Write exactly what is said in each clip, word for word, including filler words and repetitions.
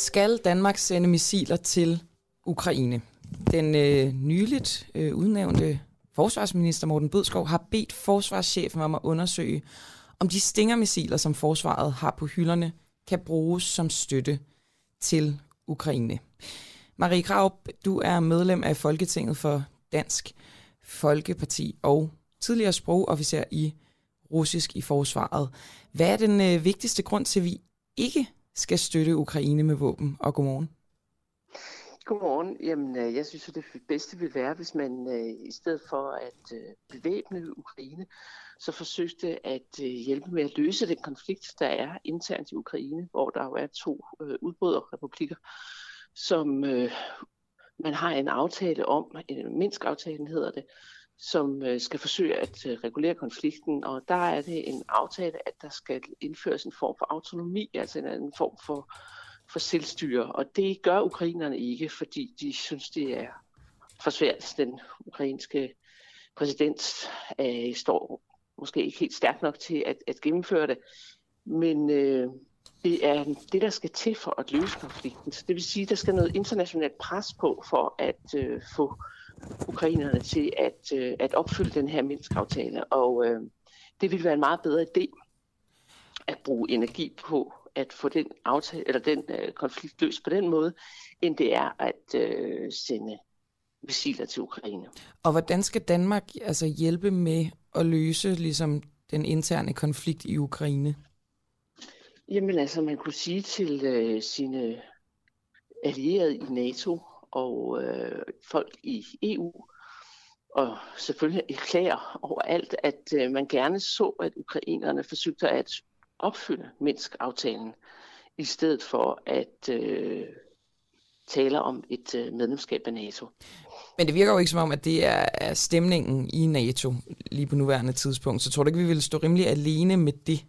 Skal Danmark sende missiler til Ukraine? Den øh, nyligt øh, udnævnte forsvarsminister Morten Bødskov har bedt forsvarschefen om at undersøge, om de Stinger-missiler, som forsvaret har på hylderne, kan bruges som støtte til Ukraine. Marie Krarup, du er medlem af Folketinget for Dansk Folkeparti og tidligere sprogofficer i russisk i forsvaret. Hvad er den øh, vigtigste grund til, at vi ikke skal støtte Ukraine med våben? Og godmorgen. Godmorgen. Jamen, jeg synes, at det bedste vil være, hvis man øh, i stedet for at øh, bevæbne Ukraine, så forsøgte at øh, hjælpe med at løse den konflikt, der er internt i Ukraine, hvor der jo er to øh, udbryderrepublikker, som øh, man har en aftale om, en Minsk-aftalen hedder det, som øh, skal forsøge at øh, regulere konflikten, og der er det en aftale, at der skal indføres en form for autonomi, altså en anden form for for selvstyre, og det gør ukrainerne ikke, fordi de synes, det er for svært. Den ukrainske præsident øh, står måske ikke helt stærkt nok til at, at gennemføre det, men øh, det er det, der skal til for at løse konflikten. Så det vil sige, at der skal noget internationalt pres på for at øh, få ukrainerne til at, øh, at opfylde den her Minsk-aftale, og øh, det vil være en meget bedre idé at bruge energi på at få den aftale eller den øh, konflikt løst på den måde, end det er at øh, sende missiler til Ukraine. Og hvordan skal Danmark altså hjælpe med at løse ligesom den interne konflikt i Ukraine? Jamen altså, man kunne sige til øh, sine allierede i NATO og øh, folk i E U, og selvfølgelig erklære overalt, at øh, man gerne så, at ukrainerne forsøgte at opfylde Minsk-aftalen, i stedet for at øh, tale om et øh, medlemskab af NATO. Men det virker jo ikke som om, at det er, er stemningen i NATO lige på nuværende tidspunkt. Så tror du ikke, vi vil stå rimelig alene med det?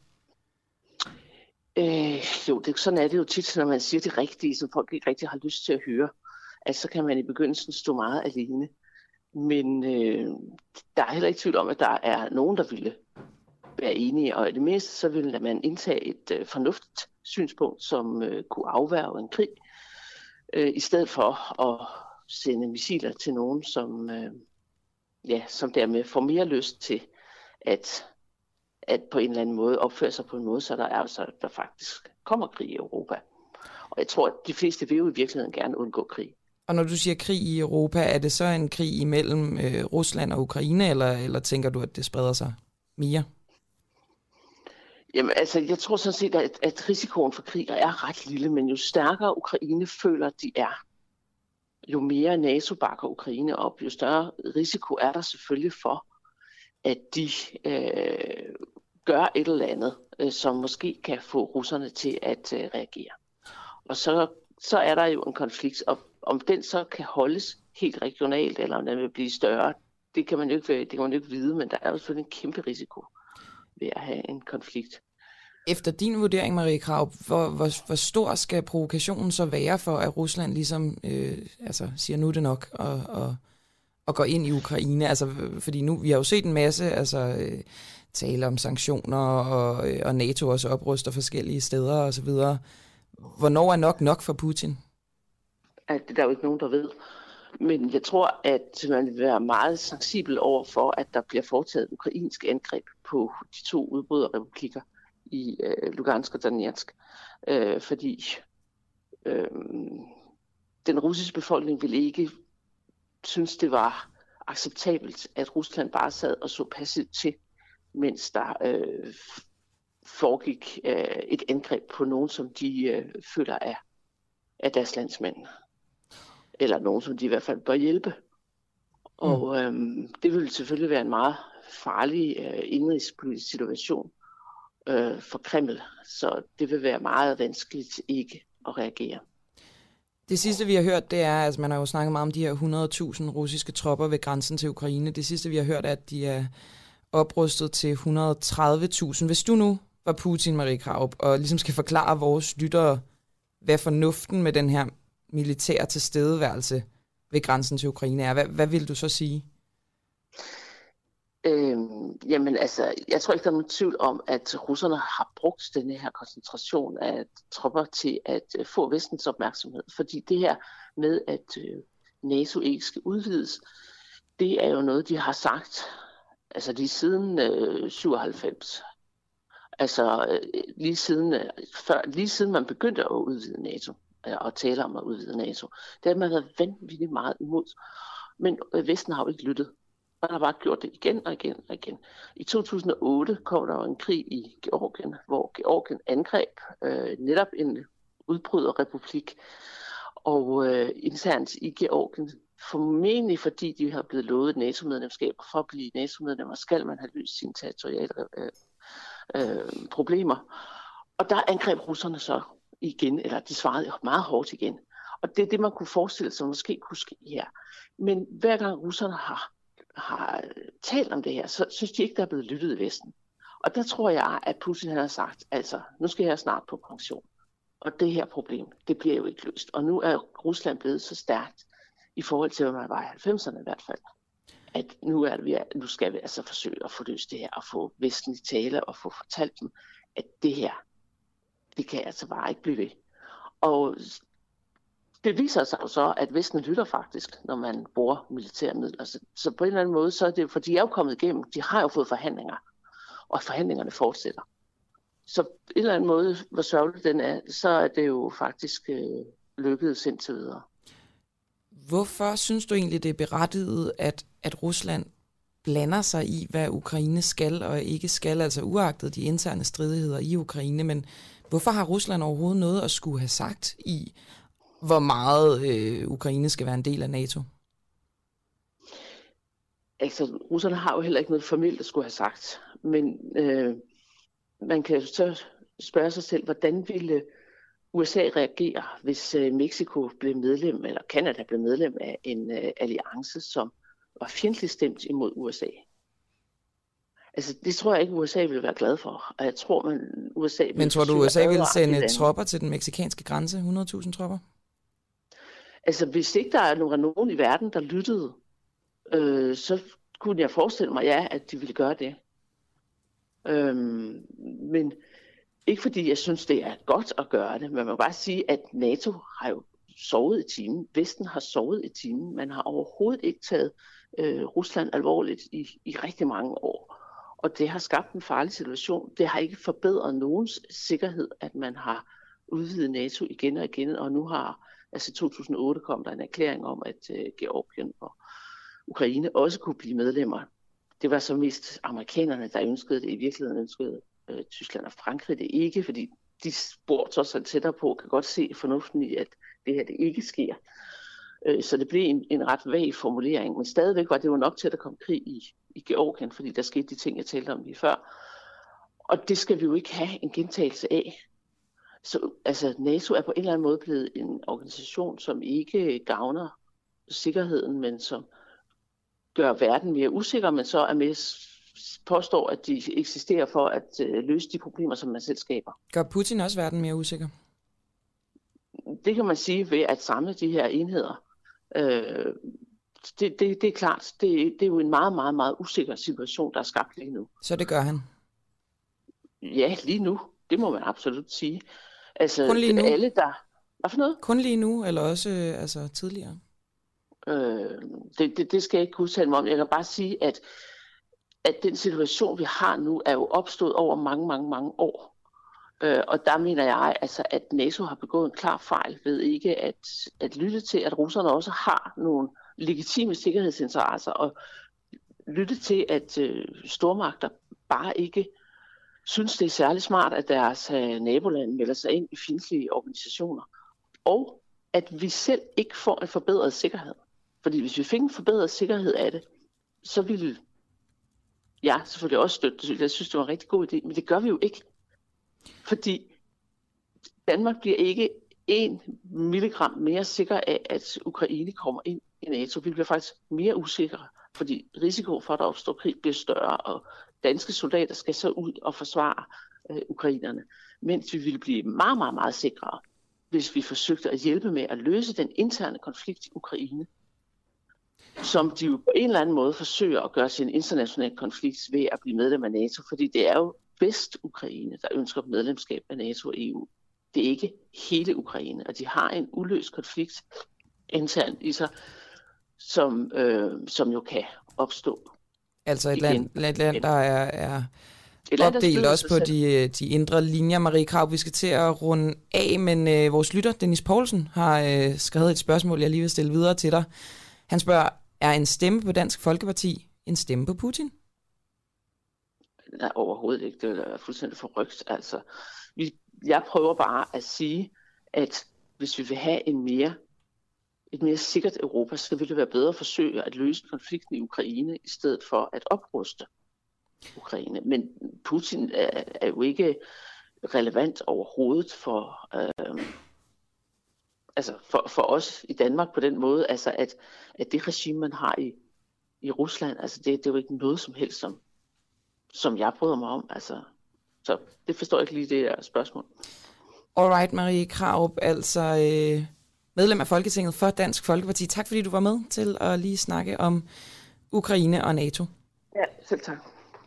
Øh, jo, det, sådan er det jo tit, når man siger det rigtige, som folk ikke rigtig har lyst til at høre. Altså, så kan man i begyndelsen stå meget alene. Men øh, der er heller ikke tvivl om, at der er nogen, der ville være enige, og i det mindste så ville man indtage et øh, fornuftigt synspunkt, som øh, kunne afværge en krig, øh, i stedet for at sende missiler til nogen, som, øh, ja, som dermed får mere lyst til at, at på en eller anden måde opføre sig på en måde, så der er altså, der faktisk kommer krig i Europa. Og jeg tror, at de fleste vil jo i virkeligheden gerne undgå krig. Og når du siger krig i Europa, er det så en krig imellem øh, Rusland og Ukraine, eller, eller tænker du, at det spreder sig mere? Jamen altså, jeg tror sådan set, at, at risikoen for krig er ret lille, men jo stærkere Ukraine føler, de er, jo mere NATO bakker Ukraine op, jo større risiko er der selvfølgelig for, at de øh, gør et eller andet, øh, som måske kan få russerne til at øh, reagere. Og så, så er der jo en konflikt, og om den så kan holdes helt regionalt, eller om den vil blive større, det kan man jo ikke, det kan man jo ikke vide, men der er jo selvfølgelig en kæmpe risiko ved at have en konflikt. Efter din vurdering, Marie Krarup, hvor, hvor, hvor stor skal provokationen så være for, at Rusland ligesom øh, altså, siger, nu er det nok, og, og, og går ind i Ukraine? Altså, fordi nu, vi har jo set en masse altså, øh, tale om sanktioner, og, og NATO også opruster forskellige steder osv. Hvornår er nok nok for Putin? At det er der jo ikke nogen, der ved. Men jeg tror, at man vil være meget sensibel over for, at der bliver foretaget ukrainsk angreb på de to udbryderrepublikker i øh, Lugansk og Donetsk. Øh, fordi øh, den russiske befolkning ville ikke synes, det var acceptabelt, at Rusland bare sad og så passivt til, mens der øh, foregik øh, et angreb på nogen, som de øh, føler er, er deres landsmænd. Eller nogen, som de i hvert fald bør hjælpe. Og mm. øhm, det vil selvfølgelig være en meget farlig øh, indrigspolitisk situation øh, for Kreml. Så det vil være meget vanskeligt ikke at reagere. Det sidste, vi har hørt, det er, altså man har jo snakket meget om de her hundrede tusind russiske tropper ved grænsen til Ukraine. Det sidste, vi har hørt, er, at de er oprustet til et hundrede og tredive tusind. Hvis du nu var Putin, Marie Krarup, og ligesom skal forklare vores lyttere, hvad fornuften med den her militær tilstedeværelse ved grænsen til Ukraine er, hvad, hvad vil du så sige? Øhm, jamen altså, jeg tror ikke, der er nogen tvivl om, at russerne har brugt denne her koncentration af tropper til at øh, få vestens opmærksomhed. Fordi det her med, at øh, NATO ikke skal udvides, det er jo noget, de har sagt altså lige siden øh, syvoghalvfems. Altså øh, lige, siden, øh, før, lige siden man begyndte at udvide NATO, øh, og tale om at udvide NATO. Det har man været vanvittigt meget imod. Men øh, Vesten har jo ikke lyttet. Man har bare gjort det igen og igen og igen. I to tusind og otte kom der jo en krig i Georgien, hvor Georgien angreb øh, netop en udbryderrepublik. Og øh, internt i Georgien, formentlig fordi de har blevet lovet et NATO-medlemskab, og for at blive NATO-medlemmer skal man have løst sine territoriale øh, øh, problemer. Og der angreb russerne så igen, eller de svarede meget hårdt igen. Og det er det, man kunne forestille sig måske kunne ske her. Men hver gang russerne har har talt om det her, så synes de ikke, der er blevet lyttet i Vesten. Og der tror jeg, at Putin har sagt, altså, nu skal jeg snart på pension. Og det her problem, det bliver jo ikke løst. Og nu er Rusland blevet så stærkt, i forhold til, hvad man var i halvfemserne i hvert fald, at nu, er det, nu skal vi altså forsøge at få løst det her, og få Vesten i tale, og få fortalt dem, at det her, det kan altså bare ikke blive ved. Og det viser sig jo så, at Vesten lytter faktisk, når man bruger militære midler. Så, så på en eller anden måde, så er det, for de er jo kommet igennem, de har jo fået forhandlinger, og forhandlingerne fortsætter. Så på en eller anden måde, hvor sørgeligt den er, så er det jo faktisk øh, lykkedes indtil videre. Hvorfor synes du egentlig, det er berettiget, at, at Rusland blander sig i, hvad Ukraine skal og ikke skal, altså uagtet de interne stridigheder i Ukraine, men hvorfor har Rusland overhovedet noget at skulle have sagt i, hvor meget øh, Ukraine skal være en del af NATO? Altså, russerne har jo heller ikke noget formelt at skulle have sagt, men øh, man kan jo så spørge sig selv, hvordan ville U S A reagere, hvis øh, Mexico blev medlem, eller Canada blev medlem af en øh, alliance, som var fjendtligt stemt imod U S A. Altså, det tror jeg ikke, U S A ville være glad for, og jeg tror, man U S A ville... Men tror du, U S A ville sende tropper til den mexikanske grænse, hundrede tusind tropper? Altså, hvis ikke der er nogen, nogen i verden, der lyttede, øh, så kunne jeg forestille mig, ja, at de ville gøre det. Øhm, men ikke fordi jeg synes, det er godt at gøre det, men man må bare sige, at NATO har jo sovet i timen. Vesten har sovet i timen. Man har overhovedet ikke taget øh, Rusland alvorligt i, i rigtig mange år. Og det har skabt en farlig situation. Det har ikke forbedret nogens sikkerhed, at man har udvidet NATO igen og igen, og nu har... Altså i to tusind og otte kom der en erklæring om, at øh, Georgien og Ukraine også kunne blive medlemmer. Det var så mest amerikanerne, der ønskede det. I virkeligheden ønskede øh, Tyskland og Frankrig det ikke, fordi de bor så så tættere på, kan godt se fornuften i, at det her det ikke sker. Øh, så det blev en, en ret vag formulering, men stadigvæk var det jo nok til, at der kom krig i, i Georgien, fordi der skete de ting, jeg talte om lige før. Og det skal vi jo ikke have en gentagelse af. Så altså, NATO er på en eller anden måde blevet en organisation, som ikke gavner sikkerheden, men som gør verden mere usikker, men så er med påstår, at de eksisterer for at øh, løse de problemer, som man selv skaber. Gør Putin også verden mere usikker? Det kan man sige ved at samle de her enheder. Øh, det, det, det er klart, det, det er jo en meget, meget, meget usikker situation, der er skabt lige nu. Så det gør han? Ja, lige nu. Det må man absolut sige. Altså, kun lige nu? Alle, der... Hvad for noget? Kun lige nu, eller også øh, altså, tidligere? Øh, det, det, det skal jeg ikke udtale mig om. Jeg kan bare sige, at, at den situation, vi har nu, er jo opstået over mange, mange, mange år. Øh, og der mener jeg, altså, at NATO har begået en klar fejl ved ikke at, at lytte til, at russerne også har nogle legitime sikkerhedsinteresser, og lytte til, at øh, stormagter bare ikke synes, det er særlig smart, at deres øh, nabolande melder sig ind i fjendtlige organisationer. Og at vi selv ikke får en forbedret sikkerhed. Fordi hvis vi fik en forbedret sikkerhed af det, så ville jeg selvfølgelig også støtte det. Jeg synes, det var en rigtig god idé, men det gør vi jo ikke. Fordi Danmark bliver ikke en milligram mere sikker af, at Ukraine kommer ind i NATO. Vi bliver faktisk mere usikre, fordi risiko for, at der opstår krig, bliver større, og danske soldater skal så ud og forsvare øh, ukrainerne. Mens vi ville blive meget, meget, meget sikrere, hvis vi forsøgte at hjælpe med at løse den interne konflikt i Ukraine. som de jo på en eller anden måde forsøger at gøre til en international konflikt ved at blive medlem af NATO, fordi det er jo Vest-Ukraine, der ønsker medlemskab af NATO og E U. Det er ikke hele Ukraine, og de har en uløst konflikt internt i sig, som, øh, som jo kan opstå. Altså et land, et land der er, er land, der opdelt også på de, de indre linjer. Marie Krarup, vi skal til at runde af, men øh, vores lytter, Dennis Poulsen, har øh, skrevet et spørgsmål, jeg lige vil stille videre til dig. Han spørger, er en stemme på Dansk Folkeparti en stemme på Putin? Nej, overhovedet ikke. Det er fuldstændig forrygt. Altså, vi, jeg prøver bare at sige, at hvis vi vil have en mere, et mere sikkert Europa, så vil det være bedre at forsøge at løse konflikten i Ukraine, i stedet for at opruste Ukraine. Men Putin er, er jo ikke relevant overhovedet for, øh, altså for, for os i Danmark på den måde, altså at, at det regime, man har i, i Rusland, altså det, det er jo ikke noget som helst, som, som jeg bryder mig om. Altså, så det forstår jeg ikke lige, det der spørgsmål. Alright, Marie Krarup, altså øh, medlem af Folketinget for Dansk Folkeparti. Tak fordi du var med til at lige snakke om Ukraine og NATO. Ja, selv tak.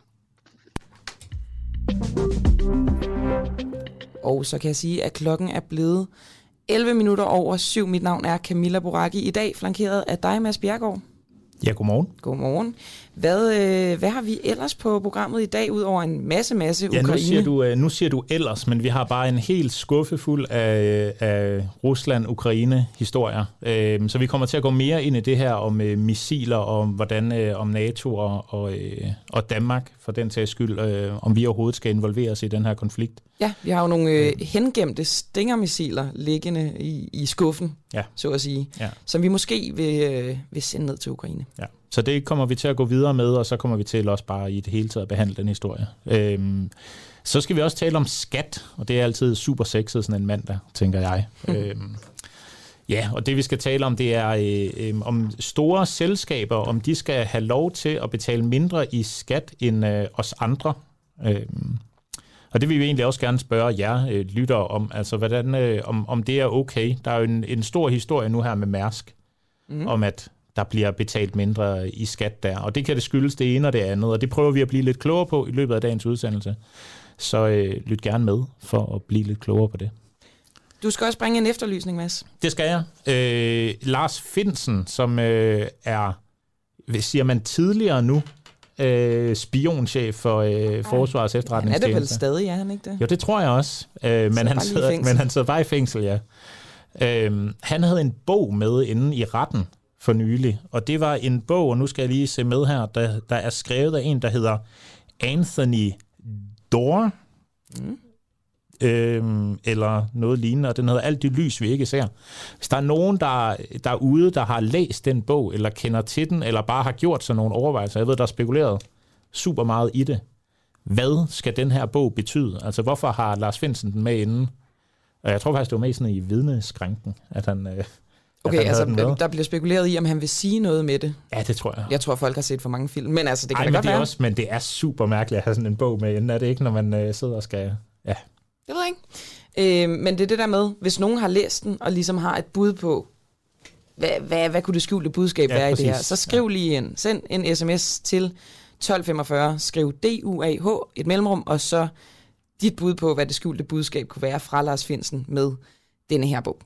Og så kan jeg sige, at klokken er blevet elleve minutter over syv. Mit navn er Camilla Boracchi. I dag flankeret af dig, Mads Bjerregaard. Ja, godmorgen. Godmorgen. Hvad, øh, hvad har vi ellers på programmet i dag, ud over en masse, masse ja, Ukraine? Nu siger, du, nu siger du ellers, men vi har bare en helt skuffe fuld af, af Rusland-Ukraine-historier. Så vi kommer til at gå mere ind i det her om missiler, og om, hvordan, om NATO og, og, og Danmark, for den sags skyld, om vi overhovedet skal involvere os i den her konflikt. Ja, vi har jo nogle øh, hengemte Stinger-missiler liggende i, i skuffen, ja. så at sige, ja. som vi måske vil, øh, vil sende ned til Ukraine. Ja. Så det kommer vi til at gå videre med, og så kommer vi til også bare i det hele taget at behandle den historie. Øhm, så skal vi også tale om skat, og det er altid super sexet sådan en mandag, tænker jeg. Mm. Øhm, ja, og det vi skal tale om, det er øh, øh, om store selskaber, om de skal have lov til at betale mindre i skat end øh, os andre. Øhm, Og det vil vi egentlig også gerne spørge jer øh, lyttere om, altså hvordan, øh, om, om det er okay. Der er jo en, en stor historie nu her med Mærsk, mm. om at der bliver betalt mindre i skat der. Og det kan det skyldes det ene og det andet, og det prøver vi at blive lidt klogere på i løbet af dagens udsendelse. Så øh, lyt gerne med for at blive lidt klogere på det. Du skal også bringe en efterlysning, Mads. Det skal jeg. Øh, Lars Findsen, som øh, er, siger man tidligere nu, Øh, spionchef for øh, Forsvarets Efterretningstjeneste. Han er det vel stadig, er han ikke det? Jo, det tror jeg også. Øh, men, han sidder, men han sidder bare i fængsel, ja. Øh, han havde en bog med inde i retten for nylig, og det var en bog, og nu skal jeg lige se med her, der, der er skrevet af en, der hedder Anthony Doerr, mm. øh, eller noget lignende, og den hedder Alt det lys, vi ikke ser. Hvis der er nogen, der, der er ude, der har læst den bog, eller kender til den, eller bare har gjort sådan nogle overvejelser, jeg ved, der er spekuleret super meget i det. Hvad skal den her bog betyde? Altså, hvorfor har Lars Findsen den med inden? Og jeg tror faktisk, det var med sådan i vidneskranken, at han... Øh, Okay, at han altså der bliver spekuleret i, om han vil sige noget med det. Ja, det tror jeg. Jeg tror, folk har set for mange film, men altså, det kan Ej, da godt det er være. Også, men det er super mærkeligt at have sådan en bog med inden, er det ikke, når man øh, sidder og skal... Ja. Det ved jeg ikke. Øh, men det er det der med, hvis nogen har læst den, og ligesom har et bud på, hvad, hvad, hvad kunne det skjulte budskab ja, være præcis. I det her, så skriv ja. lige ind. Send en sms til tolv femogfyrre, skriv D U A H, et mellemrum, og så dit bud på, hvad det skjulte budskab kunne være fra Lars Findsen med denne her bog.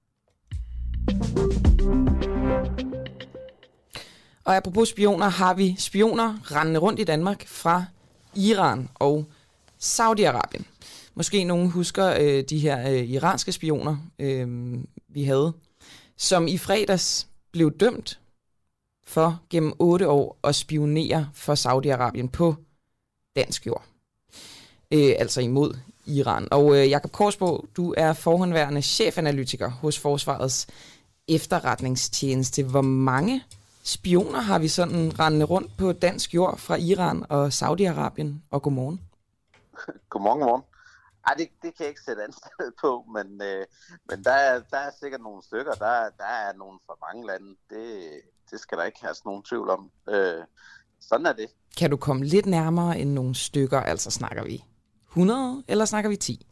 Og apropos spioner, har vi spioner rendende rundt i Danmark fra Iran og Saudi-Arabien. Måske nogen husker øh, de her øh, iranske spioner, øh, vi havde, som i fredags blev dømt for gennem otte år at spionere for Saudi-Arabien på dansk jord. Øh, altså imod Iran. Og øh, Jakob Korsbo, du er forhåndværende chefanalytiker hos Forsvarets Efterretningstjeneste. Hvor mange spioner har vi sådan rendende rundt på dansk jord fra Iran og Saudi-Arabien? Og godmorgen. Godmorgen, godmorgen. Ej, det, det kan jeg ikke sætte ansted på, men, øh, men der, er, der er sikkert nogle stykker. Der, der er nogle fra mange lande. Det, det skal der ikke have nogen tvivl om. Øh, sådan er det. Kan du komme lidt nærmere end nogle stykker? Altså snakker vi hundrede, eller snakker vi ti?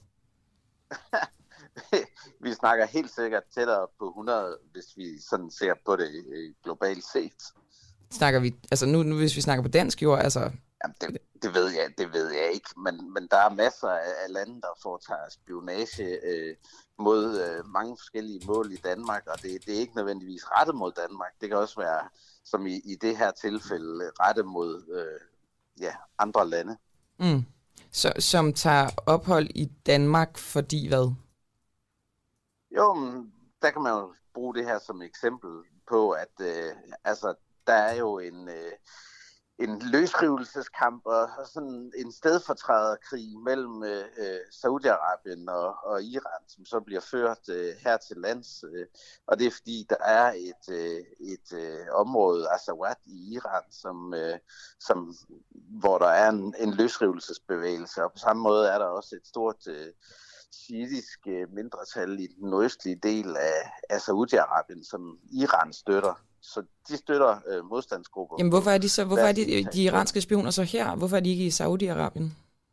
Vi snakker helt sikkert tættere på hundrede, hvis vi sådan ser på det globalt set. Snakker vi, altså nu, nu hvis vi snakker på dansk jord, altså... Jamen, det, det, ved jeg, det ved jeg ikke, men, men der er masser af, af lande, der foretager spionage øh, mod øh, mange forskellige mål i Danmark, og det, det er ikke nødvendigvis rettet mod Danmark. Det kan også være, som i, i det her tilfælde, rettet mod øh, ja, andre lande. Mm. Så, som tager ophold i Danmark, fordi hvad? Jo, men der kan man jo bruge det her som eksempel på, at øh, altså, der er jo en... Øh, en løsrivelseskamp og sådan en stedfortræderkrig mellem øh, Saudi-Arabien og, og Iran, som så bliver ført øh, her til lands. Øh, og det er fordi, der er et, øh, et øh, område, Azawad i Iran, som, øh, som, hvor der er en, en løsrivelsesbevægelse. Og på samme måde er der også et stort øh, shiitisk øh, mindretal i den nordøstlige del af, af Saudi-Arabien, som Iran støtter. Så de støtter øh, modstandsgrupper. Jamen hvorfor er de så hvorfor er de, de iranske spioner så her? Hvorfor er de ikke i Saudi-Arabien?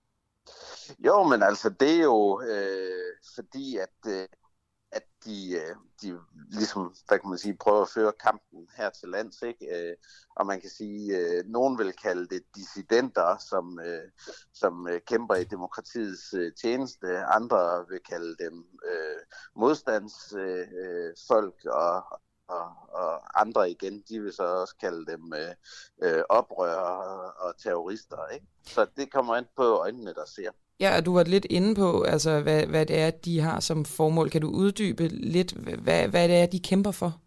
Jo, men altså det er jo øh, fordi at øh, at de øh, de ligesom hvad kan man sige prøver at føre kampen her til lands, ikke? Øh, og man kan sige øh, nogen vil kalde det dissidenter, som øh, som øh, kæmper i demokratiets øh, tjeneste. Andre vil kalde dem øh, modstandsfolk øh, og Og, og andre igen, de vil så også kalde dem øh, øh, oprørere og, og terrorister, ikke? Så det kommer an på øjnene, der ser. Ja, og du var lidt inde på, altså, hvad, hvad det er, de har som formål. Kan du uddybe lidt, hvad, hvad det er, de kæmper for?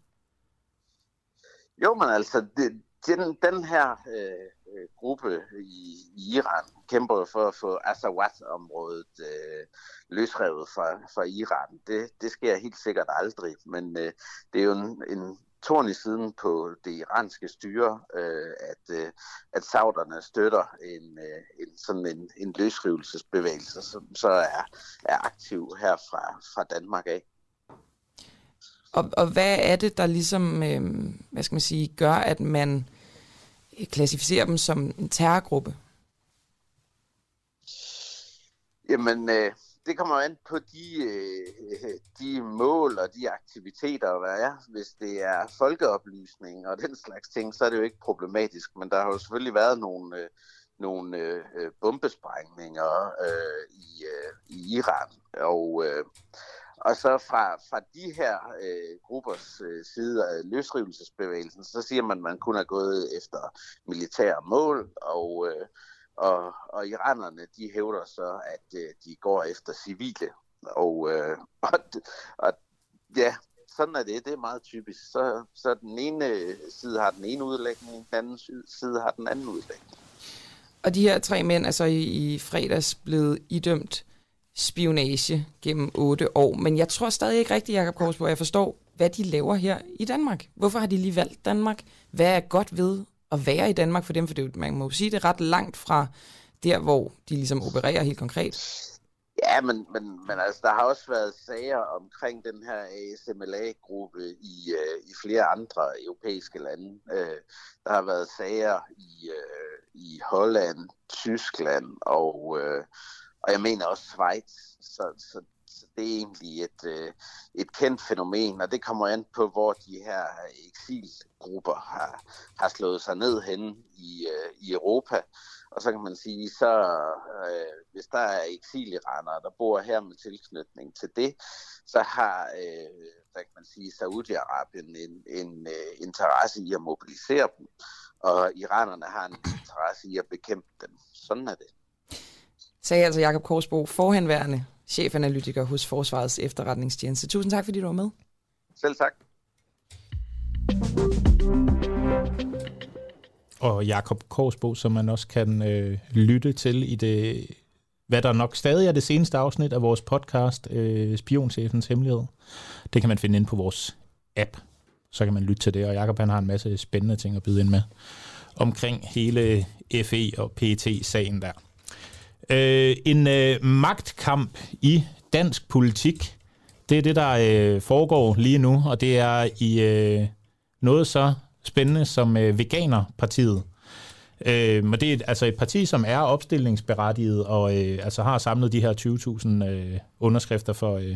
Jo, men altså, det, den, den her øh, gruppe i, i Iran kæmper for at få Azawad-området øh, løsrevet fra, fra Iran. Det, det sker helt sikkert aldrig, men øh, det er jo en, en torn i siden på det iranske styre, øh, at, øh, at sauderne støtter en, øh, en, sådan en, en løsrivelsesbevægelse, som så er, er aktiv her fra, fra Danmark af. Og, og hvad er det, der ligesom, øh, hvad skal man sige, gør, at man klassificerer dem som en terrorgruppe? Jamen, øh, det kommer an på de, øh, de mål og de aktiviteter, der er. Hvis det er folkeoplysning og den slags ting, så er det jo ikke problematisk. Men der har jo selvfølgelig været nogle, øh, nogle øh, bombesprængninger øh, i, øh, i Iran. Og, øh, og så fra, fra de her øh, gruppers øh, side af løsrivelsesbevægelsen, så siger man, at man kun er gået efter militære mål, og øh, Og, og iranerne, de hævder så, at øh, de går efter civile. Og, øh, og, og ja, sådan er det. Det er meget typisk. Så, så den ene side har den ene udlægning, den anden side har den anden udlægning. Og de her tre mænd er så i, i fredags blevet idømt spionage gennem otte år. Men jeg tror stadig ikke rigtigt, Jakob Kaarsbo, at jeg forstår, hvad de laver her i Danmark. Hvorfor har de lige valgt Danmark? Hvad er godt ved at være i Danmark for dem? For det, man må jo sige, det er ret langt fra der, hvor de ligesom opererer helt konkret. Ja, men, men, men altså, der har også været sager omkring den her A S M L A-gruppe i, øh, i flere andre europæiske lande. Øh, der har været sager i, øh, i Holland, Tyskland og, øh, og jeg mener også Schweiz. Så, så, så det er egentlig et, øh, et kendt fænomen, og det kommer an på, hvor de her eksilgrupper har, har slået sig ned henne i, øh, i Europa. Og så kan man sige, så øh, hvis der er eksiliranere, der bor her med tilknytning til det, så har øh, hvad kan man sige, Saudi-Arabien en, en øh, interesse i at mobilisere dem, og iranerne har en interesse i at bekæmpe dem. Sådan er det. Sagde altså Jakob Kaarsbo, forhenværende chefanalytiker hos Forsvarets Efterretningstjeneste. Tusind tak, fordi du var med. Selv tak. Og Jakob Kaarsbo, som man også kan øh, lytte til i det, hvad der nok stadig er det seneste afsnit af vores podcast, øh, Spionchefens Hemmelighed. Det kan man finde inde på vores app. Så kan man lytte til det, og Jakob han har en masse spændende ting at byde ind med omkring hele F E og P E T-sagen der. Øh, en øh, magtkamp i dansk politik, det er det, der øh, foregår lige nu, og det er i øh, noget så spændende som øh, Veganerpartiet. Øh, men det er altså et parti, som er opstillingsberettiget og øh, altså har samlet de her tyve tusind øh, underskrifter for, øh,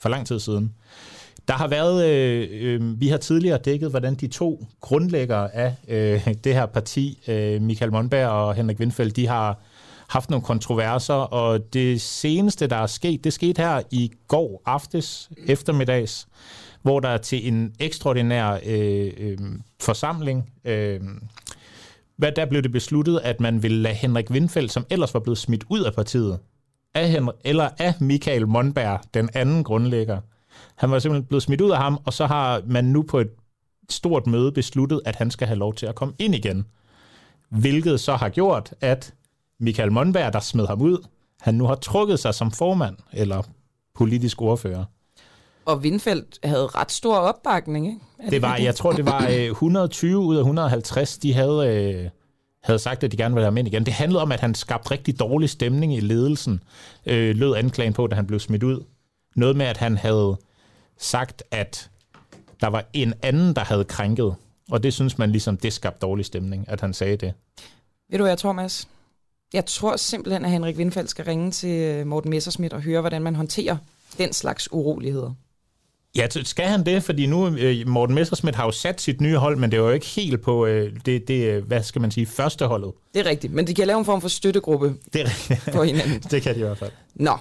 for lang tid siden. Der har været, øh, øh, vi har tidligere dækket, hvordan de to grundlæggere af øh, det her parti, øh, Michael Monberg og Henrik Windfeldt, de har haft nogle kontroverser, og det seneste, der er sket, det skete her i går aftes eftermiddags, hvor der til en ekstraordinær øh, øh, forsamling, øh, hvad der blev det besluttet, at man ville lade Henrik Windfeldt, som ellers var blevet smidt ud af partiet, af Henrik, eller af Michael Monberg, den anden grundlægger. Han var simpelthen blevet smidt ud af ham, og så har man nu på et stort møde besluttet, at han skal have lov til at komme ind igen. Hvilket så har gjort, at Michael Monberg, der smed ham ud, han nu har trukket sig som formand eller politisk ordfører. Og Windfeldt havde ret stor opbakning, ikke? Det, det var, jeg tror, det var et hundrede og tyve ud af et hundrede og halvtreds, de havde, øh, havde sagt, at de gerne ville have ham ind igen. Det handlede om, at han skabte rigtig dårlig stemning i ledelsen, øh, lød anklagen på, da han blev smidt ud. Noget med, at han havde sagt, at der var en anden, der havde krænket. Og det synes man ligesom, det skabte dårlig stemning, at han sagde det. Ved du hvad jeg tror, Mads? Jeg tror simpelthen, at Henrik Windfeldt skal ringe til Morten Messerschmidt og høre, hvordan man håndterer den slags uroligheder. Ja, skal han det? Fordi nu, Morten Messerschmidt har jo sat sit nye hold, men det er jo ikke helt på det, det hvad skal man sige, første holdet. Det er rigtigt, men de kan lave en form for støttegruppe det er rigtigt. på hinanden. Det kan de i hvert fald. Nå.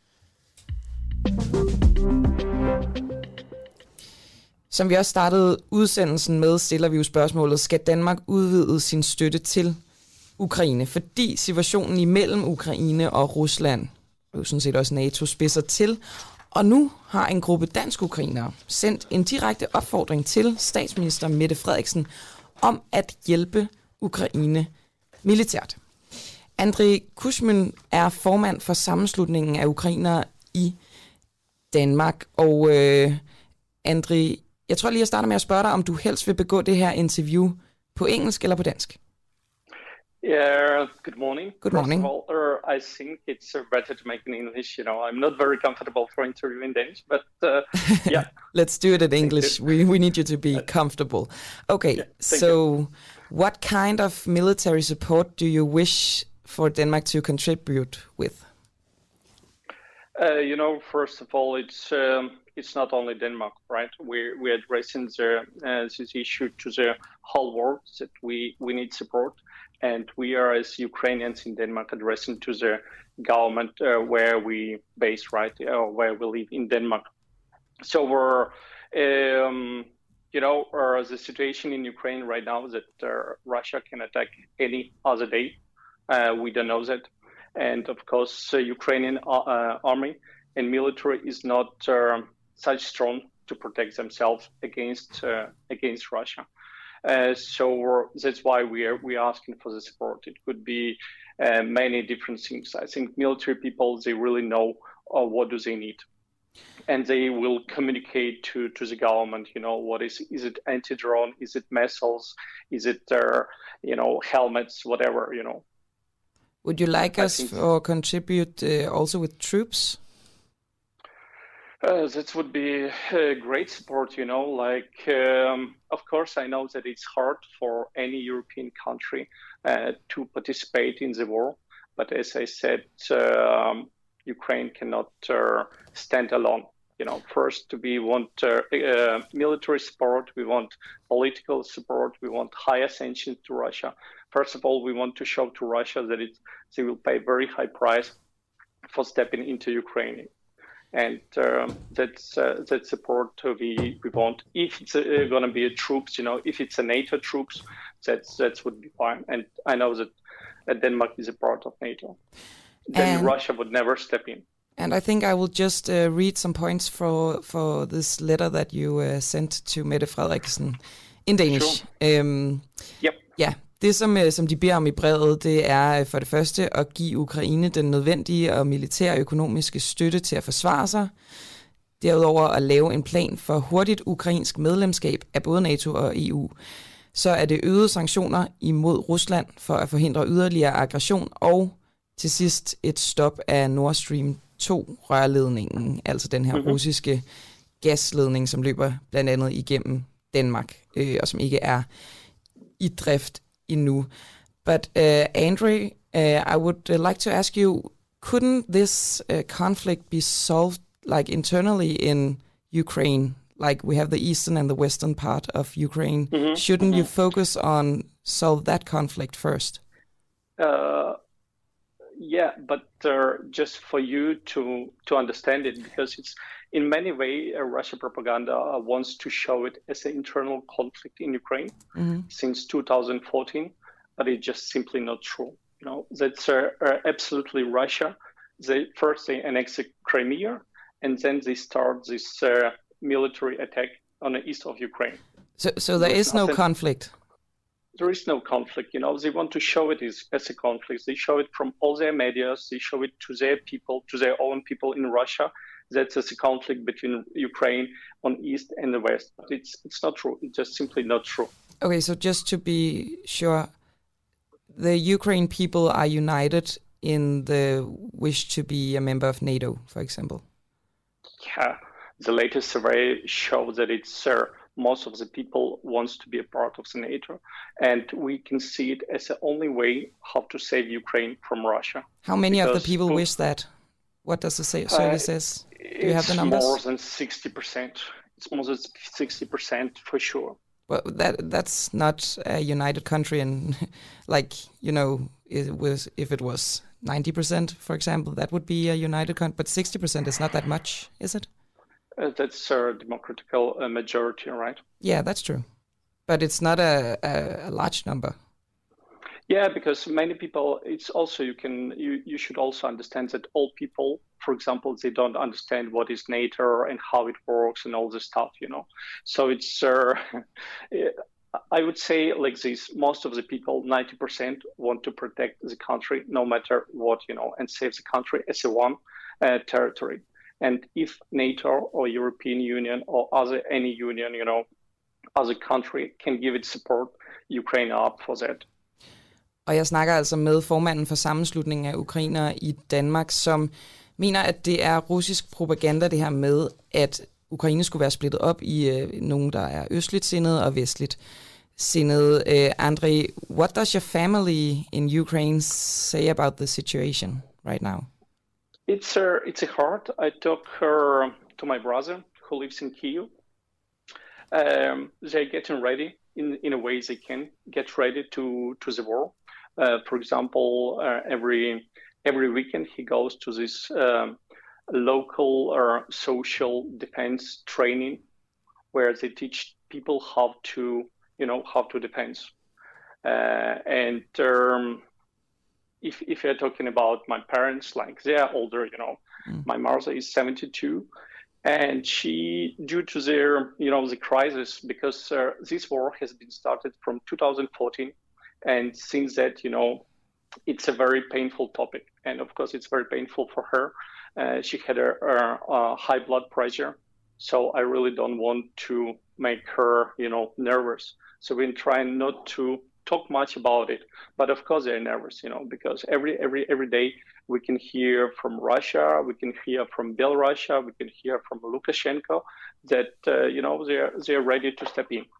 Som vi også startede udsendelsen med, stiller vi jo spørgsmålet, skal Danmark udvide sin støtte til Ukraine? Fordi situationen imellem Ukraine og Rusland, og jo sådan set også NATO, spidser til. Og nu har en gruppe dansk-ukrainere sendt en direkte opfordring til statsminister Mette Frederiksen om at hjælpe Ukraine militært. André Kuzmin er formand for sammenslutningen af ukrainere i Danmark. Og øh, André, jeg tror lige, jeg starter med at spørge dig, om du helst vil begå det her interview på engelsk eller på dansk? Yeah, good morning. Good morning. First of all, uh, I think it's uh, better to make it in English. You know, I'm not very comfortable for interviewing Danish, but uh, yeah. Let's do it in English. We we need you to be comfortable. Okay, yeah, so you. what kind of military support do you wish for Denmark to contribute with? Uh, you know, first of all, it's um, it's not only Denmark, right? We're we're addressing the, uh, this issue to the whole world that we we need support. And we are, as Ukrainians in Denmark, addressing to the government uh, where we base, right, or where we live in Denmark. So we're, um, you know, uh, the situation in Ukraine right now is that uh, Russia can attack any other day. Uh, we don't know that. And of course, the Ukrainian uh, army and military is not uh, such strong to protect themselves against uh, against Russia. Uh, so that's why we are we are asking for the support. It could be uh, many different things. I think military people, they really know uh, what do they need, and they will communicate to, to the government. You know, what is is it anti-drone? Is it missiles? Is it uh, you know helmets? Whatever, you know. Would you like I us to contribute uh, also with troops? Uh, that would be uh, great support, you know, like, um, of course, I know that it's hard for any European country uh, to participate in the war. But as I said, um, Ukraine cannot uh, stand alone. You know, first we want uh, uh, military support, we want political support, we want higher sanctions to Russia. First of all, we want to show to Russia that it, they will pay very high price for stepping into Ukraine. And um, that's uh, that support we we want. If it's uh, going to be a troops, you know, if it's a NATO troops, that's that would be fine. And I know that uh, Denmark is a part of NATO. Then and, Russia would never step in. And I think I will just uh, read some points for for this letter that you uh, sent to Mette Frederiksen in Danish. Sure. Um, yep. Ja, det som, som de beder om i brevet, det er for det første at give Ukraine den nødvendige og militære økonomiske støtte til at forsvare sig. Derudover at lave en plan for hurtigt ukrainsk medlemskab af både NATO og E U. Så er det øgede sanktioner imod Rusland for at forhindre yderligere aggression, og til sidst et stop af Nord Stream to-rørledningen, altså den her mm-hmm. russiske gasledning, som løber blandt andet igennem Danmark, øh, og som ikke er i drift endnu. But uh, Andre, uh, I would uh, like to ask you, couldn't this uh, conflict be solved like internally in Ukraine, like we have the eastern and the western part of Ukraine, mm-hmm. shouldn't mm-hmm. you focus on solve that conflict first? Uh, yeah, but uh, just for you to to understand it, because it's in many ways uh, Russia propaganda wants to show it as an internal conflict in Ukraine mm-hmm. since two thousand fourteen, but it's just simply not true. You know, that's uh, uh, absolutely Russia. They first they annex Crimea, and then they start this uh, military attack on the east of Ukraine. So, so there There's is no nothing, conflict. There is no conflict. You know, they want to show it as, as a conflict. They show it from all their medias. They show it to their people, to their own people in Russia. That is a conflict between Ukraine on east and the west. But it's it's not true. It's just simply not true. Okay, so just to be sure, the Ukraine people are united in the wish to be a member of NATO, for example. Yeah, the latest survey shows that it's uh, most of the people wants to be a part of the NATO, and we can see it as the only way how to save Ukraine from Russia. How many because of the people both, wish that? What does the survey uh, says? Do you have the numbers? It's more than sixty percent. It's more than sixty percent for sure. Well, that that's not a united country, and like you know, it was if it was ninety percent, for example, that would be a united country. But sixty percent is not that much, is it? Uh, that's a democratical uh, majority, right? Yeah, that's true. But it's not a, a, a large number. Yeah, because many people, it's also, you can, you, you should also understand that all people, for example, they don't understand what is NATO and how it works and all this stuff, you know. So it's, uh, I would say like this, most of the people, ninety percent want to protect the country no matter what, you know, and save the country as a one uh, territory. And if NATO or European Union or other any union, you know, other country can give its support, Ukraine are up for that. Og jeg snakker altså med formanden for sammenslutningen af ukrainere i Danmark, som mener, at det er russisk propaganda, det her med, at Ukraine skulle være splittet op i øh, nogen, der er østligt sindede og vestligt sindede. Uh, Andrei, what does your family in Ukraine say about the situation right now? It's uh, it's a hard. I talk uh, to my brother who lives in Kyiv. Um, they're getting ready in in a way they can get ready to to the war. Uh, for example, uh, every every weekend he goes to this um, local or social defense training, where they teach people how to, you know, how to defend. Uh, and um, if if you're talking about my parents, like they are older, you know, mm. my mother is seventy-two, and she, due to their, you know, the crisis, because uh, this war has been started from two thousand fourteen. And since that, you know, it's a very painful topic. And of course, it's very painful for her. Uh, she had a, a, a high blood pressure. So I really don't want to make her, you know, nervous. So we're trying not to talk much about it. But of course, they're nervous, you know, because every every every day we can hear from Russia, we can hear from Belarus, we can hear from Lukashenko that, uh, you know, they're, they're ready to step in.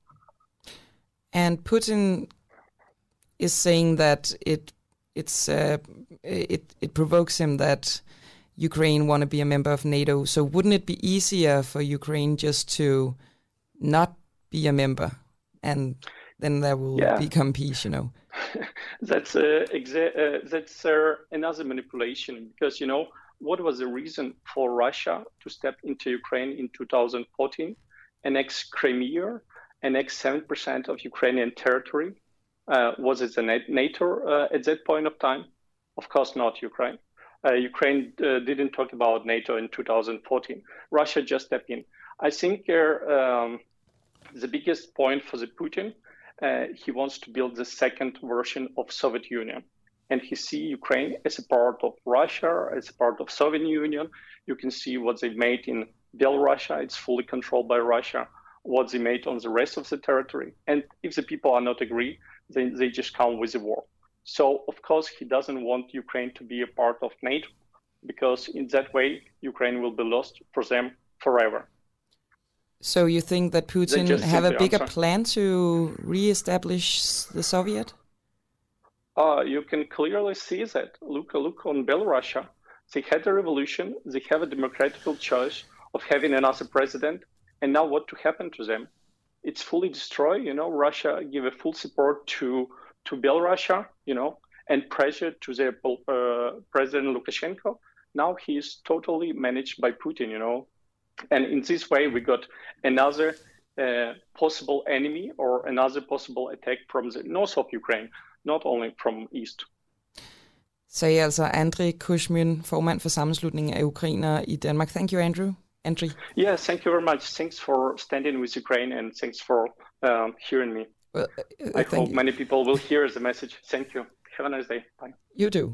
And Putin is saying that it it's uh, it it provokes him that Ukraine want to be a member of NATO. So wouldn't it be easier for Ukraine just to not be a member, and then there will yeah. become peace? You know, that's uh, exa- uh, that's uh, another manipulation, because you know what was the reason for Russia to step into Ukraine in two thousand fourteen, annex Crimea, annex seven percent of Ukrainian territory. Uh, was it the NATO uh, at that point of time? Of course not, Ukraine. Uh, Ukraine uh, didn't talk about NATO in two thousand fourteen. Russia just stepped in. I think uh, um, the biggest point for the Putin, uh, he wants to build the second version of Soviet Union. And he see Ukraine as a part of Russia, as a part of Soviet Union. You can see what they made in Belarus. It's fully controlled by Russia. What they made on the rest of the territory. And if the people are not agree, then they just come with the war. So, of course, he doesn't want Ukraine to be a part of NATO, because in that way, Ukraine will be lost for them forever. So you think that Putin have a bigger answer. plan to re-establish the Soviet? Uh, you can clearly see that. Look, look on Belarus. They had a revolution. They have a democratic choice of having another president. And now what to happen to them? It's fully destroyed. You know, Russia give a full support to, to Belarus, you know, and pressure to their uh, President Lukashenko. Now he is totally managed by Putin, you know. And in this way, we got another uh, possible enemy or another possible attack from the north of Ukraine, not only from east. Sagde altså Andriy Kuzmin, formand for sammenslutningen af ukrainere i Danmark. Thank you, Andrew. Andriy. Yeah, thank you very much. Thanks for standing with Ukraine and thanks for um, hearing me. Well, uh, I hope you. many people will hear the message. Thank you. Have a nice day. Bye. You too.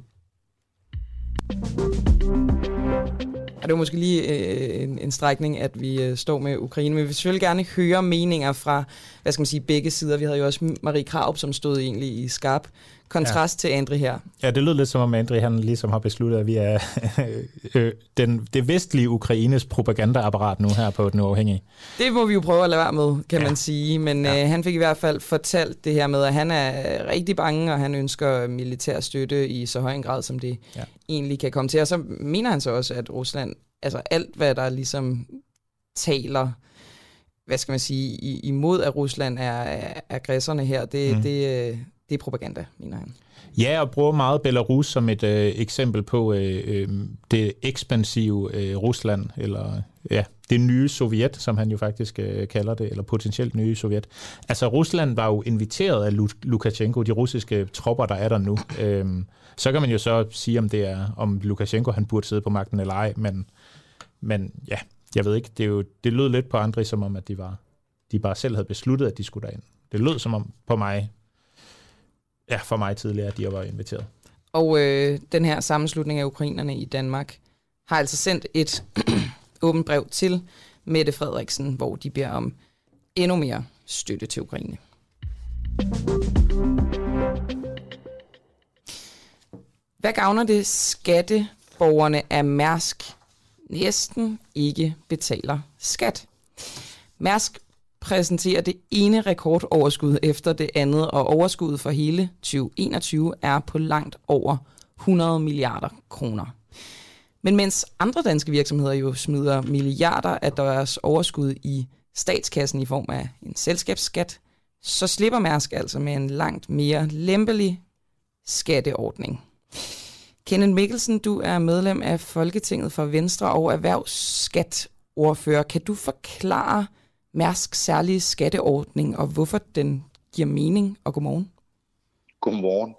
Og det var måske lige øh, en, en strækning, at vi øh, står med Ukraine, men vi vil selvfølgelig gerne høre meninger fra, hvad skal man sige, begge sider. Vi havde jo også Marie Krarup, som stod egentlig i skarp kontrast ja. til Andriy her. Ja, det lød lidt som om Andriy, han ligesom har besluttet, at vi er øh, den, det vestlige Ukraines propagandaapparat nu her på Den Uafhængige. Det må vi jo prøve at lade være med, kan ja. man sige, men ja. øh, han fik i hvert fald fortalt det her med, at han er rigtig bange, og han ønsker militær støtte i så høj en grad, som det ja. egentlig kan komme til. Og så mener han så også, at Rusland, altså alt hvad der ligesom taler, hvad skal man sige, imod at Rusland er, er aggressorerne her, det, mm. det, det er propaganda, mener han. Ja, og bruger meget Belarus som et øh, eksempel på øh, øh, det ekspansive øh, Rusland, eller ja, det nye Sovjet, som han jo faktisk øh, kalder det, eller potentielt nye Sovjet. Altså, Rusland var jo inviteret af Lukashenko, de russiske tropper, der er der nu. Øhm, så kan man jo så sige, om det er, om Lukashenko, han burde sidde på magten eller ej, men, men ja, jeg ved ikke, det, er jo, det lød lidt på Andriy, som om, at de, var, de bare selv havde besluttet, at de skulle derind. Det lød som om på mig, ja, for mig tidligere, at de var inviteret. Og øh, den her sammenslutning af ukrainerne i Danmark har altså sendt et åbent brev til Mette Frederiksen, hvor de beder om endnu mere støtte til Ukraine. Hvad gavner det skatteborgerne af Mærsk næsten ikke betaler skat? Mærsk præsenterer det ene rekordoverskud efter det andet, og overskuddet for hele tyve enogtyve er på langt over hundrede milliarder kroner. Men mens andre danske virksomheder jo smider milliarder af deres overskud i statskassen i form af en selskabsskat, så slipper Mærsk altså med en langt mere lempelig skatteordning. Kenneth Mikkelsen, du er medlem af Folketinget for Venstre og erhvervsskatordfører. Kan du forklare Mærsks særlige skatteordning, og hvorfor den giver mening? Og godmorgen. Godmorgen.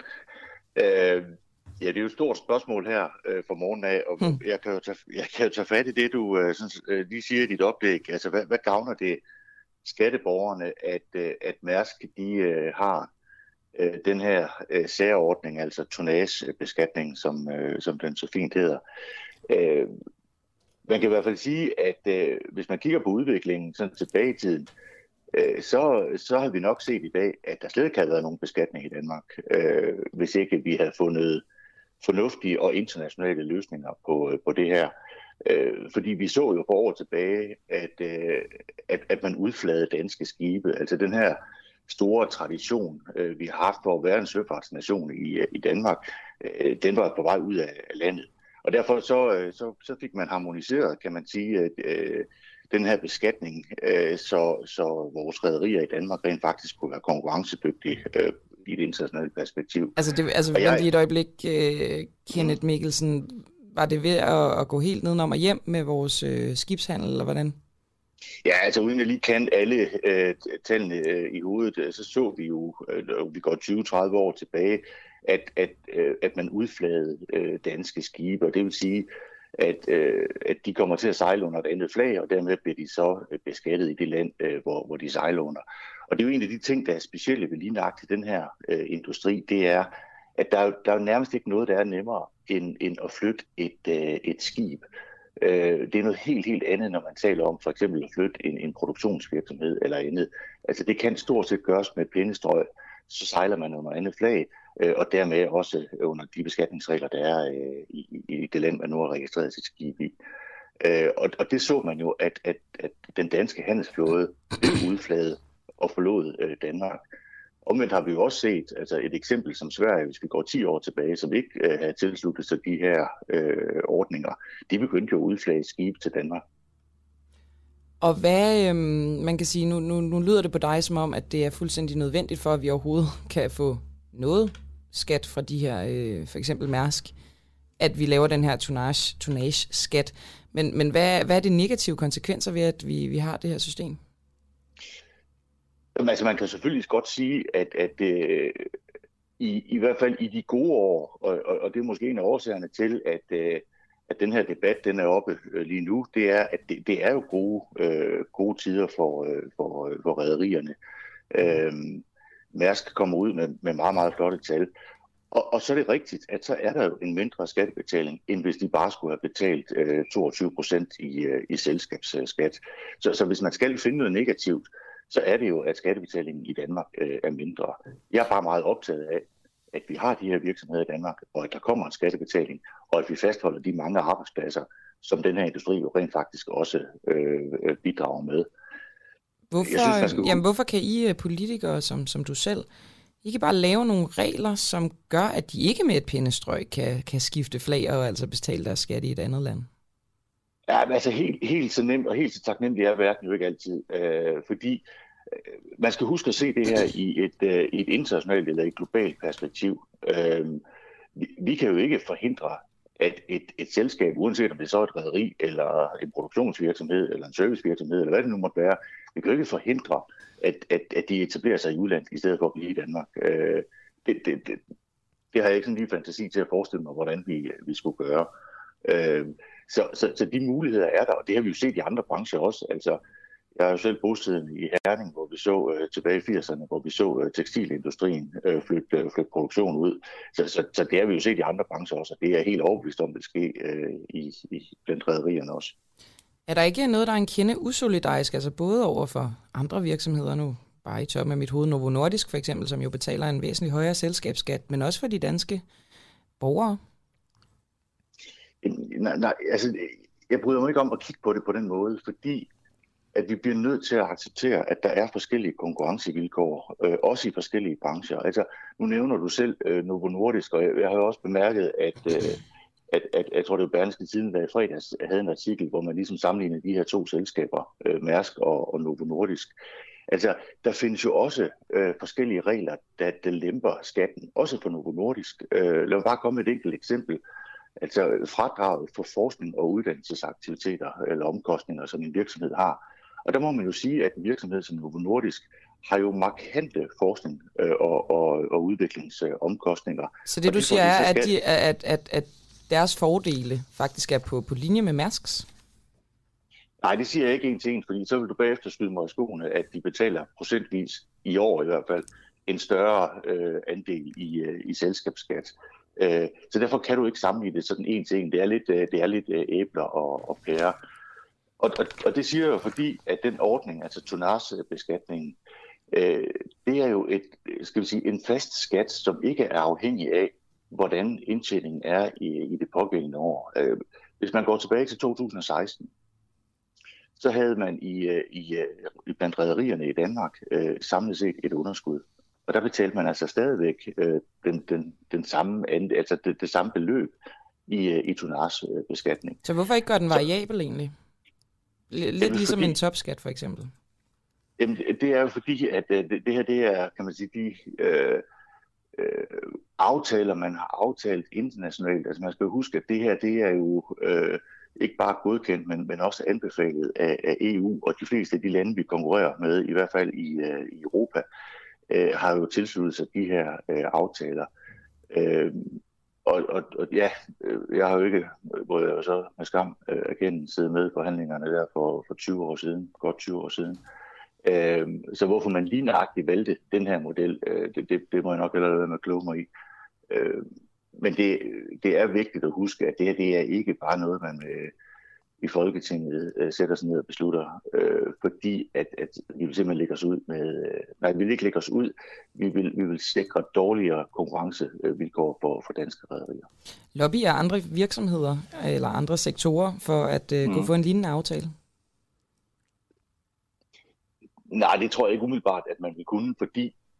Øh, ja, det er jo et stort spørgsmål her øh, for morgen af, og hmm. jeg, kan jo tage, jeg kan jo tage fat i det, du øh, sådan, øh, lige siger i dit oplæg. Altså, hvad, hvad gavner det skatteborgerne, at, øh, at Mærsk de, øh, har øh, den her øh, særordning, altså tonnagebeskatning, som, øh, som den så fint hedder. Øh, Man kan i hvert fald sige, at øh, hvis man kigger på udviklingen sådan tilbage i tiden, øh, så, så har vi nok set i dag, at der slet ikke havde været nogen beskatning i Danmark, øh, hvis ikke vi havde fundet fornuftige og internationale løsninger på, på det her. Øh, fordi vi så jo for år tilbage, at, øh, at, at man udflagede danske skibe. Altså den her store tradition, øh, vi har haft for at være en søfartsnation i, i Danmark, øh, den var på vej ud af landet. Og derfor så, så, så fik man harmoniseret, kan man sige, at, øh, den her beskatning, øh, så, så vores rederier i Danmark rent faktisk kunne være konkurrencedygtige øh, i et internationalt perspektiv. Altså, det, altså vent jeg... lige et øjeblik, øh, Kenneth Mikkelsen, var det ved at, at gå helt nedenom og hjem med vores øh, skibshandel, eller hvordan? Ja, altså uden at lige kan alle øh, tallene øh, i hovedet, så så vi jo, øh, vi går tyve til tredive år tilbage, at, at, øh, at man udflagede øh, danske skibe, og det vil sige, at, øh, at de kommer til at sejle under et andet flag, og dermed bliver de så beskattet i det land, øh, hvor, hvor de sejler under. Og det er jo en af de ting, der er specielle ved lige nøjagtigt den her øh, industri, det er, at der, der er nærmest ikke noget, der er nemmere end, end at flytte et, øh, et skib. Øh, det er noget helt, helt andet, når man taler om for eksempel at flytte en, en produktionsvirksomhed eller andet. Altså det kan stort set gøres med pindestrøg, så sejler man under andet flag, øh, og dermed også under de beskatningsregler, der er øh, i, i det land, man nu har registreret sit skib i. Øh, og, og det så man jo, at, at, at den danske handelsflåde blev udflaget og forlod øh, Danmark. Omvendt har vi jo også set altså et eksempel som Sverige, hvis vi går ti år tilbage, som ikke øh, havde tilsluttet sig de her øh, ordninger. De begyndte jo at udflage skibe til Danmark. Og hvad, øhm, man kan sige, nu, nu, nu lyder det på dig som om, at det er fuldstændig nødvendigt for, at vi overhovedet kan få noget skat fra de her, øh, for eksempel Mærsk, at vi laver den her tonnage, tonnage-skat. Men, men hvad, hvad er de negative konsekvenser ved, at vi, vi har det her system? Jamen, altså, man kan selvfølgelig godt sige, at, at øh, i, i hvert fald i de gode år, og, og, og det er måske en af årsagerne til, at, øh, at den her debat den er oppe øh, lige nu, det er, at det, det er jo gode, øh, gode tider for, øh, for, for rederierne. Øh, Mærsk kommer ud med, med meget, meget flotte tal. Og, og så er det rigtigt, at så er der jo en mindre skattebetaling, end hvis de bare skulle have betalt øh, toogtyve procent i, øh, i selskabsskat. Så, så hvis man skal finde noget negativt, så er det jo, at skattebetalingen i Danmark øh, er mindre. Jeg er bare meget optaget af, at vi har de her virksomheder i Danmark, og at der kommer en skattebetaling, og at vi fastholder de mange arbejdspladser, som den her industri jo rent faktisk også øh, bidrager med. Hvorfor, synes, jamen, hvorfor kan I politikere, som, som du selv, ikke bare lave nogle regler, som gør, at de ikke med et pindestrøg kan, kan skifte flag og altså betale deres skat i et andet land? Ja, altså helt, helt så nemt og helt så taknemmelig er verden jo ikke altid, øh, fordi øh, man skal huske at se det her i et, øh, i et internationalt eller et globalt perspektiv. Øh, vi, vi kan jo ikke forhindre, at et, et selskab, uanset om det så er et rederi eller en produktionsvirksomhed eller en servicevirksomhed eller hvad det nu måtte være, vi kan jo ikke forhindre, at, at, at de etablerer sig i udlandet i stedet for at blive i Danmark. Øh, det, det, det, det har jeg ikke sådan lige fantasi til at forestille mig, hvordan vi, vi skulle gøre. Øh, Så, så, så de muligheder er der, og det har vi jo set i andre brancher også. Altså, jeg er jo selv bosiddende i Herning, hvor vi så uh, tilbage i firserne, hvor vi så uh, tekstilindustrien uh, flytte, uh, flytte produktion ud. Så, så, så det har vi jo set i andre brancher også, og det er helt overbevist om, det sker uh, i, i blandt rederierne også. Er der ikke noget, der er en kende usolidarisk, altså både over for andre virksomheder nu, bare i toppen af mit hoved, Novo Nordisk for eksempel, som jo betaler en væsentlig højere selskabsskat, men også for de danske borgere? Nej, nej, altså, jeg bryder mig ikke om at kigge på det på den måde, fordi at vi bliver nødt til at acceptere, at der er forskellige konkurrencevilkår, øh, også i forskellige brancher. Altså, nu nævner du selv øh, Novo Nordisk, og jeg, jeg har jo også bemærket, at, øh, at, at jeg tror, det var Berlingske Tidende, der i fredags havde en artikel, hvor man ligesom sammenlignede de her to selskaber, øh, Mærsk og, og Novo Nordisk. Altså, der findes jo også øh, forskellige regler, der, der lemper skatten, også for Novo Nordisk. Øh, lad mig bare komme med et enkelt eksempel. Altså fradraget for forskning og uddannelsesaktiviteter eller omkostninger, som en virksomhed har. Og der må man jo sige, at en virksomhed som Novo Nordisk har jo markante forskning øh, og, og, og udviklingsomkostninger. Så det du siger er, at, de, at, at, at deres fordele faktisk er på, på linje med Mærsks? Nej, det siger jeg ikke en til en, fordi så vil du bagefter skyde mig i skoene, at de betaler procentvis, i år i hvert fald, en større øh, andel i, øh, i selskabsskat. Så derfor kan du ikke sammenligne det sådan en til en. Det er lidt, det er lidt æbler og, og pærer. Og, og, og det siger jeg jo fordi, at den ordning, altså tonnagebeskatningen, øh, det er jo et, skal vi sige, en fast skat, som ikke er afhængig af, hvordan indtjeningen er i, i det pågældende år. Øh, hvis man går tilbage til to tusind og seksten, så havde man i, i, i blandt rederierne i Danmark øh, samlet set et underskud. Og der betalte man altså stadigvæk øh, den, den, den samme, altså det, det samme beløb i, i tonnagebeskatning. Så hvorfor ikke gøre den variabel så, egentlig? Lidt jamen, ligesom fordi, en topskat for eksempel. Jamen, det er jo fordi, at det, det her det er, kan man sige, de øh, øh, aftaler, man har aftalt internationalt. Altså man skal jo huske, at det her det er jo øh, ikke bare godkendt, men, men også anbefalet af, af E U og de fleste af de lande, vi konkurrerer med, i hvert fald i, øh, i Europa. Øh, har jo tilsluttet sig de her øh, aftaler. Øh, og, og, og ja, jeg har jo ikke, hvor jeg så med skam øh, erkendt, siddet med i forhandlingerne der for, for tyve år siden, godt tyve år siden. Øh, så hvorfor man lige nøjagtigt valgte den her model, øh, det, det, det må jeg nok hellere være med at kloge mig i. Øh, men det, det er vigtigt at huske, at det her det er ikke bare noget, man øh, i Folketinget øh, sætter sig ned og beslutter, øh, fordi at, at vi vil simpelthen lægge os ud med, øh, nej, vi vil ikke lægge os ud, vi vil, vi vil sikre dårligere konkurrencevilkår for, for danske rederier. Lobbyer andre virksomheder eller andre sektorer for at øh, kunne mm. få en lignende aftale? Nej, det tror jeg ikke umiddelbart, at man vil kunne, fordi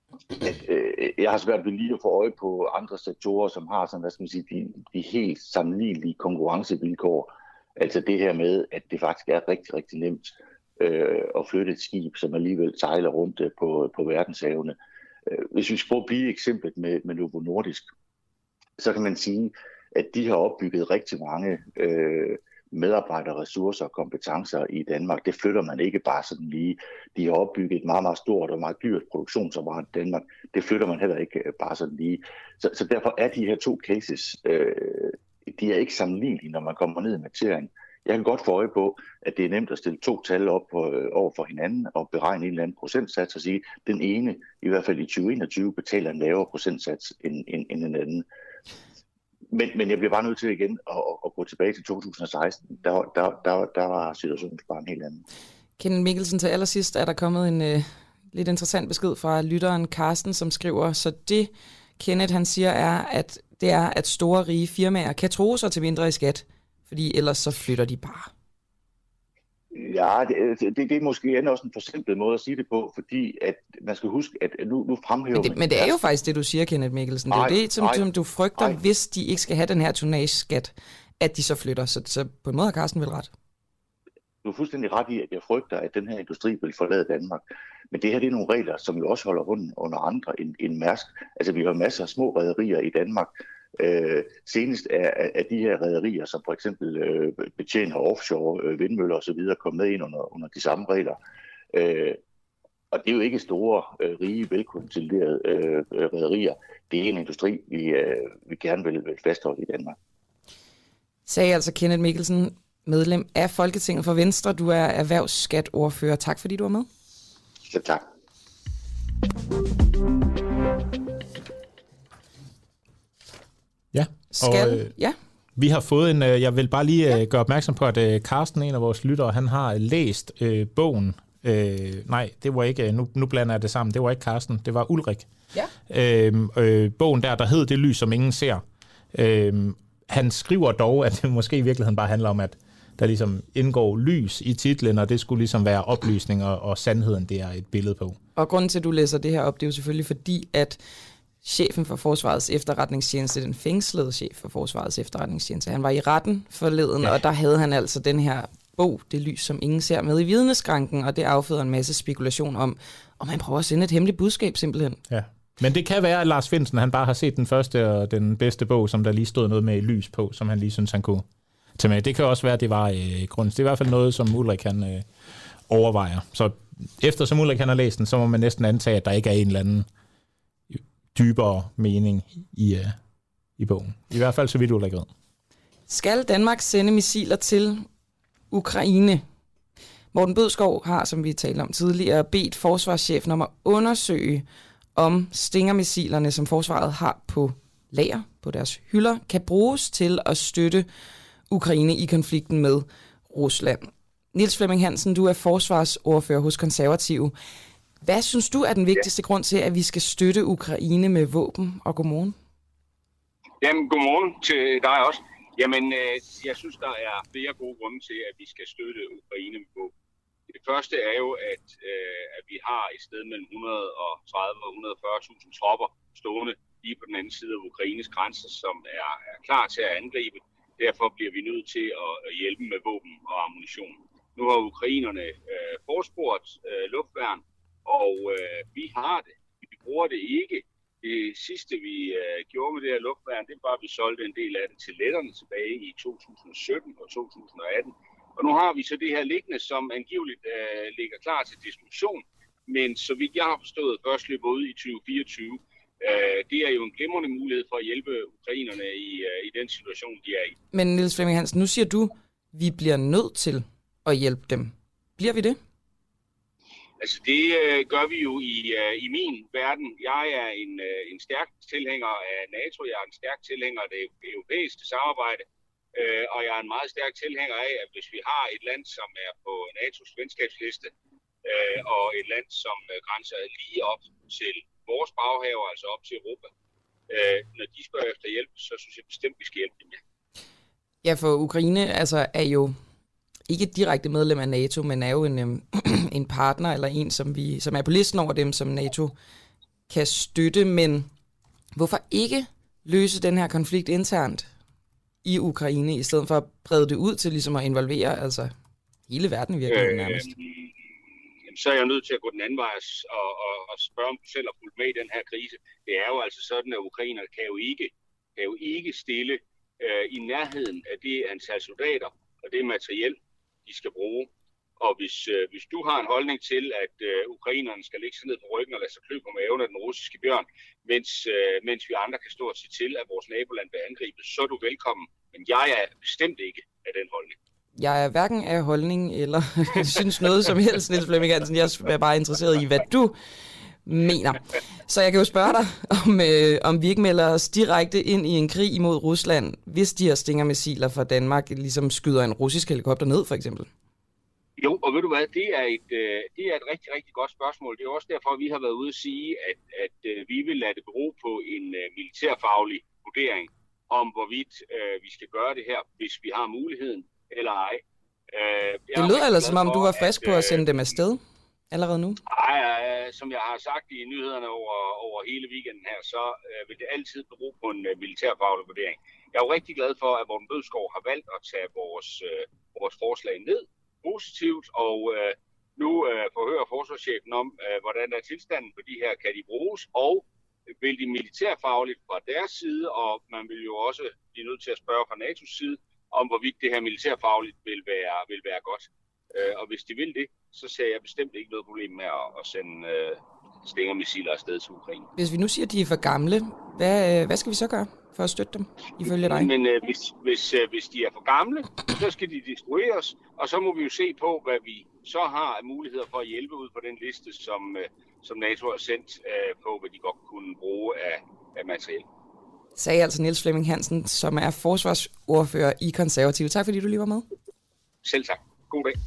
at øh, jeg har svært ved lige at få øje på andre sektorer, som har sådan, hvad skal man sige, de, de helt sammenlignelige konkurrencevilkår. Altså det her med, at det faktisk er rigtig, rigtig nemt øh, at flytte et skib, som alligevel sejler rundt på, på verdenshavene. Hvis vi skal prøve at blive eksemplet med, med Novo Nordisk, så kan man sige, at de har opbygget rigtig mange øh, medarbejderressourcer og kompetencer i Danmark. Det flytter man ikke bare sådan lige. De har opbygget et meget, meget stort og meget dyrt produktionsapparat i Danmark. Det flytter man heller ikke bare sådan lige. Så, så derfor er de her to cases, øh, de er ikke sammenlignelige, når man kommer ned i materien. Jeg kan godt få øje på, at det er nemt at stille to tal op på, øh, over for hinanden og beregne en eller anden procentsats og sige, at den ene, i hvert fald i tyve enogtyve, betaler en lavere procentsats end, end, end den anden. Men, men jeg bliver bare nødt til igen at, at gå tilbage til to tusind og seksten. Der, der, der, der var situationen bare en helt anden. Kenneth Mikkelsen, til allersidst er der kommet en øh, lidt interessant besked fra lytteren Carsten, som skriver, så det Kenneth han siger er, at det er, at store rige firmaer kan tro sig til mindre i skat, fordi ellers så flytter de bare. Ja, det, det, det er måske også en forsimplet måde at sige det på, fordi at man skal huske, at nu, nu fremhæver men det, man... Men det er jo faktisk det, du siger, Kenneth Mikkelsen. Det er jo det, som, som du frygter, ej. hvis de ikke skal have den her tonnageskat, at de så flytter. Så, så på en måde har Carsten vel ret. Du er fuldstændig ret i, at jeg frygter, at den her industri vil forlade Danmark. Men det her det er nogle regler, som jo også holder rundt under andre end, end Mærsk. Altså vi har masser af små rederier i Danmark. Øh, senest er, er de her rederier, som for eksempel øh, betjener offshore øh, vindmøller osv., kommet med ind under, under de samme regler. Øh, og det er jo ikke store, øh, rige, velkonsoliderede øh, rederier. Det er en industri, vi, øh, vi gerne vil, vil fastholde i Danmark. Sagde altså Kenneth Mikkelsen, medlem af Folketinget for Venstre. Du er erhvervsskatordfører. Tak fordi du var med. Så tak. Ja, Skal, og, øh, ja. Vi har fået en, øh, jeg vil bare lige øh, gøre opmærksom på, at øh, Carsten, en af vores lyttere, han har læst øh, bogen. Øh, nej, det var ikke, nu, nu blander jeg det sammen, det var ikke Carsten, det var Ulrik. Ja. Øh, øh, bogen der, der hed Det lys, som ingen ser. Øh, han skriver dog, at det måske i virkeligheden bare handler om, at der ligesom indgår lys i titlen, og det skulle ligesom være oplysning, og, og sandheden, det er et billede på. Og grunden til, at du læser det her op, det er jo selvfølgelig fordi, at chefen for Forsvarets efterretningstjeneste, den fængslede chef for Forsvarets efterretningstjeneste, han var i retten forleden, ja. Og der havde han altså den her bog, Det lys, som ingen ser, med i vidneskranken, og det afføder en masse spekulation om, om han prøver at sende et hemmeligt budskab simpelthen. Ja. Men det kan være, at Lars Findsen, han bare har set den første og den bedste bog, som der lige stod noget med lys på, som han lige synes, han kunne tage med. Det kan også være, at det var øh, grunden. Det er i hvert fald noget, som Ulrik kan øh, overvejer. Så eftersom Ulrik han har læst den, så må man næsten antage, at der ikke er en eller anden dybere mening i, uh, i bogen. I hvert fald så vidt Ulrik ved. Skal Danmark sende missiler til Ukraine? Morten Bødskov har, som vi talte om tidligere, bedt forsvarschefen om at undersøge, om Stinger-missilerne, som forsvaret har på lager på deres hylder, kan bruges til at støtte Ukraine i konflikten med Rusland. Niels Flemming Hansen, du er forsvarsordfører hos Konservative. Hvad synes du er den vigtigste ja. grund til, at vi skal støtte Ukraine med våben? Og godmorgen. Jamen, godmorgen til dig også. Jamen, øh, jeg synes, der er flere gode grunde til, at vi skal støtte Ukraine med våben. Det første er jo, at, øh, at vi har et sted mellem et hundrede og tredive og et hundrede og fyrre tusind tropper stående lige på den anden side af Ukraines grænser, som er, er klar til at angribe. Derfor bliver vi nødt til at hjælpe med våben og ammunition. Nu har ukrainerne øh, forspurgt øh, luftværn, og øh, vi har det. Vi bruger det ikke. Det sidste, vi øh, gjorde med det her luftværn, det var, at vi solgte en del af det til letterne tilbage i to tusind og sytten og to tusind og atten. Og nu har vi så det her liggende, som angiveligt øh, ligger klar til distribution, men så vidt jeg har forstået, først løber ud i tyve fireogtyve. Øh, det er jo en glimrende mulighed for at hjælpe ukrainerne i, øh, i den situation, de er i. Men Niels Flemming Hansen, nu siger du, at vi bliver nødt til at hjælpe dem. Bliver vi det? Altså det øh, gør vi jo i, øh, i min verden. Jeg er en, øh, en stærk tilhænger af NATO, jeg er en stærk tilhænger af det europæiske samarbejde, øh, og jeg er en meget stærk tilhænger af, at hvis vi har et land, som er på NATO's venskabsliste, øh, og et land, som øh, grænser lige op til vores baghaver, altså op til Europa, øh, når de spørger efter hjælp, så synes jeg bestemt, vi skal hjælpe dem med. Ja, for Ukraine altså, er jo ikke direkte medlem af NATO, men er jo en, øhm, en partner, eller en, som, vi, som er på listen over dem, som NATO kan støtte, men hvorfor ikke løse den her konflikt internt i Ukraine, i stedet for at brede det ud til ligesom at involvere altså hele verden i virkeligheden nærmest? Øh, så er jeg nødt til at gå den anden vej og, og, og spørge, om du selv har fulgt med i den her krise. Det er jo altså sådan, at ukrainerne kan jo ikke, kan jo ikke stille øh, i nærheden af det antal soldater og det materiel, de skal bruge. Og hvis, øh, hvis du har en holdning til, at øh, ukrainerne skal ligge sig ned på ryggen og lade sig klø på maven af den russiske bjørn, mens, øh, mens vi andre kan stå og sige til, at vores naboland bliver angrebet, så er du velkommen. Men jeg er bestemt ikke af den holdning. Jeg er hverken af holdning eller synes noget som helst, Niels Flemming Hansen. Jeg er bare interesseret i, hvad du mener. Så jeg kan jo spørge dig, om, øh, om vi ikke melder os direkte ind i en krig imod Rusland, hvis de her Stinger-missiler fra Danmark ligesom skyder en russisk helikopter ned, for eksempel. Jo, og ved du hvad, det er et, øh, det er et rigtig, rigtig godt spørgsmål. Det er også derfor, at vi har været ude at sige, at, at øh, vi vil lade det bero på en øh, militærfaglig vurdering om, hvorvidt øh, vi skal gøre det her, hvis vi har muligheden eller ej. Øh, det lyder ellers som om, du var frisk at, på at sende dem afsted allerede nu. Nej, øh, som jeg har sagt i nyhederne over, over hele weekenden her, så øh, vil det altid bero på en øh, militærfaglig vurdering. Jeg er jo rigtig glad for, at Morten Bødskov har valgt at tage vores, øh, vores forslag ned positivt, og øh, nu øh, forhører forsvarschefen om, øh, hvordan er tilstanden på de her, kan de bruges, og vil de militærfagligt fra deres side, og man vil jo også blive nødt til at spørge fra NATO's side, om hvorvidt det her militærfagligt vil være, vil være godt. Øh, og hvis de vil det, så ser jeg bestemt ikke noget problem med at, at sende øh, Stinger-missiler afsted til Ukraine. Hvis vi nu siger, at de er for gamle, hvad, hvad skal vi så gøre for at støtte dem, ifølge dig? Men øh, hvis, hvis, øh, hvis de er for gamle, så skal de destrueres, og så må vi jo se på, hvad vi så har af muligheder for at hjælpe ud på den liste, som, øh, som NATO har sendt øh, på, hvad de godt kunne bruge af, af materiel. Sagde altså Niels Flemming Hansen, som er forsvarsordfører i Konservative. Tak fordi du lige var med. Selv tak. God dag.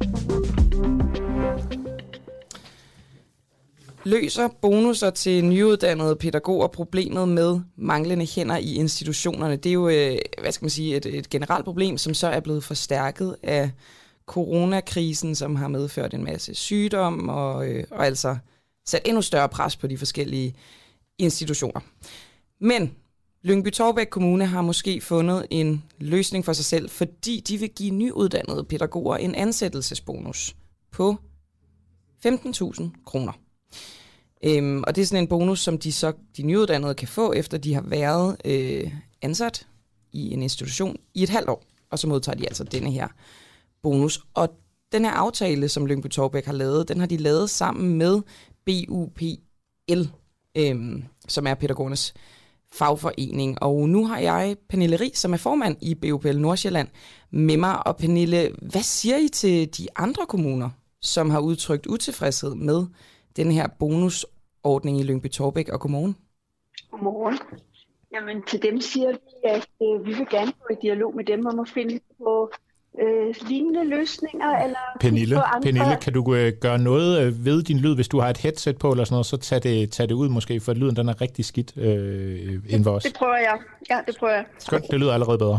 Løser bonusser til nyuddannede pædagoger problemet med manglende hænder i institutionerne? Det er jo, hvad skal man sige, et, et generelt problem, som så er blevet forstærket af coronakrisen, som har medført en masse sygdom og, og altså sat endnu større pres på de forskellige institutioner. Men Lyngby-Taarbæk Kommune har måske fundet en løsning for sig selv, fordi de vil give nyuddannede pædagoger en ansættelsesbonus på femten tusind kroner. Øhm, og det er sådan en bonus, som de så de nyuddannede kan få, efter de har været øh, ansat i en institution i et halvt år. Og så modtager de altså denne her bonus. Og den her aftale, som Lyngby-Taarbæk har lavet, den har de lavet sammen med B U P L, øhm, som er pædagogernes fagforening. Og nu har jeg Pernille Rig, som er formand i B U P L Nordsjælland, med mig. Og Pernille, hvad siger I til de andre kommuner, som har udtrykt utilfredshed med den her bonusordning i Lyngby-Taarbæk, og godmorgen? Godmorgen. Jamen til dem siger vi, at øh, vi vil gerne gå i dialog med dem om at finde på øh, lignende løsninger. Eller Pernille, på andre. Pernille, kan du øh, gøre noget ved din lyd, hvis du har et headset på eller sådan noget, så tag det, tag det ud måske, for lyden den er rigtig skidt øh, end for os. Det prøver jeg. Ja, det prøver jeg. Skønt, det lyder allerede bedre.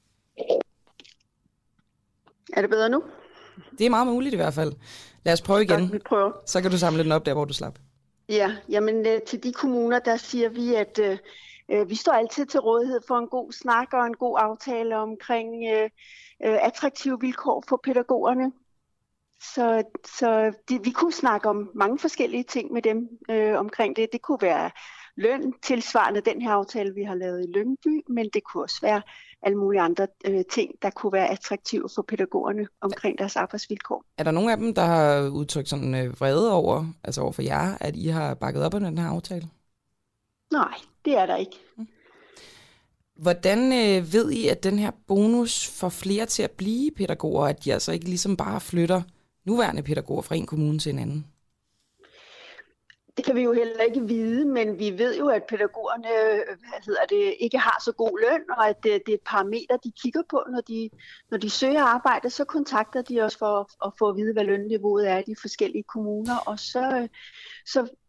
Er det bedre nu? Det er meget muligt i hvert fald. Lad os prøve igen. Godt, vi prøver. Så kan du samle den op der, hvor du slap. Ja, jamen øh, til de kommuner, der siger vi, at øh, vi står altid til rådighed for en god snak og en god aftale omkring øh, øh, attraktive vilkår for pædagogerne. Så, så de, vi kunne snakke om mange forskellige ting med dem øh, omkring det. Det kunne være løn tilsvarende den her aftale, vi har lavet i Lyngby, men det kunne også være alle mulige andre øh, ting, der kunne være attraktive for pædagogerne omkring deres arbejdsvilkår. Er der nogle af dem, der har udtrykt sådan øh, vrede over, altså over for jer, at I har bakket op af den her aftale? Nej, det er der ikke. Hvordan øh, ved I, at den her bonus får flere til at blive pædagoger, at de altså ikke ligesom bare flytter nuværende pædagoger fra en kommune til en anden? Det kan vi jo heller ikke vide, men vi ved jo, at pædagogerne hvad hedder det, ikke har så god løn, og at det, det er et parameter, de kigger på, når de, når de søger arbejde. Så kontakter de os for at få at vide, hvad lønniveauet er i de forskellige kommuner, og så, så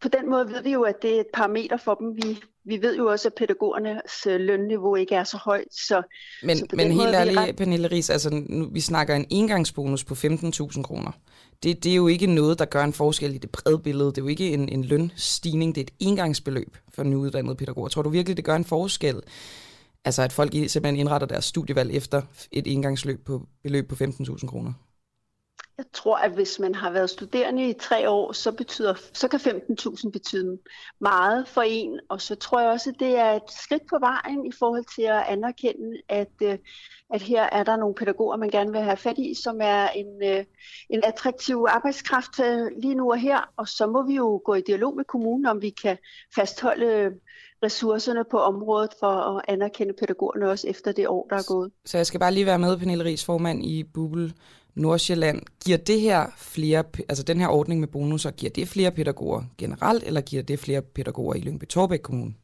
på den måde ved vi jo, at det er et parameter for dem. Vi, vi ved jo også, at pædagogernes lønniveau ikke er så højt. Så, men så men helt ærligt, ret... Pernille Riis, altså, nu, vi snakker en engangsbonus på femten tusind kroner. Det, det er jo ikke noget, der gør en forskel i det brede billede. Det er jo ikke en, en lønstigning, det er et engangsbeløb for nyuddannede pædagoger. Tror du virkelig, det gør en forskel? Altså at folk simpelthen indretter deres studievalg efter et engangsløb på beløb på femten tusind kroner? Jeg tror, at hvis man har været studerende i tre år, så, betyder, så kan femten tusind betyde meget for en. Og så tror jeg også, at det er et skridt på vejen i forhold til at anerkende, at, at her er der nogle pædagoger, man gerne vil have fat i, som er en, en attraktiv arbejdskraft lige nu og her. Og så må vi jo gå i dialog med kommunen, om vi kan fastholde ressourcerne på området for at anerkende pædagogerne også efter det år, der er gået. Så jeg skal bare lige være med, Pernille Riis, formand i BUPL Nordsjælland. Giver det her flere, altså den her ordning med bonusser, giver det flere pædagoger generelt, eller giver det flere pædagoger i Lyngby-Taarbæk Kommune?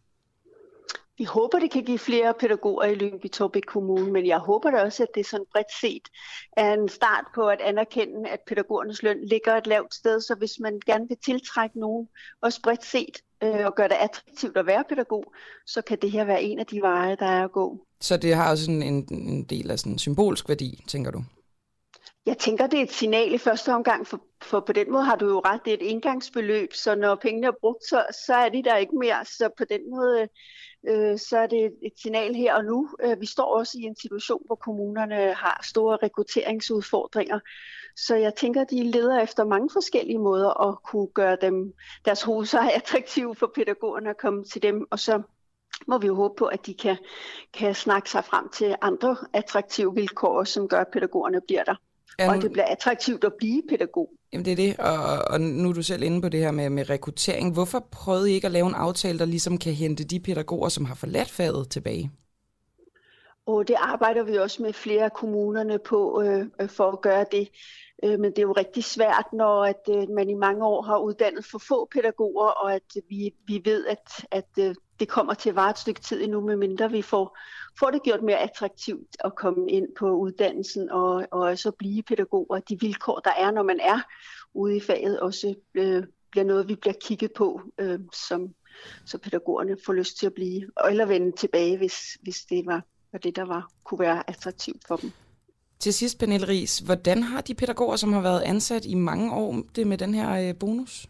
Vi håber, det kan give flere pædagoger i Lyngby-Taarbæk Kommune, men jeg håber da også, at det sådan bredt set er en start på at anerkende, at pædagogernes løn ligger et lavt sted, så hvis man gerne vil tiltrække nogen, også bredt set, øh, og gøre det attraktivt at være pædagog, så kan det her være en af de veje, der er at gå. Så det har også en, en, en del af sådan en symbolsk værdi, tænker du? Jeg tænker, det er et signal i første omgang, for, for på den måde har du jo ret, det er et engangsbeløb, så når pengene er brugt, så, så er de der ikke mere. Så på den måde, øh, så er det et signal her og nu. Øh, vi står også i en situation, hvor kommunerne har store rekrutteringsudfordringer. Så jeg tænker, de leder efter mange forskellige måder at kunne gøre dem, deres huse attraktive for pædagogerne at komme til dem, og så må vi jo håbe på, at de kan, kan snakke sig frem til andre attraktive vilkår, som gør, at pædagogerne bliver der. Ja, nu... Og det bliver attraktivt at blive pædagog. Jamen det er det, og, og nu er du selv inde på det her med, med rekruttering. Hvorfor prøvede I ikke at lave en aftale, der ligesom kan hente de pædagoger, som har forladt faget, tilbage? Og det arbejder vi også med flere af kommunerne på øh, for at gøre det. Øh, men det er jo rigtig svært, når at, øh, man i mange år har uddannet for få pædagoger, og at vi, vi ved, at, at øh, det kommer til at vare et stykke tid endnu, medmindre vi får, får det gjort mere attraktivt at komme ind på uddannelsen og, og også blive pædagoger. De vilkår, der er, når man er ude i faget, også øh, bliver noget, vi bliver kigget på, øh, som, så pædagogerne får lyst til at blive, eller vende tilbage, hvis, hvis det var, var det, der var, kunne være attraktivt for dem. Til sidst, Pernille Riis, hvordan har de pædagoger, som har været ansat i mange år, det med den her øh, bonus?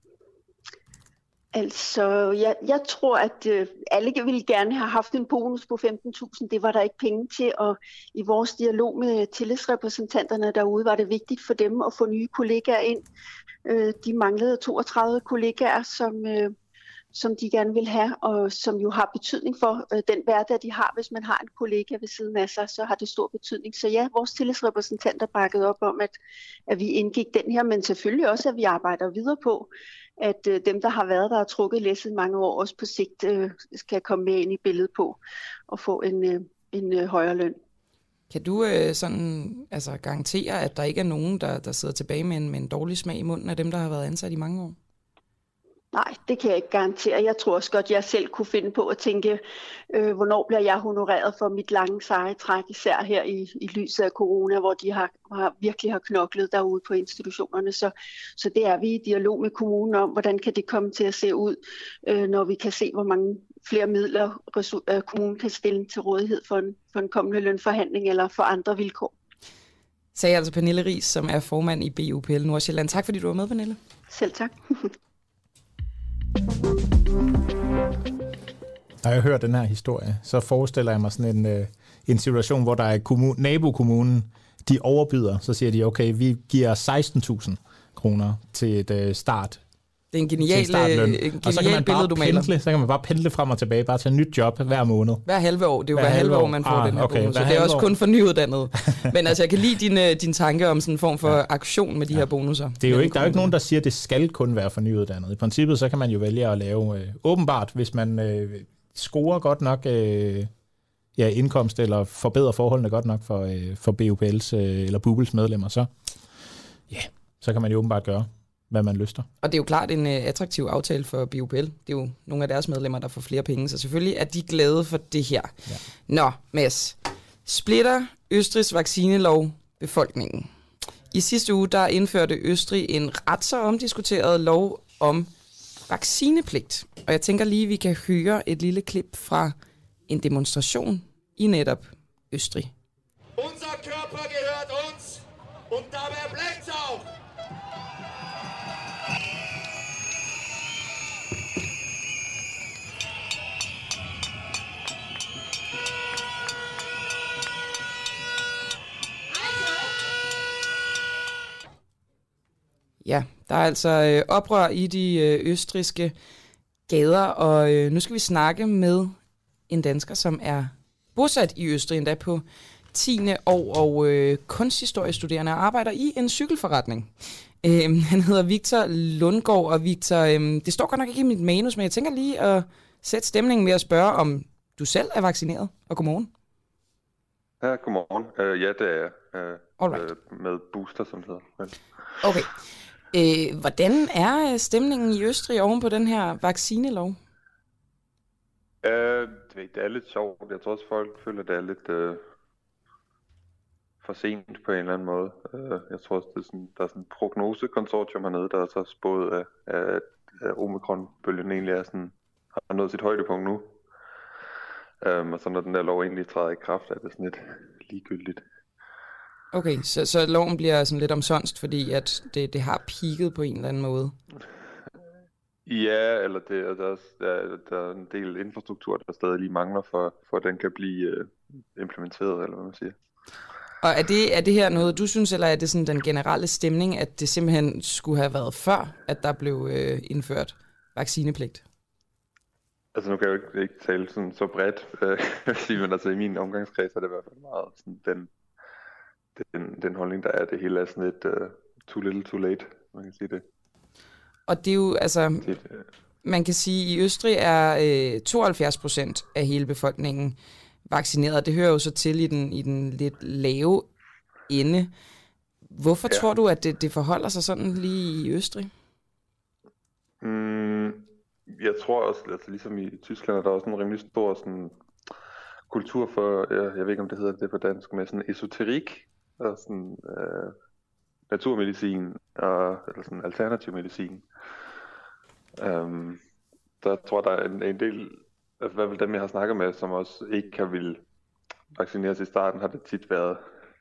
Altså, jeg, jeg tror, at øh, alle ville gerne have haft en bonus på femten tusind. Det var der ikke penge til, og i vores dialog med tillidsrepræsentanterne derude, var det vigtigt for dem at få nye kollegaer ind. Øh, de manglede toogtredive kollegaer, som, øh, som de gerne vil have, og som jo har betydning for øh, den hverdag, de har. Hvis man har en kollega ved siden af sig, så har det stor betydning. Så ja, vores tillidsrepræsentanter bakkede op om, at, at vi indgik den her, men selvfølgelig også, at vi arbejder videre på, at øh, dem, der har været der og trukket læsset mange år, også på sigt øh, skal komme med ind i billedet på og få en, øh, en øh, højere løn. Kan du øh, sådan, altså, garantere, at der ikke er nogen, der, der sidder tilbage med en, med en dårlig smag i munden af dem, der har været ansat i mange år? Nej, det kan jeg ikke garantere. Jeg tror også godt, jeg selv kunne finde på at tænke, øh, hvornår bliver jeg honoreret for mit lange seje træk, især her i, i lyset af corona, hvor de har, har virkelig har knoklet derude på institutionerne. Så, så det er vi i dialog med kommunen om, hvordan kan det komme til at se ud, øh, når vi kan se, hvor mange flere midler ressour- øh, kommunen kan stille til rådighed for en, for en kommende lønforhandling eller for andre vilkår. Sagde altså Pernille Riis, som er formand i B U P L Nordsjælland. Tak fordi du var med, Pernille. Selv tak. Når jeg hører den her historie, så forestiller jeg mig sådan en, øh, en situation, hvor der er kommun, nabokommunen, de overbyder, så siger de, okay, vi giver seksten tusind kroner til et øh, start. Det er en genial, genial og så kan man bare pendle, så kan man bare pendle frem og tilbage, bare tage nyt job hver måned. Hver halve år, det er jo hver, hver halve år, man får ah, den her okay, bonus, så det er også år. Kun for nyuddannede. Men altså, jeg kan lide din, din tanke om sådan en form for ja. aktion med de ja. her bonusser. Det er jo ikke, der er jo ikke nogen, der siger, at det skal kun være for nyuddannede. I princippet, så kan man jo vælge at lave, øh, åbenbart, hvis man øh, scorer godt nok øh, ja, indkomst, eller forbedrer forholdene godt nok for, øh, for B U P L's øh, eller B U P L's medlemmer, så, ja, så kan man jo åbenbart gøre, hvad man lyster. Og det er jo klart en uh, attraktiv aftale for B U P L. Det er jo nogle af deres medlemmer, der får flere penge, så selvfølgelig er de glade for det her. Ja. Nå, Mads. Splitter Østrigs vaccinelov befolkningen? I sidste uge, der indførte Østrig en ret så omdiskuteret lov om vaccinepligt. Og jeg tænker lige, vi kan høre et lille klip fra en demonstration i netop Østrig. Unser Körper gehört uns und dabei bleibt es auch. Ja, der er altså øh, oprør i de øh, østrigske gader, og øh, nu skal vi snakke med en dansker, som er bosat i Østrig, endda på tiende år, og øh, kunsthistoriestuderende og arbejder i en cykelforretning. Øh, han hedder Victor Lundgaard, og Victor, øh, det står godt nok ikke i mit manus, men jeg tænker lige at sætte stemningen med at spørge, om du selv er vaccineret, og godmorgen. Ja, godmorgen. Uh, ja, det er jeg. Uh, Alright. uh, med booster, som det hedder. Men... Okay. Øh, hvordan er stemningen i Østrig oven på den her vaccinelov? Uh, det er lidt sjovt. Jeg tror også, folk føler, at det er lidt uh, for sent på en eller anden måde. Uh, jeg tror også, det er sådan, der er sådan en prognosekonsortium hernede, der er så spået af, at, at omikron-bølgen egentlig er sådan, har nået sit højdepunkt nu. Um, og så når den der lov egentlig træder i kraft, er det sådan lidt ligegyldigt. Okay, så, så loven bliver sådan lidt omsonst, fordi at det, det har peaked på en eller anden måde? Ja, eller det, der, er, der, der er en del infrastruktur, der stadig lige mangler, for, for at den kan blive uh, implementeret, eller hvad man siger. Og er det, er det her noget, du synes, eller er det sådan den generelle stemning, at det simpelthen skulle have været før, at der blev øh, indført vaccinepligt? Altså nu kan jeg jo ikke, ikke tale sådan så bredt, øh, men altså i min omgangskreds er det i hvert fald meget sådan den, den, den holdning, der er, det hele er sådan lidt uh, too little too late, man kan sige det. Og det er jo, altså, det, øh... man kan sige, at i Østrig er øh, tooghalvfjerds procent af hele befolkningen vaccineret. Det hører jo så til i den, i den lidt lave ende. Hvorfor ja. tror du, at det, det forholder sig sådan lige i Østrig? Mm, jeg tror også, altså ligesom i Tyskland, er der også en rimelig stor sådan, kultur for, jeg, jeg ved ikke om det hedder det på dansk, men sådan esoterik og sådan øh, naturmedicin og eller sådan alternativ medicin. Um, der tror der er en, en del, altså hvad vil dem jeg har snakket med, som også ikke har ville vaccineres i starten, har det tit været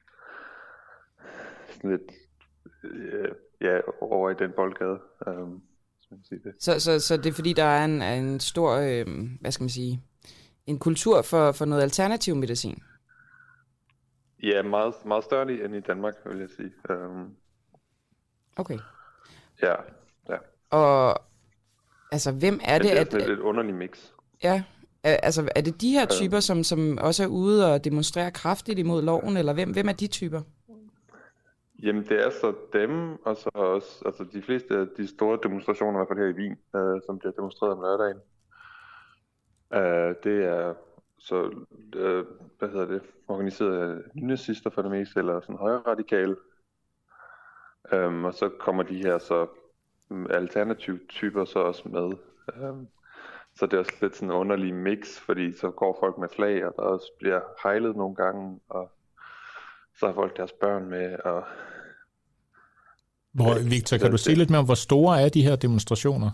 sådan lidt øh, ja, over i den boldgade. Um, det. Så, så, så det er fordi, der er en, en stor, øh, hvad skal man sige, en kultur for, for noget alternativ medicin? Ja, meget, meget større end i Danmark, vil jeg sige. Um, okay. Ja, ja. Og altså, hvem er det? det er at, sådan et, et underligt mix. Ja, altså er det de her typer, um, som, som også er ude og demonstrerer kraftigt imod loven, eller hvem, hvem er de typer? Jamen, det er så dem, og så også, altså de fleste af de store demonstrationer, i hvert fald her i Wien, øh, som bliver demonstreret om lørdagen, øh, det er så, øh, hvad hedder det, organiseret af nynazister for det meste, eller sådan højre radikale. Um, og så kommer de her så alternative typer så også med. Um, så det er også lidt sådan en underlig mix, fordi så går folk med flag, og der også bliver hejlet nogle gange, og så har folk deres børn med. Og hvor, Victor, kan du sige lidt mere om, hvor store er de her demonstrationer?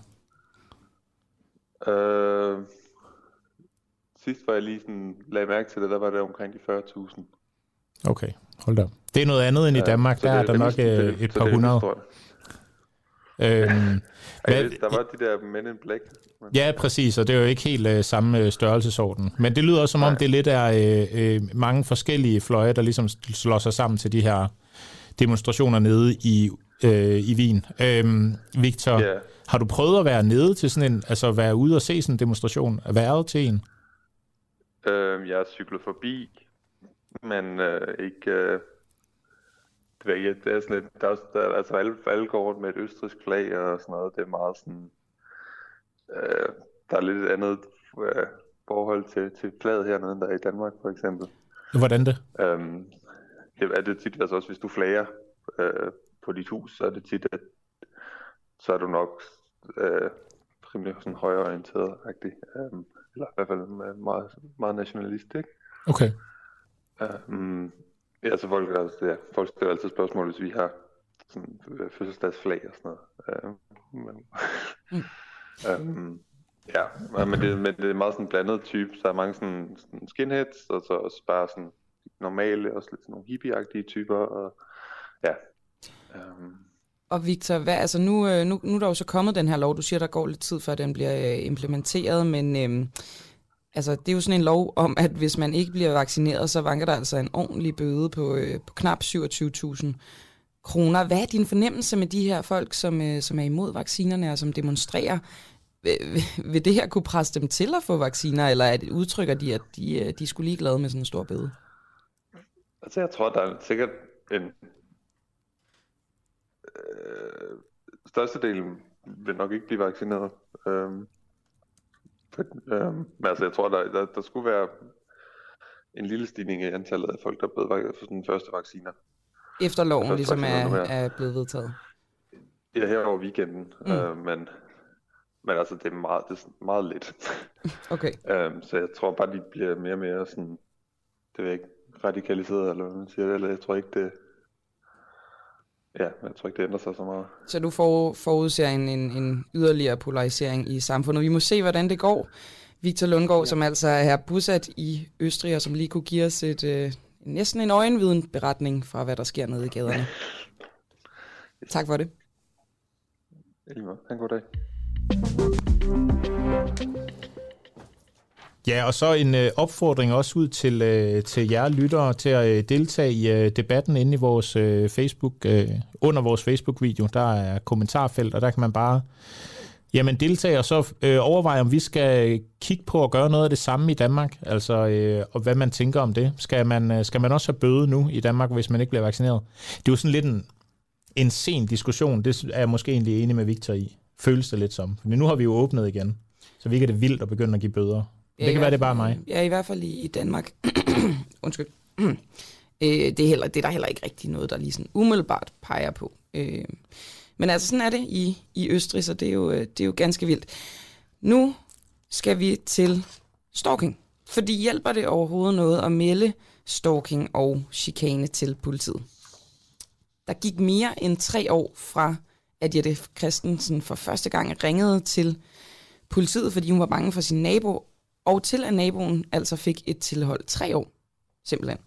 Uh, sidst var jeg lige sådan, lagde mærke til det, der var det omkring de fyrre tusind. Okay, hold da. Det er noget andet end i Danmark, ja, der er der nok det, et par hundrede. Øhm, Ej, hvad, der var de der Men in Black. Men... Ja, præcis, og det er jo ikke helt uh, samme størrelsesorden. Men det lyder også som Nej. om, det er lidt af uh, uh, mange forskellige fløje, der ligesom slår sig sammen til de her demonstrationer nede i, uh, i Wien. Øhm, Victor, yeah. har du prøvet at være nede til sådan en, altså være ude og se sådan en demonstration? Været til en? Øhm, jeg har cyklet forbi, men øh, ikke, øh, det, er, det er sådan lidt, der er, der, altså alle, alle går rundt med et østrigsk flag og sådan noget, det er meget sådan, øh, der er lidt et andet øh, forhold til, til flaget hernede, end der er i Danmark for eksempel. Hvordan det? Øhm, det er det tit, altså også hvis du flager øh, på dit hus, så er det tit, at så er du nok øh, rimelig sådan højreorienteret-agtig, øh, eller i hvert fald meget, meget nationalistisk. Okay. Um, ja, så folk, altså, ja, folk stiller altid spørgsmål, hvis vi har sådan fødselsdagsflag og sådan noget. Uh, men... mm. øhm, ja, men det, men det er meget sådan en blandet type. Så er mange sådan, sådan skinheads, og så også bare sådan normale, også lidt sådan nogle hippie-agtige typer. Og, ja. Øhm. Og Victor, hvad, altså nu, nu, nu er der jo så kommet den her lov. Du siger, der går lidt tid, før den bliver implementeret, men øhm, altså, det er jo sådan en lov om, at hvis man ikke bliver vaccineret, så vanker der altså en ordentlig bøde på, øh, på knap syvogtyve tusind kroner. Hvad er din fornemmelse med de her folk, som, øh, som er imod vaccinerne og som demonstrerer? Vil det her kunne presse dem til at få vacciner, eller er det, udtrykker de, at de, de skulle ligeglade med sådan en stor bøde? Altså, jeg tror, der er sikkert en... Øh, størstedelen vil nok ikke blive vaccineret. Øhm, for, øhm, men altså, jeg tror, der, der, der skulle være en lille stigning i antallet af folk, der er blevet vaccineret for den første vacciner. Efter loven ligesom er, er blevet vedtaget? Ja, her over weekenden, mm. øh, men... Men altså, det er meget, det er meget lidt. Okay. um, så jeg tror bare, de bliver mere og mere sådan, det ved ikke, radikaliseret, eller hvad man siger det, eller jeg tror ikke, det, ja, jeg tror ikke, det ændrer sig så meget. Så du får, forudser en, en, en yderligere polarisering i samfundet. Vi må se, hvordan det går. Victor Lundgaard, ja. Som altså er bosat i Østrig, og som lige kunne give os et, øh, næsten en øjenviden beretning fra, hvad der sker nede i gaderne. Tak for det. Elmer, en god dag. Ja, og så en øh, opfordring også ud til, øh, til jer lyttere til at øh, deltage i øh, debatten inde i vores øh, Facebook, øh, under vores Facebook-video. Der er kommentarfelt, og der kan man bare jamen, deltage og så øh, overveje, om vi skal kigge på at gøre noget af det samme i Danmark. Altså, øh, og hvad man tænker om det. Skal man, øh, skal man også have bøde nu i Danmark, hvis man ikke bliver vaccineret? Det er jo sådan lidt en, en sen diskussion. Det er jeg måske egentlig enig med Victor i. Føles det lidt som. For nu har vi jo åbnet igen, så virker det vildt at begynde at give bøder. Ja, det kan være, det er bare mig. Ja, i hvert fald i, i Danmark. Undskyld. øh, det, er heller, det er der heller ikke rigtig noget, der lige sådan umiddelbart peger på. Øh, men altså, sådan er det i, i Østrig, så det er, jo, det er jo ganske vildt. Nu skal vi til stalking. Fordi hjælper det overhovedet noget at melde stalking og chikane til politiet? Der gik mere end tre år fra at Jette Christensen for første gang ringede til politiet, fordi hun var bange for sin nabo, og til at naboen altså fik et tilhold tre år, simpelthen.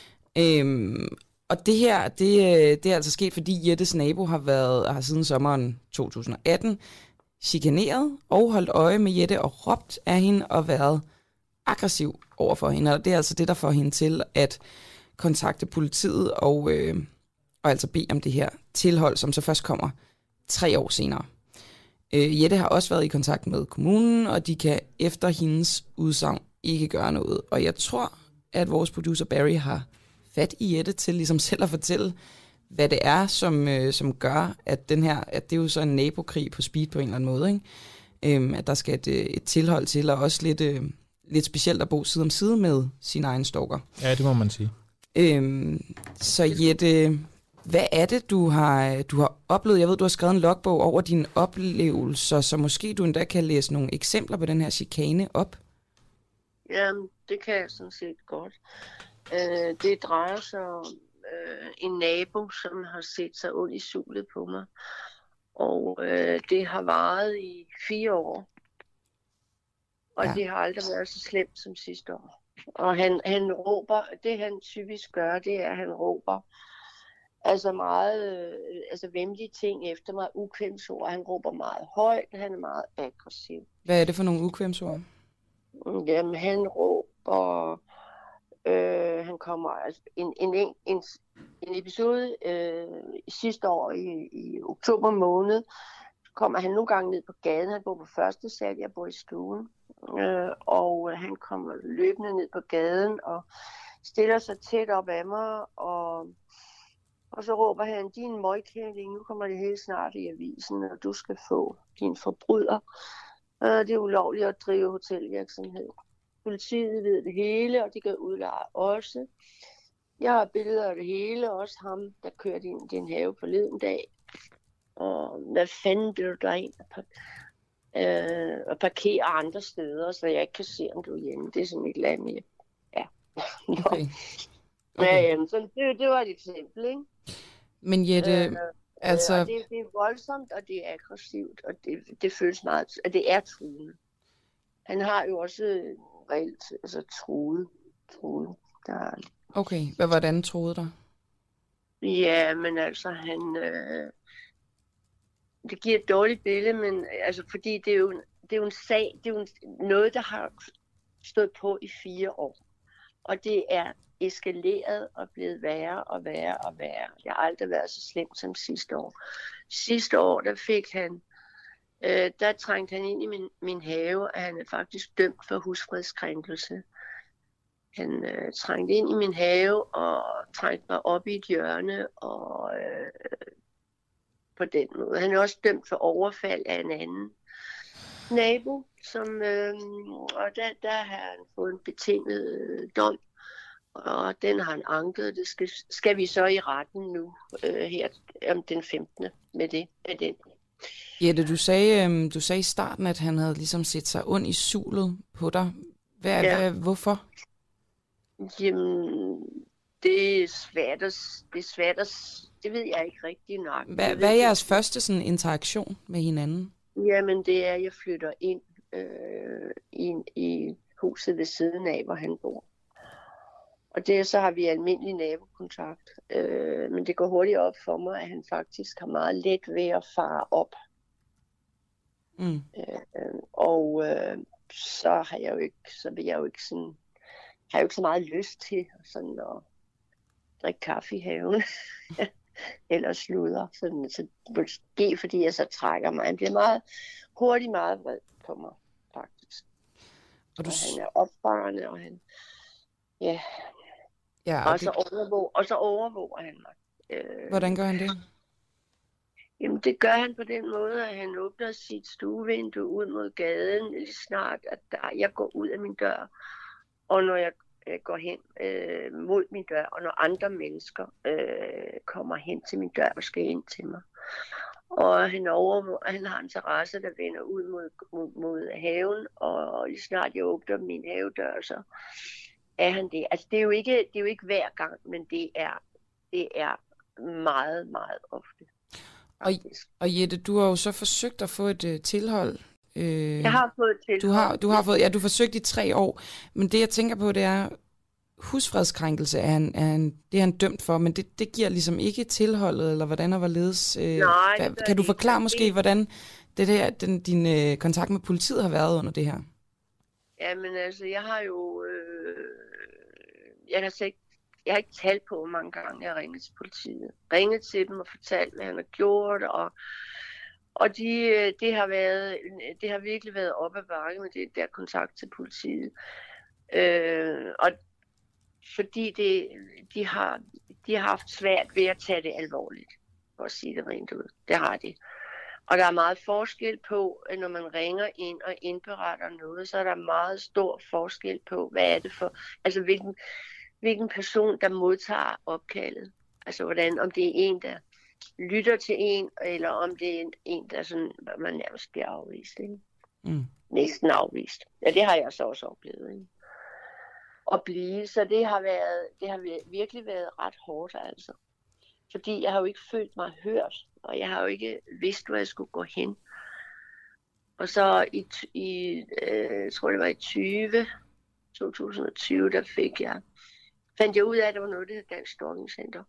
Øhm, og det her, det, det er altså sket, fordi Jettes nabo har været har siden sommeren to tusind og atten chikaneret og holdt øje med Jette og råbt af hende og været aggressiv over for hende. Og det er altså det, der får hende til at kontakte politiet og, øh, og altså bede om det her tilhold, som så først kommer tre år senere. Øh, Jette har også været i kontakt med kommunen, og de kan efter hendes udsagn ikke gøre noget. Og jeg tror, at vores producer Barry har fat i Jette til ligesom selv at fortælle, hvad det er, som, øh, som gør, at den her, at det er jo så en nabokrig på speed på en eller anden måde, ikke? Øhm, at der skal et, et tilhold til, og også lidt, øh, lidt specielt at bo side om side med sin egen stalker. Ja, det må man sige. Øhm, så Jette, hvad er det, du har, du har oplevet? Jeg ved, du har skrevet en logbog over dine oplevelser, så måske du endda kan læse nogle eksempler på den her chikane op? Jamen, det kan jeg sådan set godt. Øh, det drejer sig om øh, en nabo, som har set sig ondt i sulet på mig. Og øh, det har varet i fire år. Og ja. Det har aldrig været så slemt som sidste år. Og han, han råber, det han typisk gør, det er, at han råber altså meget, øh, altså venlige ting efter mig, ukvemsord. Han råber meget højt, han er meget aggressiv. Hvad er det for nogle ukvemsord? Jamen, han råber, øh, han kommer, altså en, en, en, en episode øh, sidste år i, i oktober måned, kommer han nogle gange ned på gaden, han bor på første sal, jeg bor i stuen, øh, og han kommer løbende ned på gaden og stiller sig tæt op af mig, og, og så råber han, din møgkælling, nu kommer det hele snart i avisen, og du skal få din forbryder. Det er ulovligt at drive hotelvirksomhed. Politiet ved det hele, og de kan udleje også. Jeg har billeder af det hele, også ham, der kørte ind i din have forleden dag. Og hvad fanden bliver du der ind øh, og parkere andre steder, så jeg ikke kan se, om du er hjemme. Det er sådan et land med. Ja. Okay. Okay. Ja, så det, det var et eksempel, ikke? Men Jette, øh, Altså... Øh, og det, det er voldsomt, og det er aggressivt, og det, det føles meget, at det er truende. Han har jo også reelt, altså truet, truet. Der... Okay, hvad hvordan troede dig? Ja, men altså han, øh... det giver et dårligt billede, men altså fordi det er jo, det er jo en sag, det er jo noget, der har stået på i fire år. Og det er eskaleret og blevet værre og værre og værre. Det har aldrig været så slemt som sidste år. Sidste år, der fik han, øh, der trængte han ind i min, min have, og han er faktisk dømt for husfredskrænkelse. Han øh, trængte ind i min have og trængte mig op i et hjørne og øh, på den måde. Han er også dømt for overfald af en anden nabo, som, øh, og der, der har han fået en betinget øh, dom. Og den har han anket. Det skal, skal vi så i retten nu, øh, her om den femtende med det af den. Jette, du sagde, øh, du sagde i starten, at han havde ligesom set sig ond i sulet på dig. Hvad, ja. hvad, hvorfor? Jamen, det er svært at, det er svært at, det ved jeg ikke rigtig nok. Hvad, hvad er jeres det. første sådan, interaktion med hinanden? Jamen, det er, at jeg flytter ind øh, i, i huset ved siden af, hvor han bor. Og det, så har vi almindelig nabokontakt. Øh, men det går hurtigt op for mig, at han faktisk har meget let ved at fare op. Mm. Øh, og øh, så har jeg jo ikke, så vil jeg jo ikke sådan, har jeg jo ikke så meget lyst til sådan at drikke kaffe i haven. Eller sludder. Sådan, så måske fordi jeg så trækker mig. Han bliver meget hurtigt meget vred på mig, faktisk. Og, du... og han er opfarende, og han... Ja... Ja, og, og, så det... overvåger, og så overvåger han mig. Øh, Hvordan gør han det? Jamen det gør han på den måde, at han åbner sit stuevindue ud mod gaden, lige snart at der, jeg går ud af min dør. Og når jeg øh, går hen øh, mod min dør, og når andre mennesker øh, kommer hen til min dør og skal ind til mig. Og han, overvåger, han har en terrasse, der vender ud mod, mod, mod haven, og lige snart jeg åbner min havedør, så... er han det. Altså det er jo ikke, det er jo ikke hver gang, men det er, det er meget, meget ofte. Og, og Jette, du har jo så forsøgt at få et uh, tilhold. Øh, jeg har fået et tilhold. Du har, du har fået, ja, du har forsøgt i tre år, men det jeg tænker på, det er, husfredskrænkelse er han, er han, det er han dømt for, men det, det giver ligesom ikke tilholdet, eller hvordan og hvorledes. Øh, Nej, hvad, kan du forklare måske, hvordan det der, den, din øh, kontakt med politiet har været under det her? Jamen altså, jeg har jo, øh, jeg har sagt, jeg har ikke talt på, hvor mange gange jeg har ringet til politiet. Ringet til dem og fortalt, hvad han har gjort, og, og de, det, har været, det har virkelig været op ad bakke med det der kontakt til politiet. Øh, og fordi det, de, har, de har haft svært ved at tage det alvorligt, for at sige det rent ud. Det har de. Og der er meget forskel på, når man ringer ind og indberetter noget, så er der meget stor forskel på, hvad er det for, altså hvilken, hvilken person, der modtager opkaldet. Altså hvordan, om det er en, der lytter til en, eller om det er en, der sådan, man nærmest bliver afvist. Ikke? Mm. Næsten afvist. Ja, det har jeg så også oplevet. Ikke? At blive, så det har været, det har virkelig været ret hårdt, altså. Fordi jeg har jo ikke følt mig hørt, og jeg har jo ikke vidst, hvor jeg skulle gå hen. Og så i, i øh, jeg tror det var i tyve, to tusind og tyve, der fik jeg, fandt jeg ud af, at der var noget, der hed Dansk Stalking Center.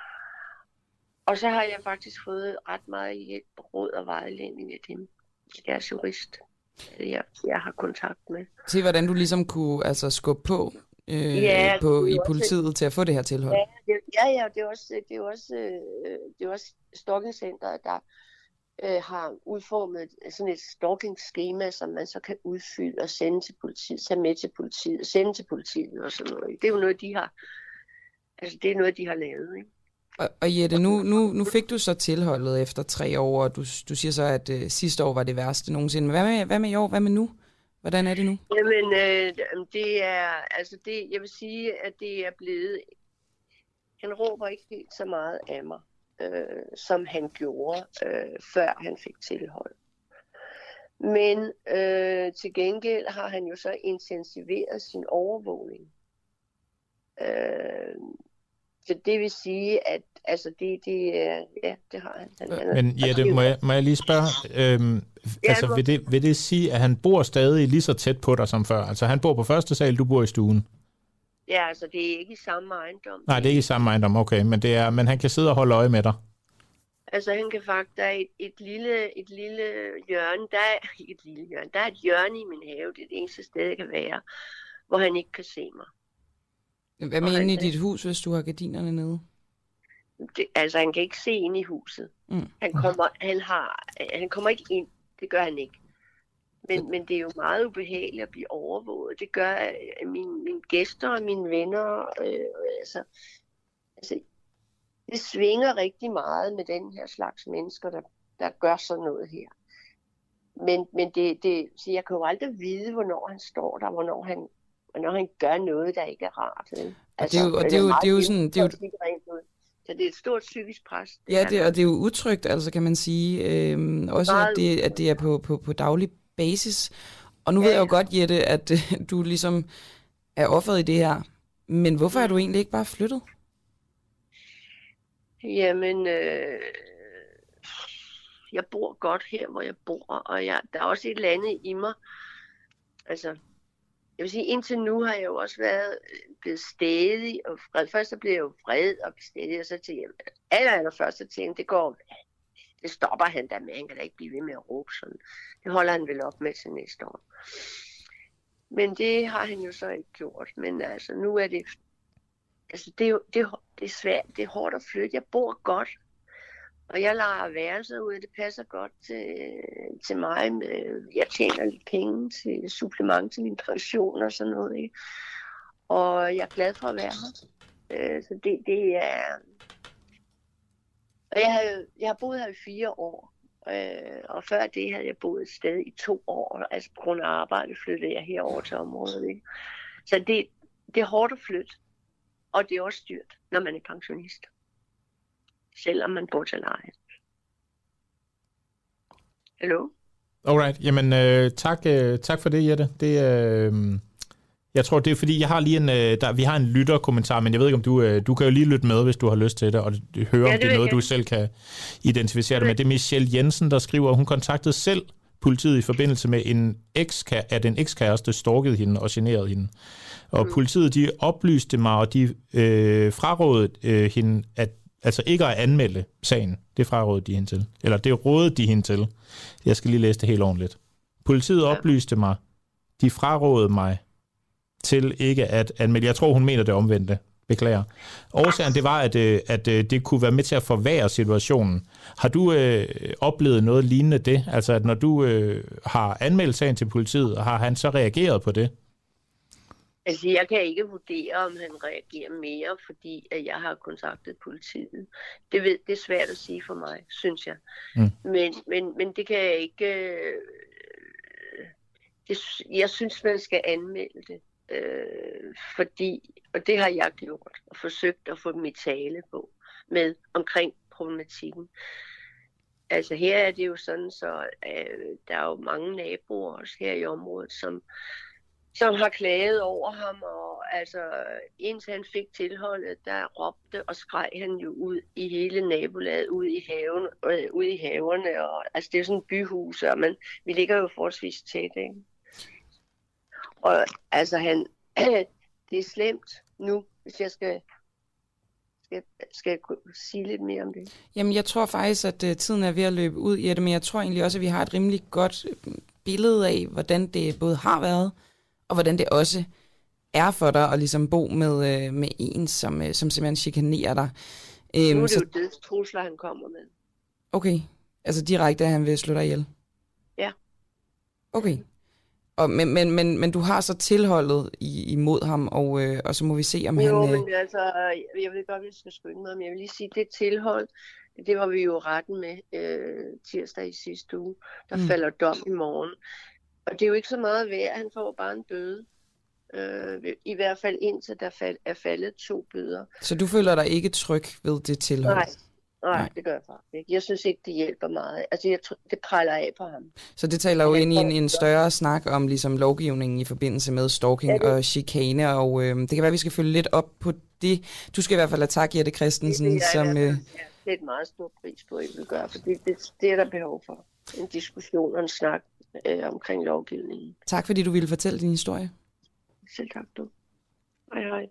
Og så har jeg faktisk fået ret meget hjælp, råd og vejledning af dem. Jeg er jurist, jeg, jeg har kontakt med. Til hvordan du ligesom kunne altså, skubbe på, øh, ja, på i politiet også til at få det her tilhold. Ja, det, ja, ja det er også, det er også, det er også Stalking Center, der øh, har udformet sådan et stalking-skema, som man så kan udfylde og sende til politiet, tage med til politiet, og sende til politiet og sådan noget. Det er jo noget, de har, altså det er noget, de har lavet, ikke? Og, og Jette, nu, nu, nu fik du så tilholdet efter tre år, og du, du siger så, at øh, sidste år var det værste nogensinde. Men hvad med, hvad med i år? Hvad med nu? Hvordan er det nu? Jamen, øh, det er, altså det, jeg vil sige, at det er blevet, han råber ikke helt så meget af mig, øh, som han gjorde, øh, før han fik tilhold. Men øh, til gengæld har han jo så intensiveret sin overvågning. Øh, Så det vil sige, at altså det, det, ja, det har han. han, han Men Jette, må jeg, må jeg lige spørge, øhm, ja, altså vil det, vil det sige, at han bor stadig lige så tæt på dig som før? Altså han bor på første sal, du bor i stuen? Ja, altså det er ikke i samme ejendom. Nej, det er ikke i samme ejendom, okay, men, det er, men han kan sidde og holde øje med dig? Altså han kan faktisk, der er et, et, lille, et lille hjørne, der er ikke et lille hjørne, der er et hjørne i min have, det er det eneste sted, jeg kan være, hvor han ikke kan se mig. Hvad med inde i dit hus, hvis du har gardinerne nede? Det, altså, han kan ikke se ind i huset. Mm. Han, kommer, han, har, han kommer ikke ind. Det gør han ikke. Men, men det er jo meget ubehageligt at blive overvåget. Det gør at mine, mine gæster og mine venner. Øh, altså, altså, det svinger rigtig meget med den her slags mennesker, der, der gør sådan noget her. Men, men det, det, så jeg kan jo aldrig vide, hvornår han står der, hvornår han, hvornår han gør noget, der ikke er rart. Altså, det er jo, og det er jo, det er jo sådan... Det er jo, så det er et stort psykisk pres. Det ja, det, og det er jo utrygt, altså kan man sige. Øhm, også at det, at det er på, på, på daglig basis. Og nu ja, ved jeg jo godt, Jette, at øh, du ligesom er offeret i det her. Men hvorfor er du egentlig ikke bare flyttet? Jamen, øh, jeg bor godt her, hvor jeg bor. Og jeg, der er også et eller andet i mig. Altså, jeg vil sige, indtil nu har jeg jo også været blevet stædig og vred. Først så blev jeg jo vred og stædig, og så tænkte jeg, aller, aller først så tænkte det går, det stopper han da med, han kan da ikke blive ved med at råbe sådan. Det holder han vel op med til næste år. Men det har han jo så ikke gjort, men altså nu er det, altså det er jo, det, det er svært, det er hårdt at flytte. Jeg bor godt, og jeg lader værelset ud, det passer godt til, til mig. Jeg tjener lidt penge til supplement til min pension og sådan noget, ikke? Og jeg er glad for at være her. Så det, det er... Og jeg har, jeg har boet her i fire år, og før det havde jeg boet et sted i to år. Altså på grund af arbejde flyttede jeg herover til området, ikke? Så det, det er hårdt at flytte, og det er også dyrt, når man er pensionist. Selvom man bor til leje. Hallo? Alright, jamen øh, tak, øh, tak for det, Jette. Det, øh, jeg tror, det er fordi, jeg har lige en, øh, der, vi har en lytterkommentar, men jeg ved ikke, om du, øh, du kan jo lige lytte med, hvis du har lyst til det, og høre, ja, det om det er noget, jeg. du selv kan identificere det med. Det er Michelle Jensen, der skriver, at hun kontaktede selv politiet i forbindelse med, en eks, at en ekskæreste stalkede hende og generede hende. Og mm. politiet, de oplyste mig, og de øh, frarådede øh, hende, at altså ikke at anmelde sagen. Det frarådede de hende til. Eller det rådede de hende til. Jeg skal lige læse det helt ordentligt. Politiet ja. oplyste mig. De frarådede mig til ikke at anmelde. Jeg tror, hun mener det omvendte. Beklager. Årsagen, det var, at, at det kunne være med til at forværre situationen. Har du øh, oplevet noget lignende det? Altså, at når du øh, har anmeldt sagen til politiet, har han så reageret på det? Altså, jeg kan ikke vurdere, om han reagerer mere, fordi at jeg har kontaktet politiet. Det, ved, det er svært at sige for mig, synes jeg. Mm. Men, men, men det kan jeg ikke... Øh, det, jeg synes, man skal anmelde det. Øh, fordi, og det har jeg gjort, og forsøgt at få dem i tale på, med omkring problematikken. Altså, her er det jo sådan, så øh, der er jo mange naboer også her i området, som... som har klaget over ham, og altså indtil han fik tilholdet, der råbte og skreg han jo ud i hele nabolaget, ud i haven, øh, ud i haverne, og altså det er sådan et byhus, og man, vi ligger jo forholdsvis tæt, ikke? Og altså han, det er slemt nu, hvis jeg skal, skal, skal jeg sige lidt mere om det. Jamen jeg tror faktisk, at uh, tiden er ved at løbe ud i det, men jeg tror egentlig også, at vi har et rimelig godt billede af, hvordan det både har været, og hvordan det også er for dig at ligesom bo med, øh, med en, som, øh, som simpelthen chikanerer dig. Æm, nu er det så... jo dødstrusler, han kommer med. Okay, altså direkte, at han vil slå dig ihjel? Ja. Okay, og, men, men, men, men du har så tilholdet i, imod ham, og, øh, og så må vi se, om jo, han... Jo, øh... men altså, jeg ved godt, at jeg skal skynde mig, men jeg vil lige sige, det tilhold, det var vi jo retten med øh, tirsdag i sidste uge. Der mm. falder dom i morgen. Og det er jo ikke så meget værd, han får bare en bøde. Øh, I hvert fald indtil der fald, er faldet to bøder. Så du føler dig ikke tryg ved det tilhold? Nej, Nej, Nej, det gør jeg faktisk ikke. Jeg synes ikke, det hjælper meget. Altså, jeg tror, det prejler af på ham. Så det taler jo ind i en, en større snak om ligesom lovgivningen i forbindelse med stalking ja, og chikane, og øh, det kan være, at vi skal følge lidt op på det. Du skal i hvert fald have tak, Jette Christensen. Det, det, som, øh... ja, det er et meget stort pris på, at I vil gøre, for det, det, det er der behov for. En diskussion og en snak øh, omkring lovgivningen. Tak, fordi du ville fortælle din historie. Selv tak, du. Hej, hej.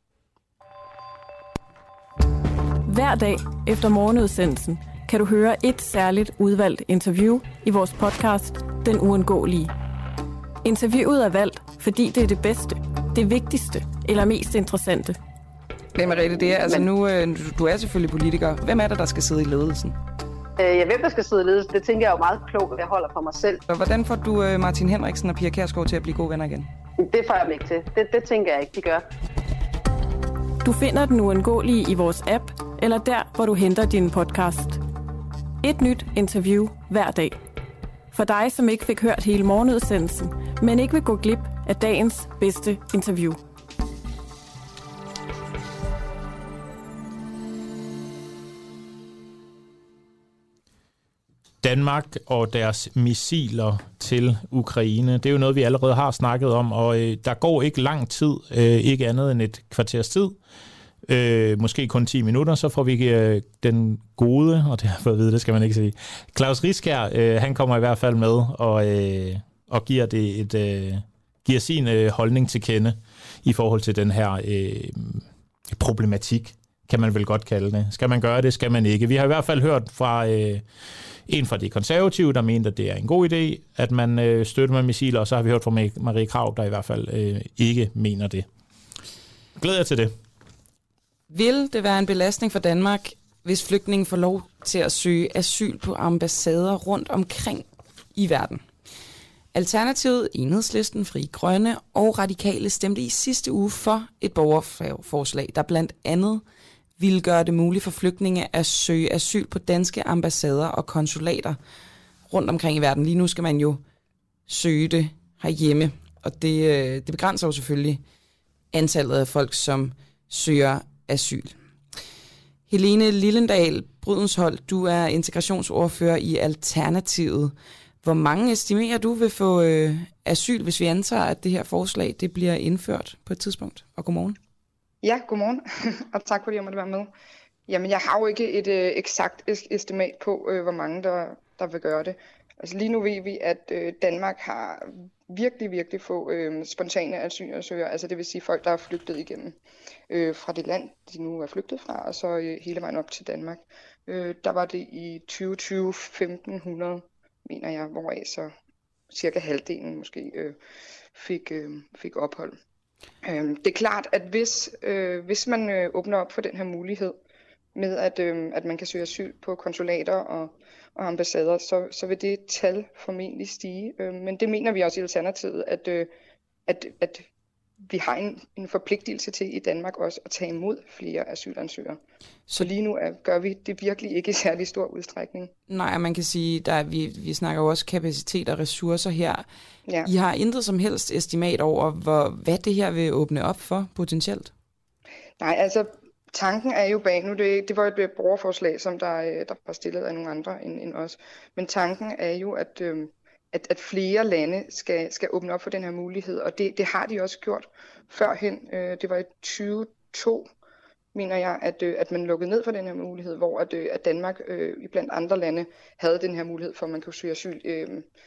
Hver dag efter morgenudsendelsen kan du høre et særligt udvalgt interview i vores podcast Den Uundgåelige. Interviewet er valgt, fordi det er det bedste, det vigtigste eller mest interessante. Hvem er det? Det er, altså nu, du er selvfølgelig politiker. Hvem er det, der skal sidde i ledelsen? Ja, hvem der skal sidde i ledelsen, det tænker jeg jo meget klogt, at jeg holder for mig selv. Og hvordan får du Martin Henriksen og Pia Kjærsgaard til at blive gode venner igen? Det får jeg dem ikke til. Det, det tænker jeg ikke, de gør. Du finder Den Uundgåelige i vores app, eller der, hvor du henter din podcast. Et nyt interview hver dag. For dig, som ikke fik hørt hele morgenudsendelsen, men ikke vil gå glip af dagens bedste interview. Danmark og deres missiler til Ukraine, det er jo noget, vi allerede har snakket om, og øh, der går ikke lang tid, øh, ikke andet end et kvarters tid, øh, måske kun ti minutter, så får vi øh, den gode, og det har jeg fået at vide, det skal man ikke sige, Klaus Riskær, øh, han kommer i hvert fald med og, øh, og giver, det et, øh, giver sin øh, holdning til kende i forhold til den her øh, problematik, kan man vel godt kalde det. Skal man gøre det, skal man ikke. Vi har i hvert fald hørt fra øh, en fra de konservative, der mente, at det er en god idé, at man øh, støtter med missiler, og så har vi hørt fra Marie Krarup, der i hvert fald øh, ikke mener det. Glæder jeg til det. Vil det være en belastning for Danmark, hvis flygtninge får lov til at søge asyl på ambassader rundt omkring i verden? Alternativet, Enhedslisten, Frie Grønne og Radikale stemte i sidste uge for et borgerforslag, der blandt andet ville gøre det muligt for flygtninge at søge asyl på danske ambassader og konsulater rundt omkring i verden. Lige nu skal man jo søge det herhjemme, og det, det begrænser jo selvfølgelig antallet af folk, som søger asyl. Helene Lillendal Brydensholt, du er integrationsordfører i Alternativet. Hvor mange estimerer du vil få øh, asyl, hvis vi antager, at det her forslag det bliver indført på et tidspunkt? Og godmorgen. Ja, godmorgen, og tak fordi jeg måtte være med. Jamen, jeg har jo ikke et øh, eksakt estimat på, øh, hvor mange der, der vil gøre det. Altså lige nu ved vi, at øh, Danmark har virkelig, virkelig få øh, spontane asylansøgere, altså det vil sige folk, der er flygtet igennem øh, fra det land, de nu er flygtet fra, og så øh, hele vejen op til Danmark. Øh, der var det i tyve tyve femten hundrede, mener jeg, hvoraf så cirka halvdelen måske øh, fik, øh, fik ophold. Øh, det er klart, at hvis, øh, hvis man øh, åbner op for den her mulighed med, at, øh, at man kan søge asyl på konsulater og, og ambassader, så, så vil det tal formentlig stige. Øh, men det mener vi også i Alternativet, at, øh, at, at vi har en, en forpligtelse til i Danmark også at tage imod flere asylansøgere. Så lige nu er, gør vi det virkelig ikke i særlig stor udstrækning. Nej, man kan sige, der vi, vi snakker jo også kapacitet og ressourcer her. Ja. I har intet som helst estimat over, hvor, hvad det her vil åbne op for potentielt? Nej, altså tanken er jo bag nu, det, det var et borgerforslag, som der, der var stillet af nogle andre end, end os. Men tanken er jo, at... Øh, At, at flere lande skal, skal åbne op for den her mulighed, og det, det har de også gjort førhen. Det var i tyve to, mener jeg, at, at man lukkede ned for den her mulighed, hvor at, at Danmark øh, blandt andre lande havde den her mulighed for, at man kunne søge asyl øh,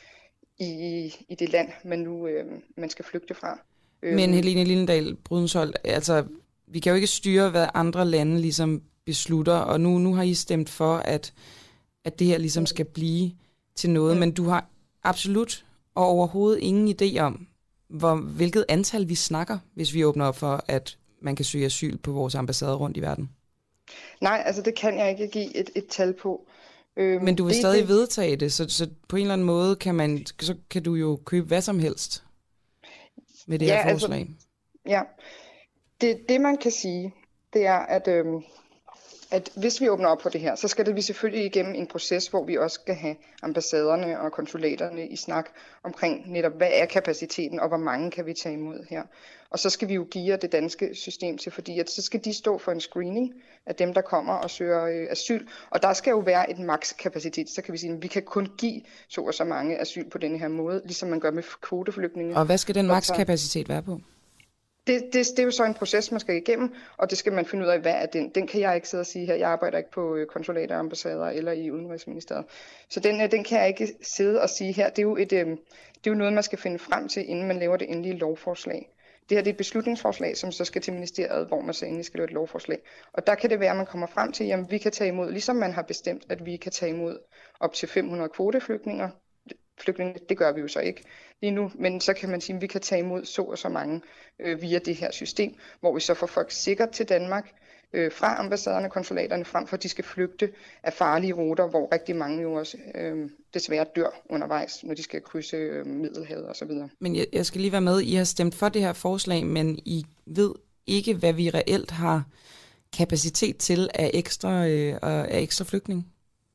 i, i det land, man nu øh, man skal flygte fra. Men Helene Lillendal Brydensholt, altså vi kan jo ikke styre, hvad andre lande ligesom beslutter, og nu, nu har I stemt for, at, at det her ligesom skal blive til noget, mm. men du har absolut og overhovedet ingen idé om, hvor, hvilket antal vi snakker, hvis vi åbner op for, at man kan søge asyl på vores ambassader rundt i verden? Nej, altså det kan jeg ikke give et, et tal på. Øhm, Men du vil det, stadig det... vedtage det, så, så på en eller anden måde kan, man, så kan du jo købe hvad som helst med det ja, her forslag. Altså, ja, det, det man kan sige, det er, at øhm, at hvis vi åbner op for det her, så skal det vi selvfølgelig igennem en proces, hvor vi også skal have ambassaderne og konsulaterne i snak omkring netop, hvad er kapaciteten, og hvor mange kan vi tage imod her. Og så skal vi jo give det danske system til, fordi at så skal de stå for en screening af dem, der kommer og søger øh, asyl. Og der skal jo være et makskapacitet, så kan vi sige, at vi kan kun give så og så mange asyl på denne her måde, ligesom man gør med kvoteflygtninge. Og hvad skal den makskapacitet være på? Det, det, det er jo så en proces, man skal igennem, og det skal man finde ud af, hvad er den. Den kan jeg ikke sidde og sige her. Jeg arbejder ikke på konsulater, ambassader eller i Udenrigsministeriet. Så den, den kan jeg ikke sidde og sige her. Det er, jo et, det er jo noget, man skal finde frem til, inden man laver det endelige lovforslag. Det her det er et beslutningsforslag, som så skal til ministeriet, hvor man så endelig skal lave et lovforslag. Og der kan det være, at man kommer frem til, at vi kan tage imod, ligesom man har bestemt, at vi kan tage imod op til fem hundrede kvoteflygtninger. Flygtninge, det gør vi jo så ikke lige nu, men så kan man sige, at vi kan tage imod så og så mange øh, via det her system, hvor vi så får folk sikkert til Danmark øh, fra ambassaderne og konsulaterne, frem for at de skal flygte af farlige ruter, hvor rigtig mange jo også øh, desværre dør undervejs, når de skal krydse øh, Middelhavet osv. Men jeg, jeg skal lige være med, I har stemt for det her forslag, men I ved ikke, hvad vi reelt har kapacitet til af ekstra, øh, af ekstra flygtninge?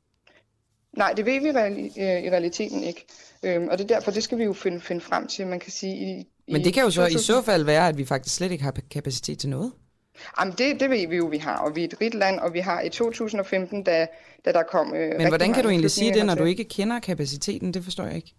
Nej, det ved vi reali- øh, i realiteten ikke. Øhm, og det er derfor, det skal vi jo finde, finde frem til, man kan sige. I, Men det kan jo så i så fald være, at vi faktisk slet ikke har kapacitet til noget. Jamen det, det ved vi jo, vi har, og vi er et rigt land, og vi har i to tusind og femten, da, da der kom øh, Men hvordan kan du egentlig sige det, når du ikke kender kapaciteten? Det forstår jeg ikke.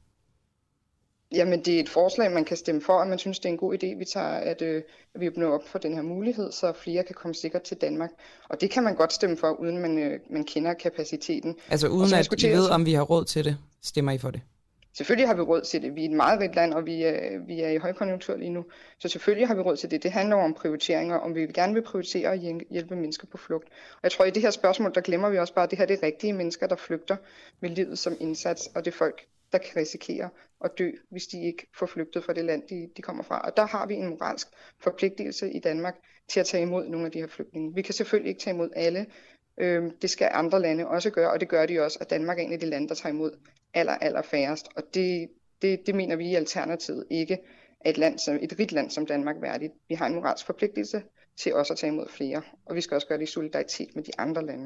Jamen det er et forslag, man kan stemme for, og man synes, det er en god idé, vi tager, at, øh, at vi åbner op for den her mulighed, så flere kan komme sikkert til Danmark. Og det kan man godt stemme for, uden man, øh, man kender kapaciteten. Altså uden at I ved, om vi har råd til det, stemmer I for det? Selvfølgelig har vi råd til det. Vi er et meget rigt land, og vi er, vi er i højkonjunktur lige nu. Så selvfølgelig har vi råd til det. Det handler om prioriteringer, om vi gerne vil prioritere at hjælpe mennesker på flugt. Og jeg tror, i det her spørgsmål, der glemmer vi også bare, at det her det er rigtige mennesker, der flygter med livet som indsats, og det er folk, der kan risikere at dø, hvis de ikke får flygtet fra det land, de, de kommer fra. Og der har vi en moralsk forpligtelse i Danmark til at tage imod nogle af de her flygtninge. Vi kan selvfølgelig ikke tage imod alle. Øhm, det skal andre lande også gøre, og det gør de også, og Danmark er en af de lande, der tager imod aller, aller færrest. Og det, det, det mener vi i Alternativet ikke er et, land som, et rigt land som Danmark værdigt. Vi har en moralsk forpligtelse til også at tage imod flere, og vi skal også gøre det i solidaritet med de andre lande.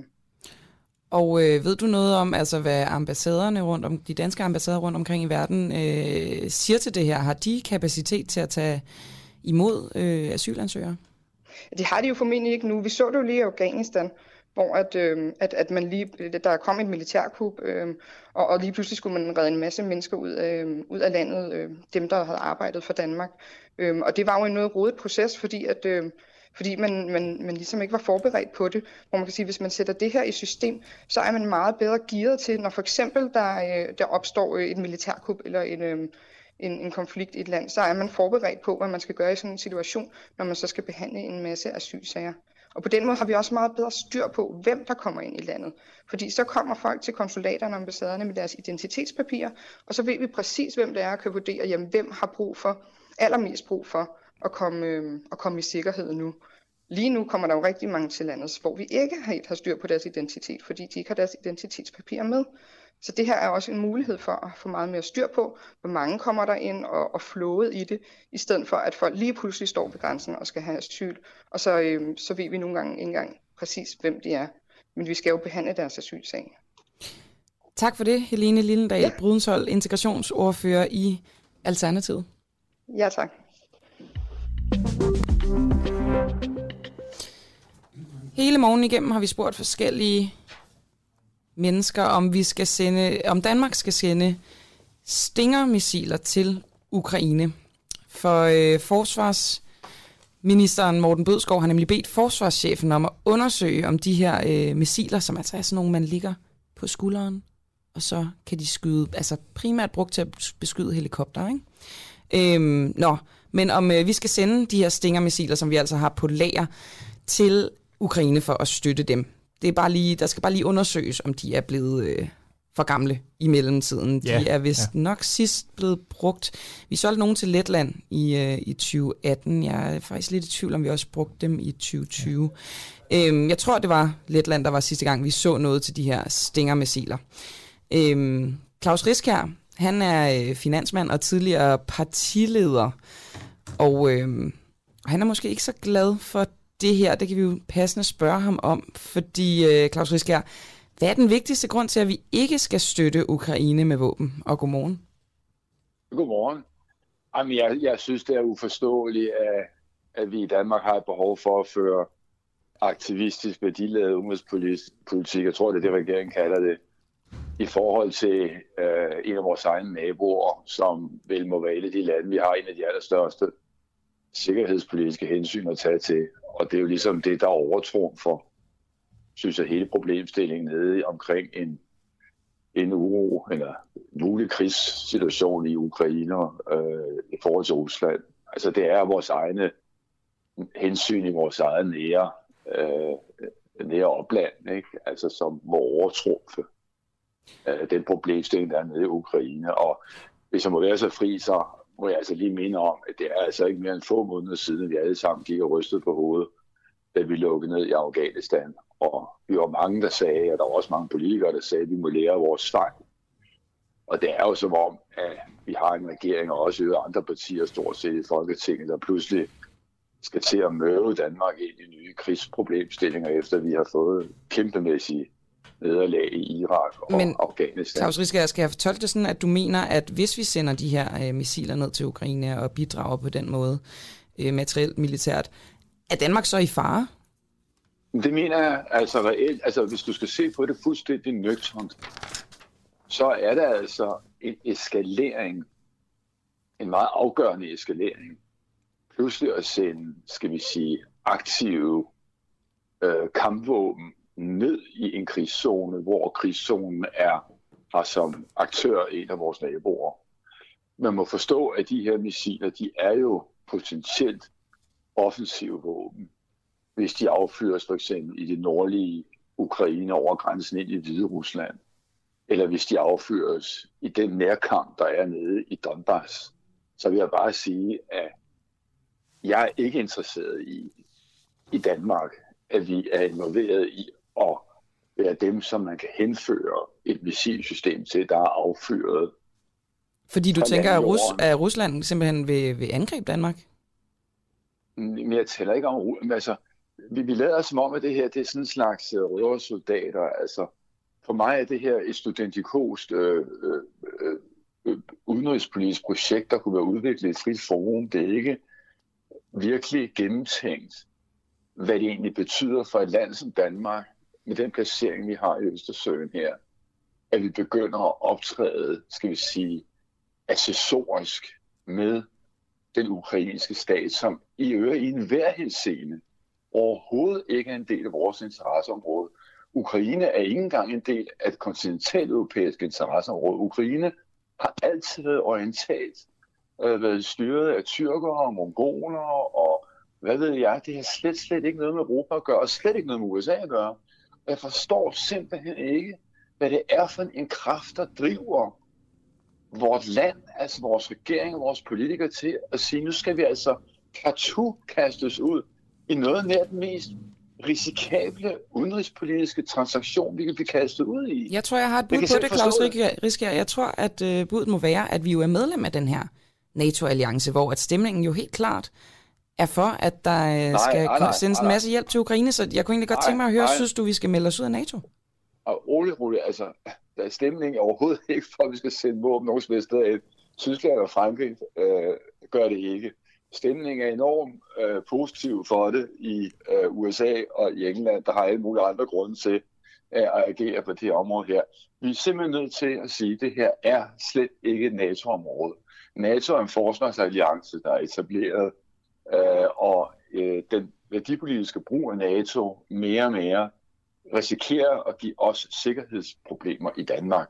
Og øh, ved du noget om, altså, hvad ambassaderne rundt om, de danske ambassader rundt omkring i verden øh, siger til det her? Har de kapacitet til at tage imod øh, asylansøgere? Det har de jo formentlig ikke nu. Vi så det jo lige i Afghanistan, hvor at, øh, at, at man lige, der kom et militærkup, øh, og, og lige pludselig skulle man redde en masse mennesker ud af, ud af landet, øh, dem der havde arbejdet for Danmark. Øh, og det var jo en noget rodet proces, fordi at øh, fordi man, man, man ligesom ikke var forberedt på det, hvor man kan sige, at hvis man sætter det her i system, så er man meget bedre gearet til, når for eksempel der, der opstår et militærkup eller en, en, en konflikt i et land, så er man forberedt på, hvad man skal gøre i sådan en situation, når man så skal behandle en masse asylsager. Og på den måde har vi også meget bedre styr på, hvem der kommer ind i landet. Fordi så kommer folk til konsulaterne og ambassaderne med deres identitetspapirer, og så ved vi præcis, hvem det er, og kan vurdere, jamen, hvem har brug for, allermest brug for, at komme, øh, at komme i sikkerhed nu. Lige nu kommer der jo rigtig mange til landet, hvor vi ikke helt har styr på deres identitet, fordi de ikke har deres identitetspapirer med. Så det her er også en mulighed for at få meget mere styr på, hvor mange kommer der ind og, og flowet i det, i stedet for at folk lige pludselig står ved grænsen og skal have asyl. Og så, øh, så ved vi nogle gange ikke engang præcis, hvem de er. Men vi skal jo behandle deres asylsag. Tak for det, Helene Lillendal, ja. Brydensholt, integrationsordfører i Alternativet. Ja, tak. Hele morgen igennem har vi spurgt forskellige mennesker, om vi skal sende, om Danmark skal sende Stinger-missiler til Ukraine. For øh, forsvarsministeren Morten Bødskov har nemlig bedt forsvarschefen om at undersøge, om de her øh, missiler, som altså er sådan nogle, man ligger på skulderen, og så kan de skyde, altså primært brugt til at beskyde helikopter, ikke? Øhm, nå, men om øh, vi skal sende de her Stinger-missiler, som vi altså har på lager, til Ukraine for at støtte dem. Det er bare lige, der skal bare lige undersøges, om de er blevet øh, for gamle i mellemtiden. De yeah, er vist yeah. nok sidst blevet brugt. Vi solgte nogen til Letland i, øh, i tyve atten. Jeg er faktisk lidt i tvivl, om vi også brugte dem i tyve tyve. Yeah. Øhm, jeg tror, det var Letland, der var sidste gang, vi så noget til de her Stinger-missiler. Øhm, Claus Riskær, han er øh, finansmand og tidligere partileder, og øh, han er måske ikke så glad for det her, det kan vi jo passende spørge ham om, fordi øh, Klaus Riskær, hvad er den vigtigste grund til, at vi ikke skal støtte Ukraine med våben? Og godmorgen. Godmorgen. Jamen, jeg, jeg synes, det er uforståeligt, at, at vi i Danmark har et behov for at føre aktivistisk værdiladet udenrigspolitik. Jeg tror, det er det, regeringen kalder det. I forhold til øh, en af vores egne naboer, som vel må være et af de lande, vi har en af de allerstørste sikkerhedspolitiske hensyn at tage til. Og det er jo ligesom det, der er overtroen for, synes jeg, hele problemstillingen nede omkring en, en uro eller mulig krigssituation i Ukraine øh, i forhold til Rusland. Altså det er vores egne hensyn i vores eget nære, øh, nære opland, ikke? Altså som må overtrumfe øh, den problemstilling, der er nede i Ukraine. Og hvis jeg må være så fri, så må jeg altså lige minde om, at det er altså ikke mere end få måneder siden, at vi alle sammen gik og rystede på hovedet, da vi lukkede ned i Afghanistan. Og vi var mange, der sagde, og der var også mange politikere, der sagde, at vi må lære vores fejl. Og det er jo som om, at vi har en regering, og også andre partier stort set i Folketinget, der pludselig skal til at møde Danmark ind i nye krigsproblemstillinger, efter vi har fået kæmpemæssige nederlag i Irak og Men, Afghanistan. Klaus Riskær, skal jeg fortolke det sådan, at du mener, at hvis vi sender de her øh, missiler ned til Ukraine og bidrager på den måde øh, materielt militært, er Danmark så i fare? Det mener jeg altså reelt. Altså hvis du skal se på det fuldstændig nøgternt, så er der altså en eskalering, en meget afgørende eskalering. Pludselig at sende, skal vi sige, aktive øh, kampvåben ned i en krigszone, hvor krigszonen er, har som aktør en af vores naboer. Man må forstå, at de her missiler, de er jo potentielt offensive våben, hvis de affyres for eksempel i det nordlige Ukraine over grænsen ind i Hvide Rusland, eller hvis de affyres i den nærkamp, der er nede i Donbass. Så vil jeg bare sige, at jeg er ikke interesseret i, i Danmark, at vi er involveret i at være dem, som man kan henføre et missilsystem til, der er affyret. Fordi du tænker, at, Rus- at Rusland simpelthen vil, vil angribe Danmark? Men jeg taler ikke om... Altså, vi, vi lader som om, at det her det er sådan en slags uh, røversoldater. Altså, for mig er det her et studentikost øh, øh, øh, udenrigspolitisk projekt, der kunne være udviklet i et frit forum. Det er ikke virkelig gennemtænkt, hvad det egentlig betyder for et land som Danmark, med den placering, vi har i Østersøen her, at vi begynder at optræde, skal vi sige, accessorisk med den ukrainske stat, som i øvrigt i enhver henseende overhovedet ikke er en del af vores interesseområde. Ukraine er ikke engang en del af et kontinentaleuropæisk interesseområde. Ukraine har altid været orientalt, øh, været styret af tyrkere og mongoler, og hvad ved jeg, det har slet, slet ikke noget med Europa at gøre, og slet ikke noget med U S A at gøre. Jeg forstår simpelthen ikke, hvad det er for en kraft, der driver vores land, altså vores regering og vores politikere til at sige, nu skal vi altså partout kastes ud i noget nær den mest risikable udenrigspolitiske transaktion, vi kan blive kastet ud i. Jeg tror, jeg har et bud på det, Klaus Riskær. Jeg tror, at uh, budet må være, at vi jo er medlem af den her NATO-alliance, hvor at stemningen jo helt klart er for, at der uh, nej, skal nej, nej, sendes nej, en masse hjælp til Ukraine, så jeg kunne egentlig godt nej, tænke mig at høre, nej. Synes du, vi skal melde os ud af NATO? Og roligt, roligt, altså, der er stemningen overhovedet ikke for, at vi skal sende våben nogen som helst sted. Tyskland og Frankrig øh, gør det ikke. Stemningen er enormt øh, positiv for det i øh, U S A og i England, der har alle mulige andre grunde til øh, at agere på det her område her. Vi er simpelthen nødt til at sige, at det her er slet ikke et NATO-område. NATO er en forsvarsalliance, der er etableret, øh, og øh, den værdipolitiske brug af NATO mere og mere risikerer at give os sikkerhedsproblemer i Danmark.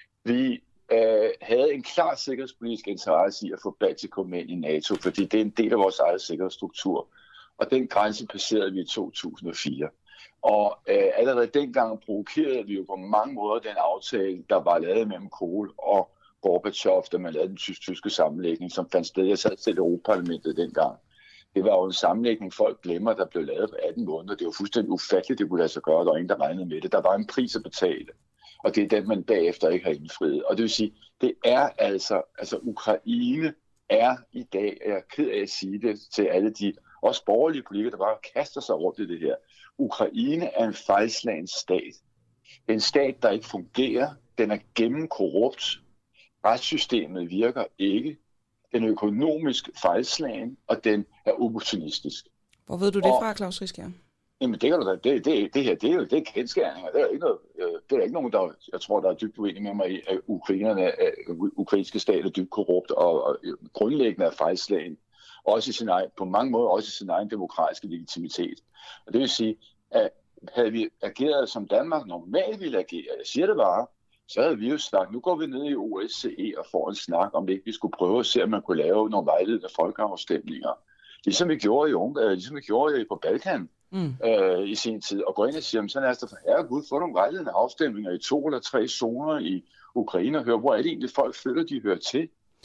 Vi øh, havde en klar sikkerhedspolitisk interesse i at få Baltikum ind i NATO, fordi det er en del af vores eget sikkerhedsstruktur. Og den grænse passerede vi i to tusind og fire. Og øh, allerede dengang provokerede vi jo på mange måder den aftale, der var lavet mellem Kohl og Gorbachev, da man lavede den tysk-tyske sammenlægning, som fandt sted. Jeg sad selv i Europaparlamentet dengang. Det var jo en sammenlægning, folk glemmer, der blev lavet på atten måneder. Det var fuldstændig ufatteligt, det kunne lade sig gøre. Der var ingen, der regnede med det. Der var en pris at betale, og det er den, man bagefter ikke har indfriet. Og det vil sige, det er altså, altså Ukraine er i dag, og jeg er ked af at sige det til alle de også borgerlige politikere, der bare kaster sig rundt i det her. Ukraine er en fejlslagen stat. En stat, der ikke fungerer. Den er gennemkorrupt. Retssystemet virker ikke. Den er økonomisk fejlslagen, og den er opportunistisk. Hvor ved du det fra, Klaus Riskær? Jamen det, kan du da, det, det, det her, det er jo det er kendsgerninger. Det er ikke noget, det er ikke nogen, der, jeg tror, der er dybt uenige med mig i, at ukrainerne, at ukrainske stat er dybt korrupt og, og grundlæggende er fejlslagen. Også i sin egen, på mange måder også i sin egen demokratiske legitimitet. Og det vil sige, at havde vi ageret som Danmark normalt ville agere, jeg siger det bare, så havde vi jo sagt, nu går vi ned i O S C E og får en snak, om ikke vi skulle prøve at se, om man kunne lave nogle vejledende folkeafstemninger. Ligesom vi gjorde i Ungarn, ligesom vi gjorde på Balkan mm. øh, i sin tid, og gå ind og sige, så lad os da for herregud få nogle vejledende afstemninger i to eller tre zoner i Ukraine og høre, hvor er det egentlig folk føler, de hører til.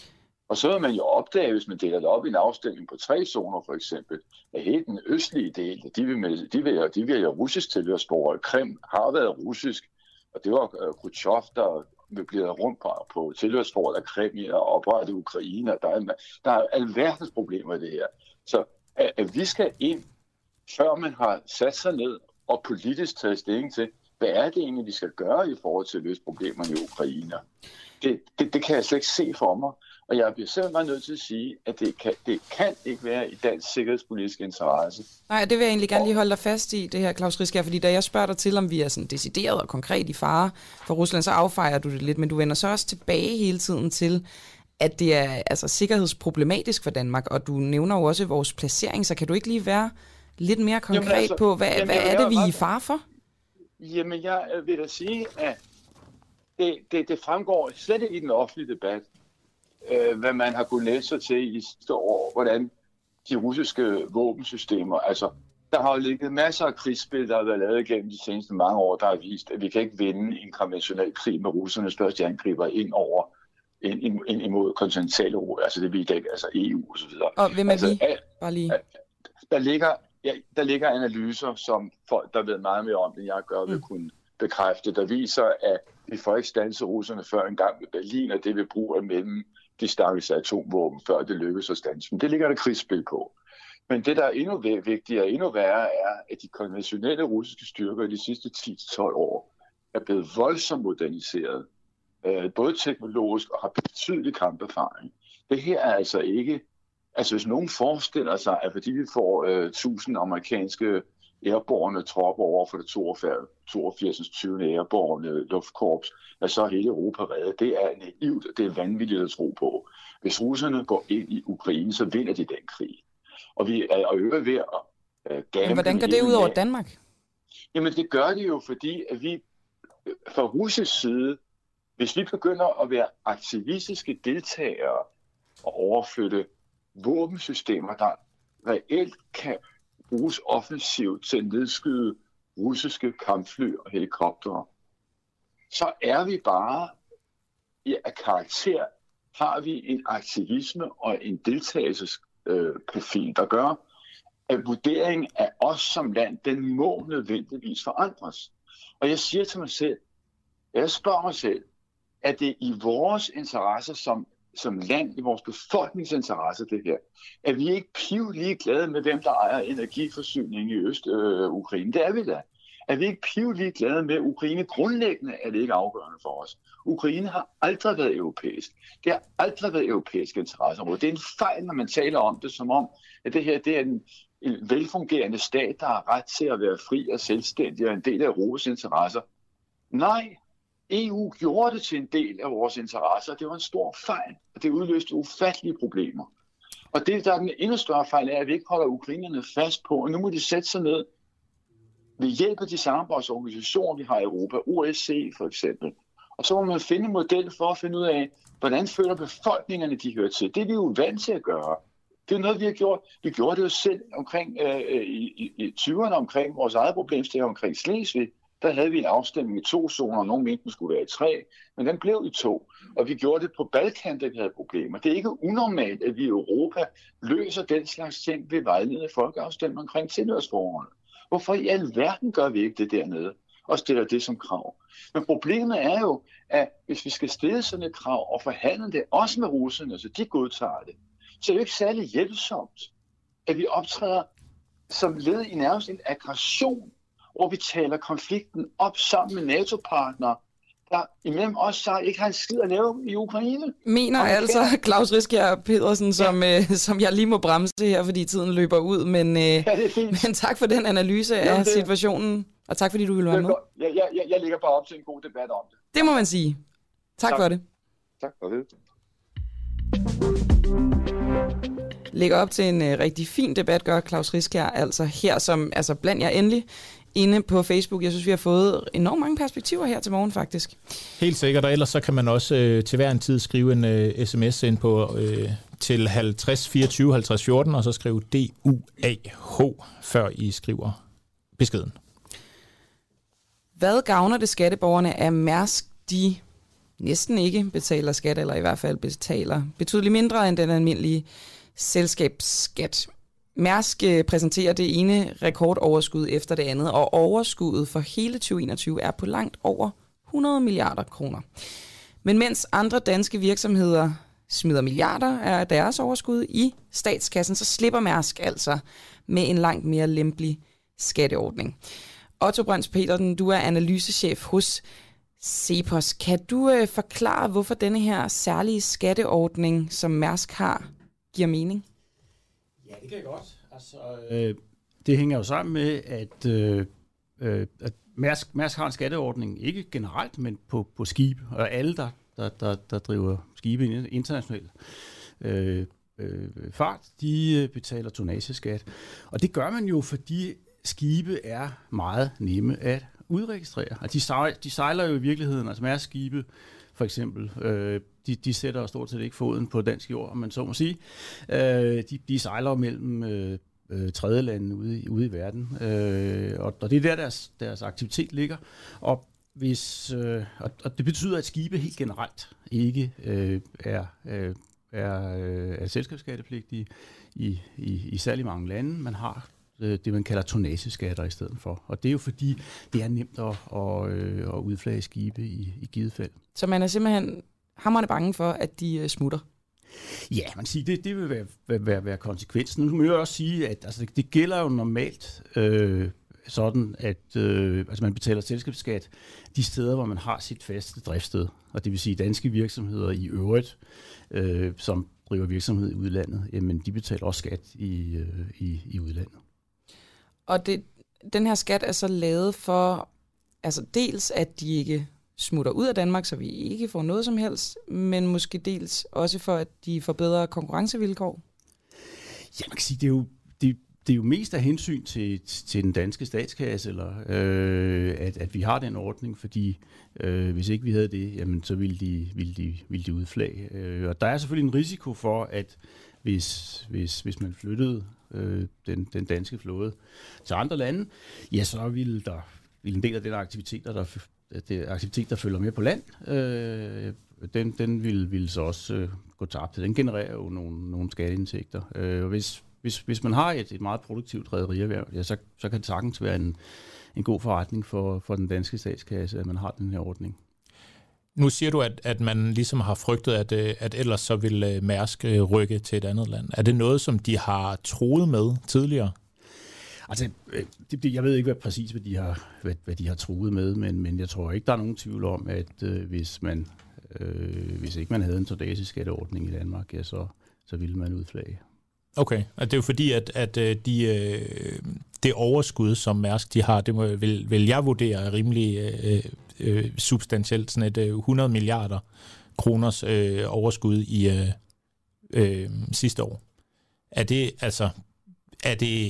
Og så vil man jo opdage, hvis man deler det op i en afstemning på tre zoner for eksempel, at hele den østlige del, de vil, med, de vil, de vil jo russisk tilhørsborgere. Krim har været russisk, og det var Khrushchev, der blev rundt på, på tilhørsforhold af Krim og oprettet Ukraine. Der er, der er alverdens problemer i det her. Så at, at vi skal ind, før man har sat sig ned og politisk taget stilling til, hvad er det egentlig, vi skal gøre i forhold til at løse problemerne i Ukraine. Det, det, det kan jeg slet ikke se for mig. Og jeg bliver simpelthen nødt til at sige, at det kan, det kan ikke være i dansk sikkerhedspolitisk interesse. Nej, det vil jeg egentlig gerne lige holde dig fast i, det her, Klaus Riskær, fordi da jeg spørger dig til, om vi er sådan decideret og konkret i fare for Rusland, så affejer du det lidt, men du vender så også tilbage hele tiden til, at det er altså sikkerhedsproblematisk for Danmark, og du nævner jo også vores placering, så kan du ikke lige være lidt mere konkret jamen altså, på, hvad, jamen, hvad er det, vi er i fare for? Jamen, jeg vil da sige, at det, det, det fremgår slet ikke i den offentlige debat, øh, hvad man har kunnet læse sig til i sidste år, hvordan de russiske våbensystemer, altså der har jo ligget masser af krigsspil, der har været lavet gennem de seneste mange år, der har vist, at vi kan ikke vinde en konventionel krig med russernes første angriber ind over ind, ind, ind imod kontinentaleuropa, altså det vi i dag, altså E U og så videre. Og hvem er altså, vi? Bare lige. Der ligger, ja, der ligger analyser, som folk, der ved meget mere om det, jeg gør, vil mm. kunne bekræfte, der viser, at vi får ikke standse russerne før en gang med Berlin, og det vil bruge af mellem de stakkels atomvåben, før det lykkes at standse. Men det ligger der krigsspil på. Men det, der er endnu vigtigere og endnu værre, er, at de konventionelle russiske styrker i de sidste ti til tolv år er blevet voldsomt moderniseret, øh, både teknologisk og har betydelig kamperfaring. Det her er altså ikke, altså hvis nogen forestiller sig, at fordi vi får øh, tusind amerikanske airborne tropper over for det toogfirs tyvende airborne luftkorps, at så er hele Europa reddet. Det er naivt, det er vanvittigt at tro på. Hvis russerne går ind i Ukraine, så vinder de den krig. Og vi er øve ved at uh, gamble. Men hvordan går det ud over Danmark? Jamen det gør det jo, fordi at vi fra russisk side, hvis vi begynder at være aktivistiske deltagere og overflytte våbensystemer, der reelt kan bruges offensivt til at nedskyde russiske kampfly og helikoptere, så er vi bare i af karakter, har vi en aktivisme og en deltagelsesprofil, der gør, at vurderingen af os som land, den må nødvendigvis forandres. Og jeg siger til mig selv, jeg spørger mig selv, at det i vores interesser som som land, i vores befolkningsinteresse, det her, er vi ikke pivlige glade med, hvem der ejer energiforsyning i Øst-Ukraine. Øh, det er vi da. Er vi ikke pivlige glade med Ukraine? Grundlæggende er det ikke afgørende for os. Ukraine har aldrig været europæisk. Det har aldrig været europæisk interesseområde. Det er en fejl, når man taler om det, som om, at det her det er en, en velfungerende stat, der har ret til at være fri og selvstændig og en del af Europas interesser. Nej, E U gjorde det til en del af vores interesser, og det var en stor fejl, og det udløste ufattelige problemer. Og det, der er den endnu større fejl, er, at vi ikke holder ukrainerne fast på, og nu må de sætte sig ned ved hjælp af de samarbejdsorganisationer, vi har i Europa, O S C E for eksempel. Og så må man finde en model for at finde ud af, hvordan føler befolkningerne, de hører til. Det er vi jo vant til at gøre. Det er noget, vi har gjort. Vi gjorde det jo selv omkring, øh, i, i, i tyverne omkring vores eget problemstilling omkring Slesvig. Der havde vi en afstemning i to zoner, og nogen mente, den skulle være i tre, men den blev i to. Og vi gjorde det på Balkan, da vi havde problemer. Det er ikke unormalt, at vi i Europa løser den slags ting ved vejledende folkeafstemning omkring tilhørsforhold. Hvorfor i alverden gør vi ikke det dernede og stiller det som krav? Men problemet er jo, at hvis vi skal stille sådan et krav og forhandle det også med russerne, så de godtager det, så er det jo ikke særlig hjælpsomt. at vi optræder som led i nærmest en aggression, hvor vi taler konflikten op sammen med NATO-partnere, der imellem os så ikke har en skid at lave i Ukraine. Mener altså Klaus Riskær Pedersen, som, ja. øh, som jeg lige må bremse her, fordi tiden løber ud, men, øh, ja, men tak for den analyse Jamen, af det... situationen, og tak fordi du ville være med. Jeg, jeg, jeg, jeg ligger bare op til en god debat om det. Det må man sige. Tak, tak. for det. Tak for det. Lægger op til en øh, rigtig fin debat, gør Klaus Riskær altså her, som altså blandt jer endelig inde på Facebook. Jeg synes, vi har fået enormt mange perspektiver her til morgen, faktisk. Helt sikkert, og ellers så kan man også øh, til hver en tid skrive en øh, sms ind på øh, til halvtreds fireogtyve halvtreds fjorten, og så skrive D U A H, før I skriver beskeden. Hvad gavner det skatteborgerne af Mærsk, de næsten ikke betaler skat, eller i hvert fald betaler betydeligt mindre end den almindelige selskabsskat? Mærsk præsenterer det ene rekordoverskud efter det andet, og overskuddet for hele tyve enogtyve er på langt over hundrede milliarder kroner. Men mens andre danske virksomheder smider milliarder af deres overskud i statskassen, så slipper Mærsk altså med en langt mere lempelig skatteordning. Otto Brøns Petersen, du er analysechef hos Cepos. Kan du øh, forklare, hvorfor denne her særlige skatteordning, som Mærsk har, giver mening? Ja, det kan jeg godt. Altså, øh, det hænger jo sammen med, at, øh, øh, at Mærsk, Mærsk har en skatteordning, ikke generelt, men på, på skibe, og alle, der, der, der, der driver skibe internationalt øh, øh, fart, de betaler tonnageskat. Og det gør man jo, fordi skibe er meget nemme at udregistrere. Altså, de, sejler, de sejler jo i virkeligheden, altså Mærsk skibe for eksempel, øh, de, de sætter stort set ikke foden på dansk jord, om man så må sige. Øh, de, de sejler mellem øh, øh, tredjelande ude, ude i verden, øh, og, og det er der, deres, deres aktivitet ligger. Og, hvis, øh, og, og det betyder, at skibe helt generelt ikke øh, er, øh, er, øh, er selskabsskattepligtige i, i, i særlig mange lande. Man har det, man kalder tonnageskatter i stedet for. Og det er jo fordi, det er nemt at, at, at udflage skibe i, i givet fald. Så man er simpelthen hamrende bange for, at de smutter? Ja, man siger, det, det vil være, være, være konsekvensen. Nu må jeg også sige, at altså, det gælder jo normalt øh, sådan, at øh, altså, man betaler selskabsskat de steder, hvor man har sit faste driftssted. Og det vil sige danske virksomheder i øvrigt, øh, som driver virksomhed i udlandet, jamen de betaler også skat i, øh, i, i udlandet. Og det, den her skat er så lavet for, altså dels at de ikke smutter ud af Danmark, så vi ikke får noget som helst, men måske dels også for, at de får bedre konkurrencevilkår? Ja, man kan sige, det er jo, det, det er jo mest af hensyn til, til den danske statskasse, eller, øh, at, at vi har den ordning, fordi øh, hvis ikke vi havde det, jamen, så ville de, ville de, ville de udflage. Øh, og der er selvfølgelig en risiko for, at hvis, hvis, hvis man flyttede øh, den, den danske flåde til andre lande, ja, så ville der ville en del af den aktiviteter, der det aktivitet, der følger med på land, øh, den, den vil, vil så også øh, gå tabt. Den genererer jo nogle, nogle skatteindtægter. Øh, og hvis, hvis, hvis man har et, et meget produktivt rederierhverv, ja, så, så kan det sagtens være en, en god forretning for, for den danske statskasse, at man har den her ordning. Nu siger du, at, at man ligesom har frygtet, at, at ellers så vil Mærsk rykke til et andet land. Er det noget, som de har troet med tidligere? Altså, det, det, jeg ved ikke hvad præcis, hvad de har, hvad, hvad de har truet med, men, men jeg tror ikke, der er nogen tvivl om, at øh, hvis, man, øh, hvis ikke man havde en tonnageskatteordning i Danmark, ja, så, så ville man udflage. Okay, og det er jo fordi, at, at de, øh, det overskud, som Mærsk de har, det må, vil, vil jeg vurdere er rimelig øh, øh, substantielt, sådan et øh, hundrede milliarder kroners øh, overskud i øh, øh, sidste år. Er det altså er det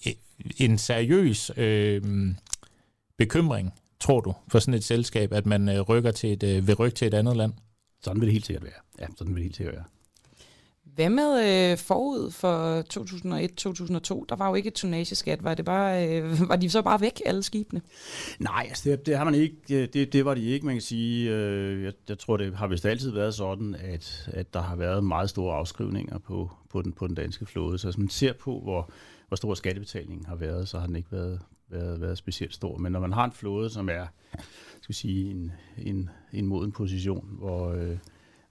en seriøs øh, bekymring, tror du, for sådan et selskab, at man øh, rykker til et, øh, vil rykke til et andet land? Sådan vil det helt sikkert være. Ja, sådan vil det helt sikkert være. Hvad med øh, forud for to tusind og et til to tusind og to? Der var jo ikke et tonnageskat. Var, det bare, øh, var de så bare væk, alle skibene? Nej, altså det, det har man ikke. Det, det var de ikke, man kan sige. Øh, jeg, jeg tror, det har vist altid været sådan, at, at der har været meget store afskrivninger på, på, den, på den danske flåde. Så hvis man ser på, hvor, hvor stor skattebetalingen har været, så har den ikke været, været, været specielt stor. Men når man har en flåde, som er skal sige, en, en, en moden position, hvor... Øh,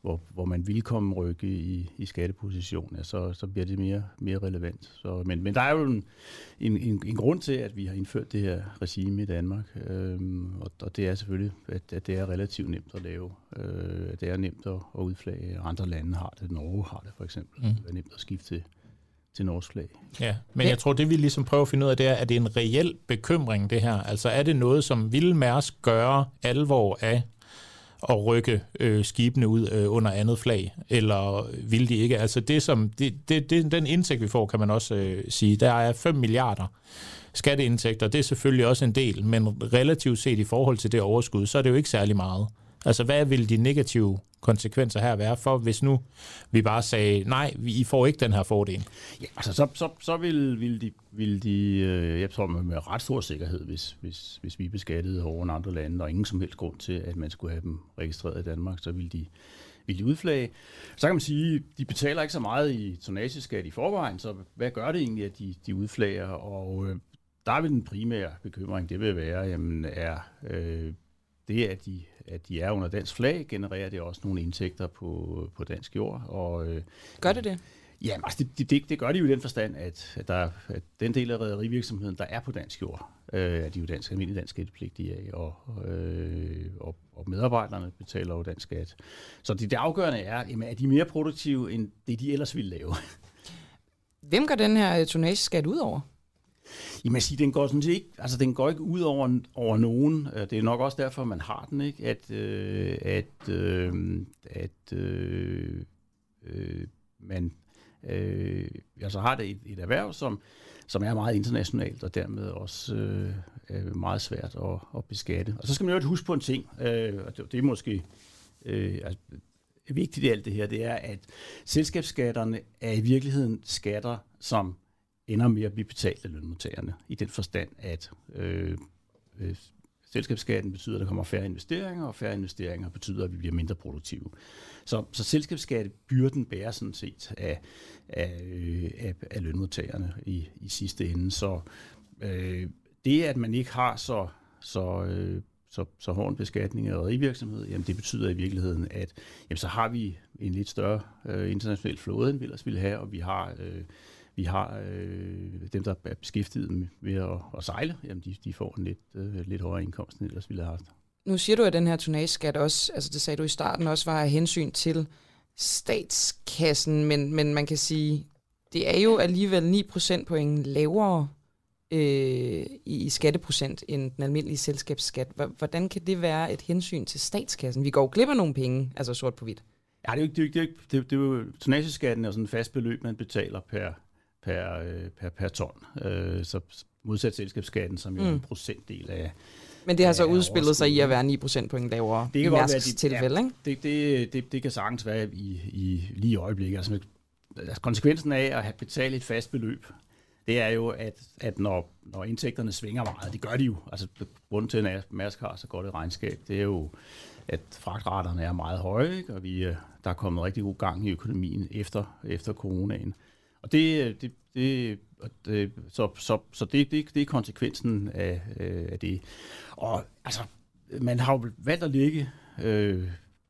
hvor, hvor man vil komme rykke i, i skatteposition, ja, så, så bliver det mere, mere relevant. Så, men, men der er jo en, en, en, en grund til, at vi har indført det her regime i Danmark, øhm, og, og det er selvfølgelig, at, at det er relativt nemt at lave. Øh, det er nemt at, at udflage. Andre lande har det. Norge har det for eksempel. Mm. Det er nemt at skifte til, til norsk flag. Ja, men jeg tror, det vi ligesom prøver at finde ud af, det er, er det en reel bekymring, det her? Altså er det noget, som vil Mærsk gøre alvor af at rykke øh, skibene ud øh, under andet flag, eller vil de ikke? Altså det som, det, det, det, den indtægt, vi får, kan man også øh, sige, der er fem milliarder skatteindtægter, det er selvfølgelig også en del, men relativt set i forhold til det overskud, så er det jo ikke særlig meget. Altså hvad vil de negative konsekvenser her være for, hvis nu vi bare sagde, nej, I får ikke den her fordel? Ja, altså så, så, så vil, vil de, vil de øh, jeg tror med ret stor sikkerhed, hvis, hvis, hvis vi beskattede hårdere end andre lande, og ingen som helst grund til, at man skulle have dem registreret i Danmark, så vil de, vil de udflage. Så kan man sige, de betaler ikke så meget i tonnageskat i forvejen, så hvad gør det egentlig, at de, de udflager? Og øh, der vil den primære bekymring, det vil være, jamen er øh, det, at de at de er under dansk flag, genererer det også nogle indtægter på, på dansk jord. Og, øh, gør det det? Ja, altså det, det, det gør de jo i den forstand, at, at, der, at den del af rederivirksomheden, der er på dansk jord, øh, er de jo dansk, almindelig dansk skattepligtige af, og, øh, og, og medarbejderne betaler jo dansk skat. Så det, det afgørende er, jamen, er de mere produktive, end det de ellers ville lave? Hvem går den her tonnageskat ud over? Jamen, sige, den går sådan set ikke, altså den går ikke ud over, over nogen. Det er nok også derfor, man har den, ikke? At, øh, at, øh, at øh, øh, man øh, altså har det et, et erhverv, som, som er meget internationalt, og dermed også øh, er meget svært at, at beskatte. Og så skal man jo huske på en ting, øh, og det, det er måske øh, altså, vigtigt i alt det her, det er, at selskabsskatterne er i virkeligheden skatter, som ender med at blive betalt af lønmodtagerne, i den forstand, at øh, øh, selskabsskatten betyder, at der kommer færre investeringer, og færre investeringer betyder, at vi bliver mindre produktive. Så, så selskabsskattebyrden bærer sådan set af, af, øh, af, af lønmodtagerne i, i sidste ende. Så øh, det, at man ikke har så, så, øh, så, så hård en beskatning af rederivirksomhed, jamen det betyder i virkeligheden, at jamen, så har vi en lidt større øh, international flåde, end vi ellers ville have, og vi har øh, Vi har øh, dem, der er beskæftiget med at, at sejle, jamen de, de får en lidt, øh, lidt højere indkomst, end ellers ville have haft. Nu siger du, at den her tonnageskat også, altså det sagde du i starten, også var af hensyn til statskassen, men, men man kan sige, det er jo alligevel ni procentpoint lavere øh, i skatteprocent end den almindelige selskabsskat. Hvordan kan det være et hensyn til statskassen? Vi går jo glip af nogle penge, altså sort på hvidt. Ja, det er jo ikke, det er jo ikke, det er, det er jo, tonnageskatten er sådan en fast beløb, man betaler per per, per, per ton. Øh, så modsat selskabsskatten, som jo er mm. en procentdel af... Men det har så udspillet sig i at være ni procentpoint lavere det i Mærsks tilfælde, ikke? Det, det, det, det kan sagtens være i, i lige i øjeblikket. Altså, altså, konsekvensen af at have betalt et fast beløb, det er jo, at, at når, når indtægterne svinger meget, det gør de jo. Altså, grunden til, at Mærsk har så godt et regnskab, det er jo, at fragtraterne er meget høje, ikke? Og vi, der er kommet rigtig god gang i økonomien efter, efter coronaen. Og det, det, det, det så, så, så det, det, det er konsekvensen af, af det. Og altså, man har jo valgt at lægge øh,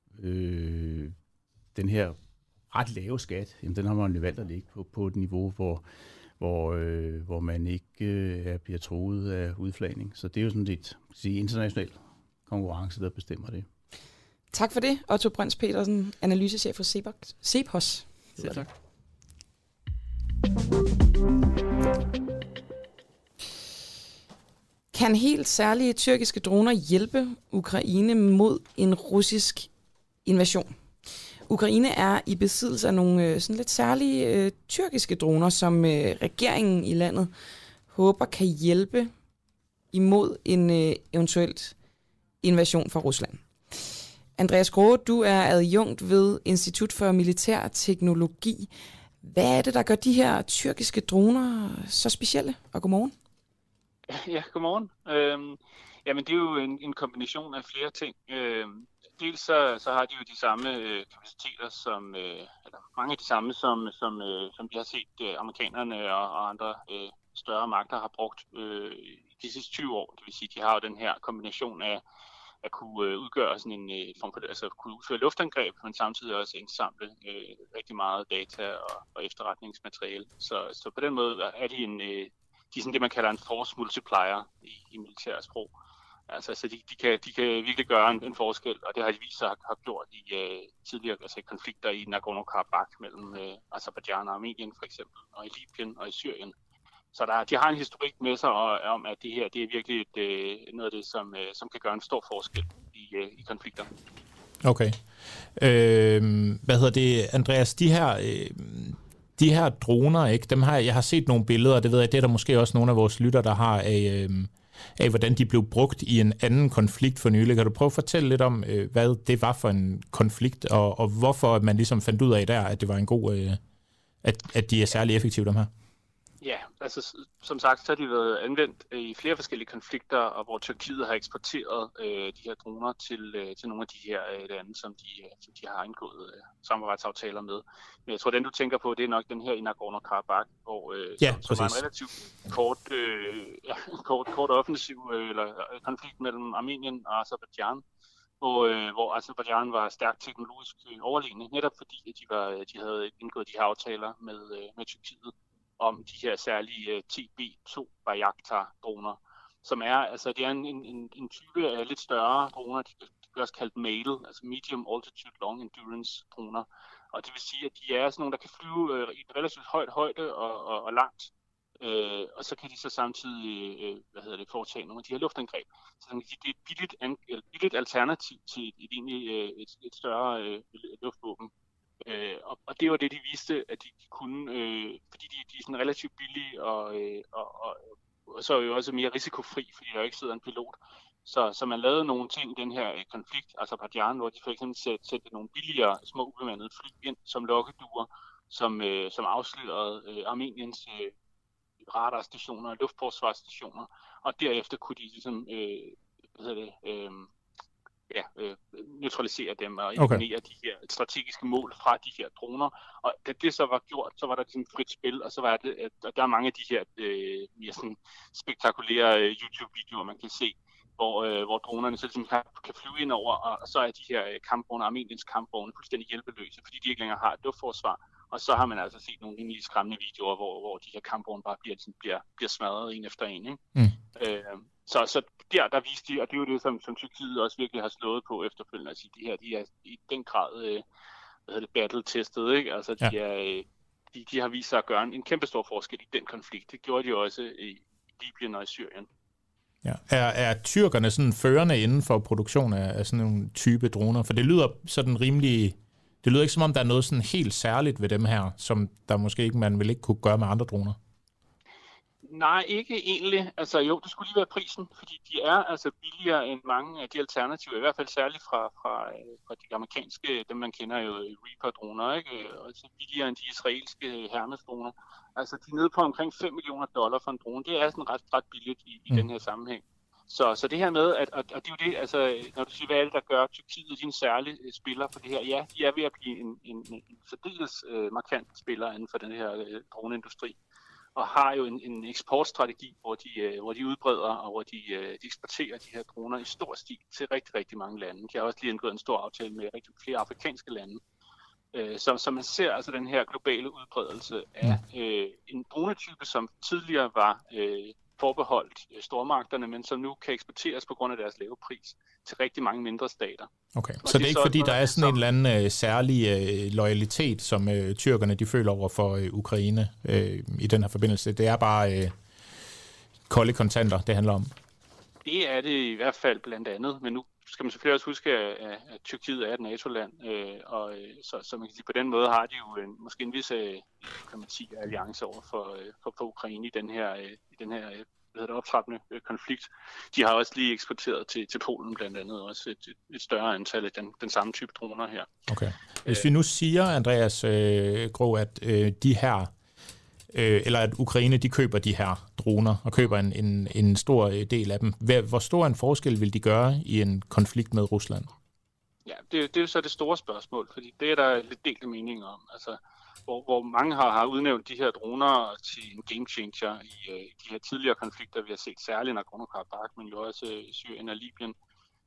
øh, den her ret lave skat, jamen, den har man jo valgt at lægge på, på et niveau, hvor, hvor, øh, hvor man ikke øh, bliver truet af udflagning. Så det er jo sådan lidt sige, international konkurrence, der bestemmer det. Tak for det, Otto Brøns Petersen, analysechef for Cepos. Selv tak. Kan helt særlige tyrkiske droner hjælpe Ukraine mod en russisk invasion? Ukraine er i besiddelse af nogle sådan lidt særlige øh, tyrkiske droner, som øh, regeringen i landet håber kan hjælpe imod en øh, eventuelt invasion fra Rusland. Andreas Grohe, du er adjunkt ved Institut for Militær Teknologi. Hvad er det, der gør de her tyrkiske droner så specielle? Og godmorgen. Ja, godmorgen. Øhm, jamen, det er jo en, en kombination af flere ting. Øhm, dels så, så har de jo de samme øh, kapaciteter, som, øh, eller mange af de samme, som, som, øh, som vi har set øh, amerikanerne og, og andre øh, større magter har brugt øh, de sidste tyve år. Det vil sige, de har jo den her kombination af, at kunne øh, udgøre sådan en øh, form for, altså kunne udføre luftangreb, men samtidig også indsamle øh, rigtig meget data og, og efterretningsmateriale. Så, så på den måde er de en, øh, de er sådan det, man kalder en force multiplier i, i militært sprog. Altså, så de, de, kan, de kan virkelig gøre en, en forskel, og det har de vist sig at have gjort i øh, tidligere altså, konflikter i Nagorno-Karabakh mellem øh, Aserbajdsjan og Armenien for eksempel, og i Libyen og i Syrien. Så der, de har en historik med sig om, at det her det er virkelig et, øh, noget af det, som, øh, som kan gøre en stor forskel i, øh, i konflikter. Okay. Øh, hvad hedder det, Andreas? De her, øh, de her droner, ikke? Dem har, jeg har set nogle billeder, og det ved jeg, det er der måske også nogle af vores lytter, der har af... Øh, af, hvordan de blev brugt i en anden konflikt for nylig. Kan du prøve at fortælle lidt om, hvad det var for en konflikt, og, og hvorfor man ligesom fandt ud af der, at det var en god, at, at de er særlig effektive, dem her? Ja, altså som sagt, så har de været anvendt i flere forskellige konflikter, og hvor Tyrkiet har eksporteret øh, de her droner til, øh, til nogle af de her øh, lande, som de, øh, som de har indgået øh, samarbejdsaftaler med. Men jeg tror, den du tænker på, det er nok den her i Nagorno-Karabakh, hvor øh, ja, som, som var en relativt kort, øh, ja, kort, kort offensiv øh, eller konflikt mellem Armenien og Aserbajdsjan, hvor, øh, hvor Aserbajdsjan var stærkt teknologisk øh, overlegne, netop fordi at de, var, de havde indgået de her aftaler med, øh, med Tyrkiet om de her særlige uh, T B to Bayraktar-droner, som er, altså det er en, en, en type af lidt større droner, de bliver også kaldt MALE, altså Medium Altitude Long Endurance droner, og det vil sige, at de er sådan nogle, der kan flyve uh, i et relativt højt højde og, og, og langt, uh, og så kan de så samtidig, uh, hvad hedder det, foretage nogle af de her luftangreb. Så det er et billigt, an, et billigt alternativ til et, et, egentlig, uh, et, et større uh, luftvåben. Øh, og, og det var det, de viste, at de, de kunne, øh, fordi de, de er sådan relativt billige, og, øh, og, og, og så er jo også mere risikofri, fordi der jo ikke sidder en pilot. Så, så man lavede nogle ting i den her øh, konflikt, altså Aserbajdsjan, hvor de for eksempel sætte, sætte nogle billigere, små ubemandede fly ind som lokkeduer, som, øh, som afslørede øh, Armeniens øh, radarstationer og luftforsvarsstationer, og derefter kunne de ligesom, øh, hvad hedder det, øh, ja, øh, neutralisere dem og eliminere okay. de her strategiske mål fra de her droner. Og da det så var gjort, så var der ligesom frit spil, og så var det, at der er mange af de her øh, mere sådan spektakulære øh, YouTube-videoer, man kan se, hvor, øh, hvor dronerne så ligesom kan, kan flyve ind over, og, og så er de her kampvogne, Armeniens kampvogne, fuldstændig hjælpeløse, fordi de ikke længere har et luftforsvar. Og så har man altså set nogle rimelig skræmmende videoer, hvor, hvor de her kampvogne bare bliver, sådan, bliver, bliver smadret en efter en. Ikke? Mm. Øh, så, så der, der viste de, og det er jo det, som, som Tyrkiet også virkelig har slået på efterfølgende, at sige, de her, de er i den grad, øh, hvad hedder det, battle-testet, ikke? Altså, de, ja. er, de, de har vist sig at gøre en, en kæmpe stor forskel i den konflikt. Det gjorde de også i Libyen og i Syrien. Ja. Er, er tyrkerne sådan førende inden for produktion af, af sådan nogle type droner? For det lyder sådan rimelig... Det lyder ikke som om, der er noget sådan helt særligt ved dem her, som der måske ikke man vil ikke kunne gøre med andre droner. Nej, ikke egentlig. Altså jo, det skulle lige være prisen, fordi de er altså billigere end mange af de alternativer, i hvert fald særligt fra, fra, fra de amerikanske, dem man kender jo, Reaper-droner, ikke? Og så billigere end de israelske Hermes-droner. Altså de er nede på omkring fem millioner dollar for en drone. Det er sådan ret, ret billigt i, i mm. den her sammenhæng. Så, så det her med, at, og, og det er jo det, altså, når du siger, hvad er det, der gør Tyrkiet til en særlig spiller for det her? Ja, de er ved at blive en, en, en særdeles øh, markant spiller inden for den her øh, droneindustri, og har jo en, en eksportstrategi, hvor de, øh, hvor de udbreder, og hvor de, øh, de eksporterer de her droner i stor stil til rigtig, rigtig mange lande. De har også lige indgået en stor aftale med rigtig flere afrikanske lande. Øh, så, så man ser altså den her globale udbredelse af øh, en dronetype, som tidligere var... Øh, forbeholdt stormagterne, men som nu kan eksporteres på grund af deres lave pris til rigtig mange mindre stater. Okay, så det er ikke fordi, der er sådan en eller anden uh, særlig uh, loyalitet, som uh, tyrkerne de føler over for uh, Ukraine uh, i den her forbindelse. Det er bare uh, kolde kontanter, det handler om. Det er det i hvert fald blandt andet, men nu skal man selvfølgelig også huske, at, at Tyrkiet er et NATO-land, øh, og så, så man kan sige, på den måde har de jo en, måske en vis øh, kan man sige, alliance over for, øh, for, for Ukraine i den her, øh, i den her øh, hvad hedder det, optrappende øh, konflikt. De har også lige eksporteret til, til Polen blandt andet også et, et, et større antal af den, den samme type droner her. Okay. Hvis vi nu siger, Andreas øh, Grå, at øh, de her Øh, eller at Ukraine de køber de her droner og køber en, en, en stor del af dem. Hvor stor en forskel vil de gøre i en konflikt med Rusland? Ja, det, det er jo så det store spørgsmål, fordi det er der lidt delte meninger om. Altså, hvor, hvor mange har, har udnævnt de her droner til en game changer i, uh, i de her tidligere konflikter, vi har set særligt i Nagorno-Karabakh, men jo også i Syrien og Libyen.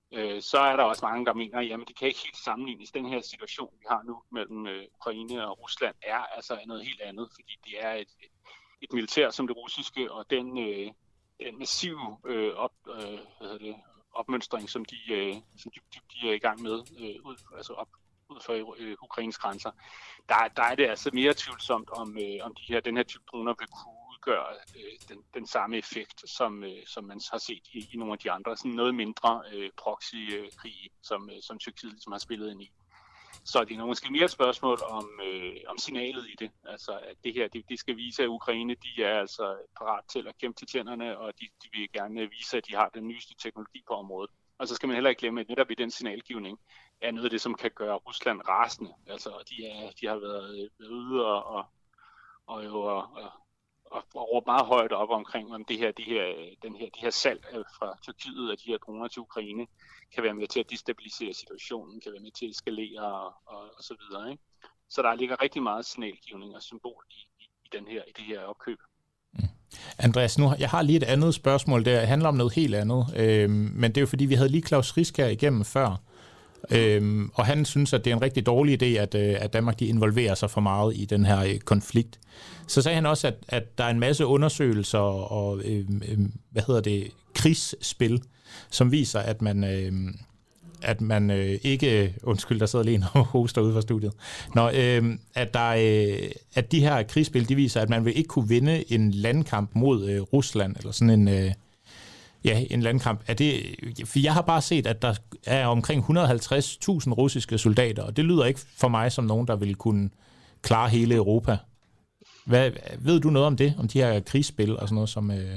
øh, så er der også mange, der mener, jamen det kan ikke helt sammenlignes. Den her situation, vi har nu mellem øh, Ukraine og Rusland, er altså noget helt andet, fordi det er et, et militær som det russiske, og den, øh, den massive øh, op, øh, hvad hedder det, opmønstring, som de, øh, som de, de, de er i gang med, øh, ud, altså op ud for øh, Ukraines grænser, der, der er det altså mere tvivlsomt, om, øh, om de her, den her type droner vil kunne udgøre øh, den, den samme effekt, som, øh, som man har set i, i nogle af de andre, sådan noget mindre øh, proxy-krige, som, øh, som Tyrkiet ligesom har spillet ind i. Så det er måske mere et spørgsmål om, øh, om signalet i det. Altså, at det her, det, det skal vise, at Ukraine, de er altså parat til at kæmpe til tænderne, og de, de vil gerne vise, at de har den nyeste teknologi på området. Og så skal man heller ikke glemme, at netop i den signalgivning er noget af det, som kan gøre Rusland rasende. Altså, de, er, de har været, været ude og, og, og, og, og, og, og råbt meget højt op omkring, om det her, det her, den her, det her salg fra Tyrkiet af de her droner til Ukraine kan være med til at destabilisere situationen, kan være med til at eskalere og, og, og så videre. Ikke? Så der ligger rigtig meget signalgivning og symbol i, i, i, den her, i det her opkøb. Andreas, nu, jeg har lige et andet spørgsmål, der handler om noget helt andet, øhm, men det er jo fordi, vi havde lige Claus Risk her igennem før, øhm, og han synes, at det er en rigtig dårlig idé, at, øh, at Danmark de involverer sig for meget i den her øh, konflikt. Så sagde han også, at, at der er en masse undersøgelser og øh, øh, hvad hedder det, krigsspil, som viser, at man... Øh, at man øh, ikke, undskyld, der sidder lige en og hoster ude fra studiet, Nå, øh, at, der, øh, at de her krigsspil, de viser, at man vil ikke kunne vinde en landkamp mod øh, Rusland, eller sådan en, øh, ja, en landkamp. Er det, for jeg har bare set, at der er omkring et hundrede og halvtreds tusind russiske soldater, og det lyder ikke for mig som nogen, der vil kunne klare hele Europa. Hvad, ved du noget om det, om de her krigsspil og sådan noget, som... Øh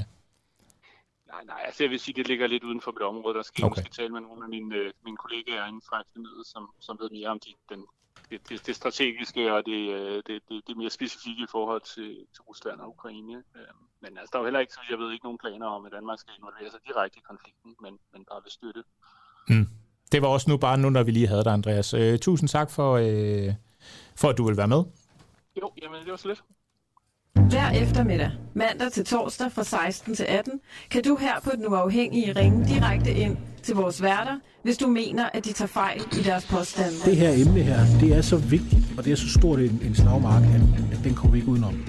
Nej, nej, altså jeg vil sige, det ligger lidt uden for mit område. Der skal okay. jeg tale med nogle af mine, mine kollegaer inden for akademiet, som, som ved mere om de, den, det, det strategiske og det, det, det, det mere specifikke i forhold til, til Rusland og Ukraine. Men altså, der er jo heller ikke, så jeg ved ikke, nogen planer om, at Danmark skal involvere sig direkte i konflikten, men, men bare vil støtte. Mm. Det var også nu bare nu, når vi lige havde dig, Andreas. Uh, tusind tak for, uh, for, at du vil være med. Jo, jamen det var så lidt. Hver eftermiddag, mandag til torsdag fra seksten til atten, kan du her på Den Uafhængige ringe direkte ind til vores værter, hvis du mener, at de tager fejl i deres påstande. Det her emne her, det er så vigtigt, og det er så stort en, en slagmark, at, at den kommer vi ikke udenom.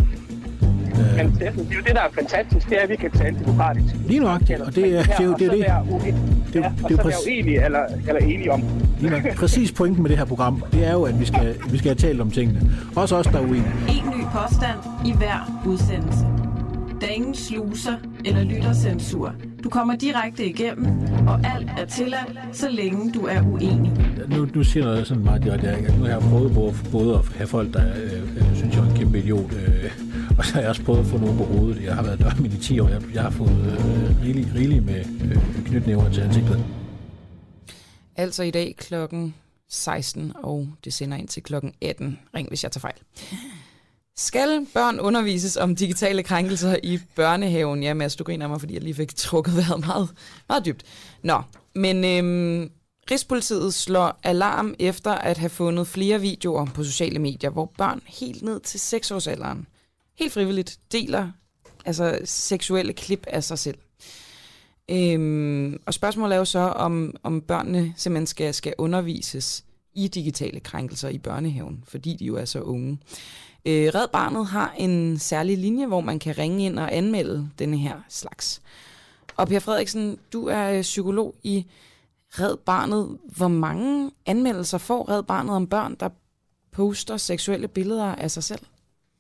Men det er jo det, der er fantastisk, det er, at vi kan tale demokratisk. Lige nok, og det er det. Er, det, er det. Det, ja, og så være uenige eller, eller enige om. Lige nok. Præcis pointen med det her program, det er jo, at vi skal, vi skal have talt om tingene. Også os, der er uenige. En ny påstand i hver udsendelse. Der er ingen sluser eller lyttercensur. Du kommer direkte igennem, og alt er tilladt, så længe du er uenig. Nu, nu siger noget sådan meget direkte, at nu har jeg prøvet både, både at have folk, der øh, synes, jeg er en kæmpe idiot, øh, og så har jeg også prøvet at få nogen på hovedet. Jeg har været dørmænd i ti år, jeg, jeg har fået øh, rigeligt rigelig med øh, knytnæver til ansigtet. Altså i dag klokken seksten, og det sender ind til klokken atten. Ring, hvis jeg tager fejl. Skal børn undervises om digitale krænkelser i børnehaven? Ja, Mads, du griner mig, fordi jeg lige fik trukket vejret meget, meget dybt. Nå, men øhm, Rigspolitiet slår alarm efter at have fundet flere videoer på sociale medier, hvor børn helt ned til seksårsalderen helt frivilligt deler altså seksuelle klip af sig selv. Øhm, og spørgsmålet er jo så, om, om børnene simpelthen skal, skal undervises i digitale krænkelser i børnehaven, fordi de jo er så unge. Øh, Red Barnet har en særlig linje, hvor man kan ringe ind og anmelde denne her slags. Og Per Frederiksen, du er psykolog i Red Barnet. Hvor mange anmeldelser får Red Barnet om børn, der poster seksuelle billeder af sig selv?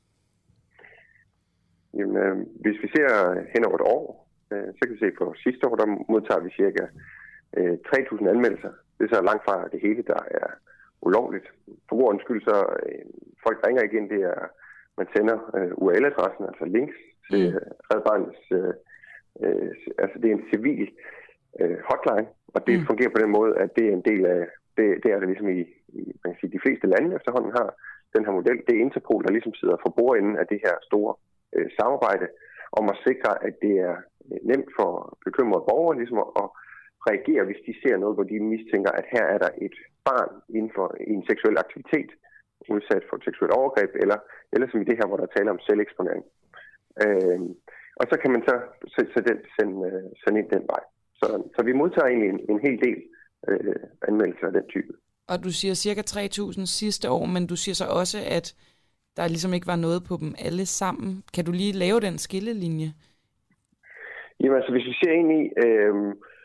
Jamen, øh, hvis vi ser hen over et år, øh, så kan vi se på sidste år, der modtager vi cirka øh, tre tusind anmeldelser. Det er så langt fra det hele, der er ulovligt. For ordens skyld, så øh, folk ringer igen, det er, man sender øh, U R L-adressen, altså links til mm. Red Barnets, øh, øh, altså det er en civil øh, hotline, og det mm. fungerer på den måde, at det er en del af, det, det er det ligesom i, i man kan sige, de fleste lande efterhånden har den her model. Det er Interpol, der ligesom sidder for bordenden af det her store øh, samarbejde, om at sikre, at det er nemt for bekymrede borgere ligesom at, at reagere, hvis de ser noget, hvor de mistænker, at her er der et barn inden for i en seksuel aktivitet, udsat for et seksuelt overgreb, eller, eller som i det her, hvor der taler om selveksponering. Øh, og så kan man så, så, så den, sende, sende ind den vej. Så, så vi modtager egentlig en, en hel del øh, anmeldelser af den type. Og du siger cirka tre tusind sidste år, men du siger så også, at der ligesom ikke var noget på dem alle sammen. Kan du lige lave den skillelinje? Jamen altså, hvis vi ser ind i... Øh,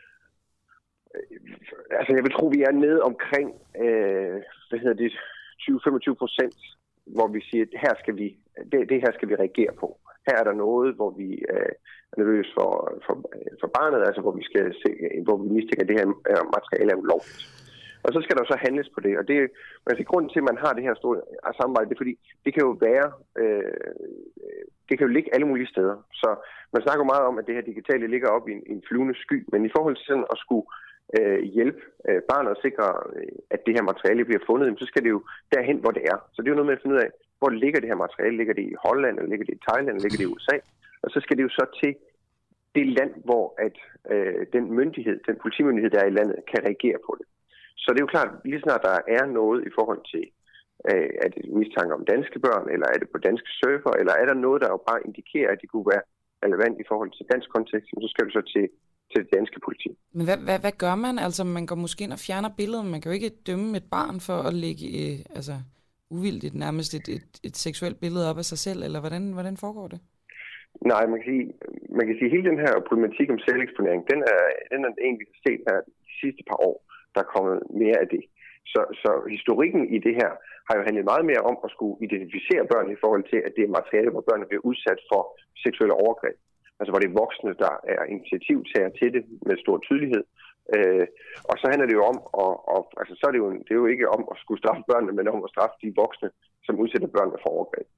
altså, jeg vil tro, vi er nede omkring, øh, hvad hedder det, tyve til femogtyve procent, hvor vi siger, at her skal vi, det, det her skal vi reagere på. Her er der noget, hvor vi øh, er nervøse for, for, for barnet, altså hvor vi skal se, hvor vi mistænker, at det her materiale er ulovligt. Og så skal der så handles på det. Og det er altså grunden til, at man har det her store samarbejde, det er fordi, det kan jo være, øh, det kan jo ligge alle mulige steder. Så man snakker meget om, at det her digitale ligger op i en, en flyvende sky, men i forhold til sådan at skulle øh, hjælpe øh, barnet og sikre, at det her materiale bliver fundet, så skal det jo derhen, hvor det er. Så det er jo noget med at finde ud af, hvor ligger det her materiale? Ligger det i Holland, eller ligger det i Thailand, eller ligger det i U S A? Og så skal det jo så til det land, hvor at, øh, den myndighed, den politimyndighed, der er i landet, kan reagere på det. Så det er jo klart, lige snart der er noget i forhold til, øh, er det mistanke om danske børn, eller er det på danske surfer, eller er der noget, der jo bare indikerer, at det kunne være relevant i forhold til dansk kontekst, så skal du så til, til det danske politi. Men hvad, hvad, hvad gør man? Altså, man går måske ind og fjerner billedet, men man kan jo ikke dømme et barn for at lægge øh, altså, uvildigt nærmest et, et, et seksuelt billede op af sig selv, eller hvordan, hvordan foregår det? Nej, man kan sige, man kan sige, hele den her problematik om selveksponering, den er, den er en, vi har set her de sidste par år. Der er kommet mere af det. Så, så historikken i det her har jo handlet meget mere om at skulle identificere børn i forhold til, at det er materiale, hvor børnene bliver udsat for seksuelle overgreb. Altså hvor det er voksne, der er initiativtager til det med stor tydelighed. Øh, og så handler det jo om, og, og, altså så er det jo, det er jo ikke om at skulle straffe børnene, men om at straffe de voksne, som udsætter børnene for overgreb.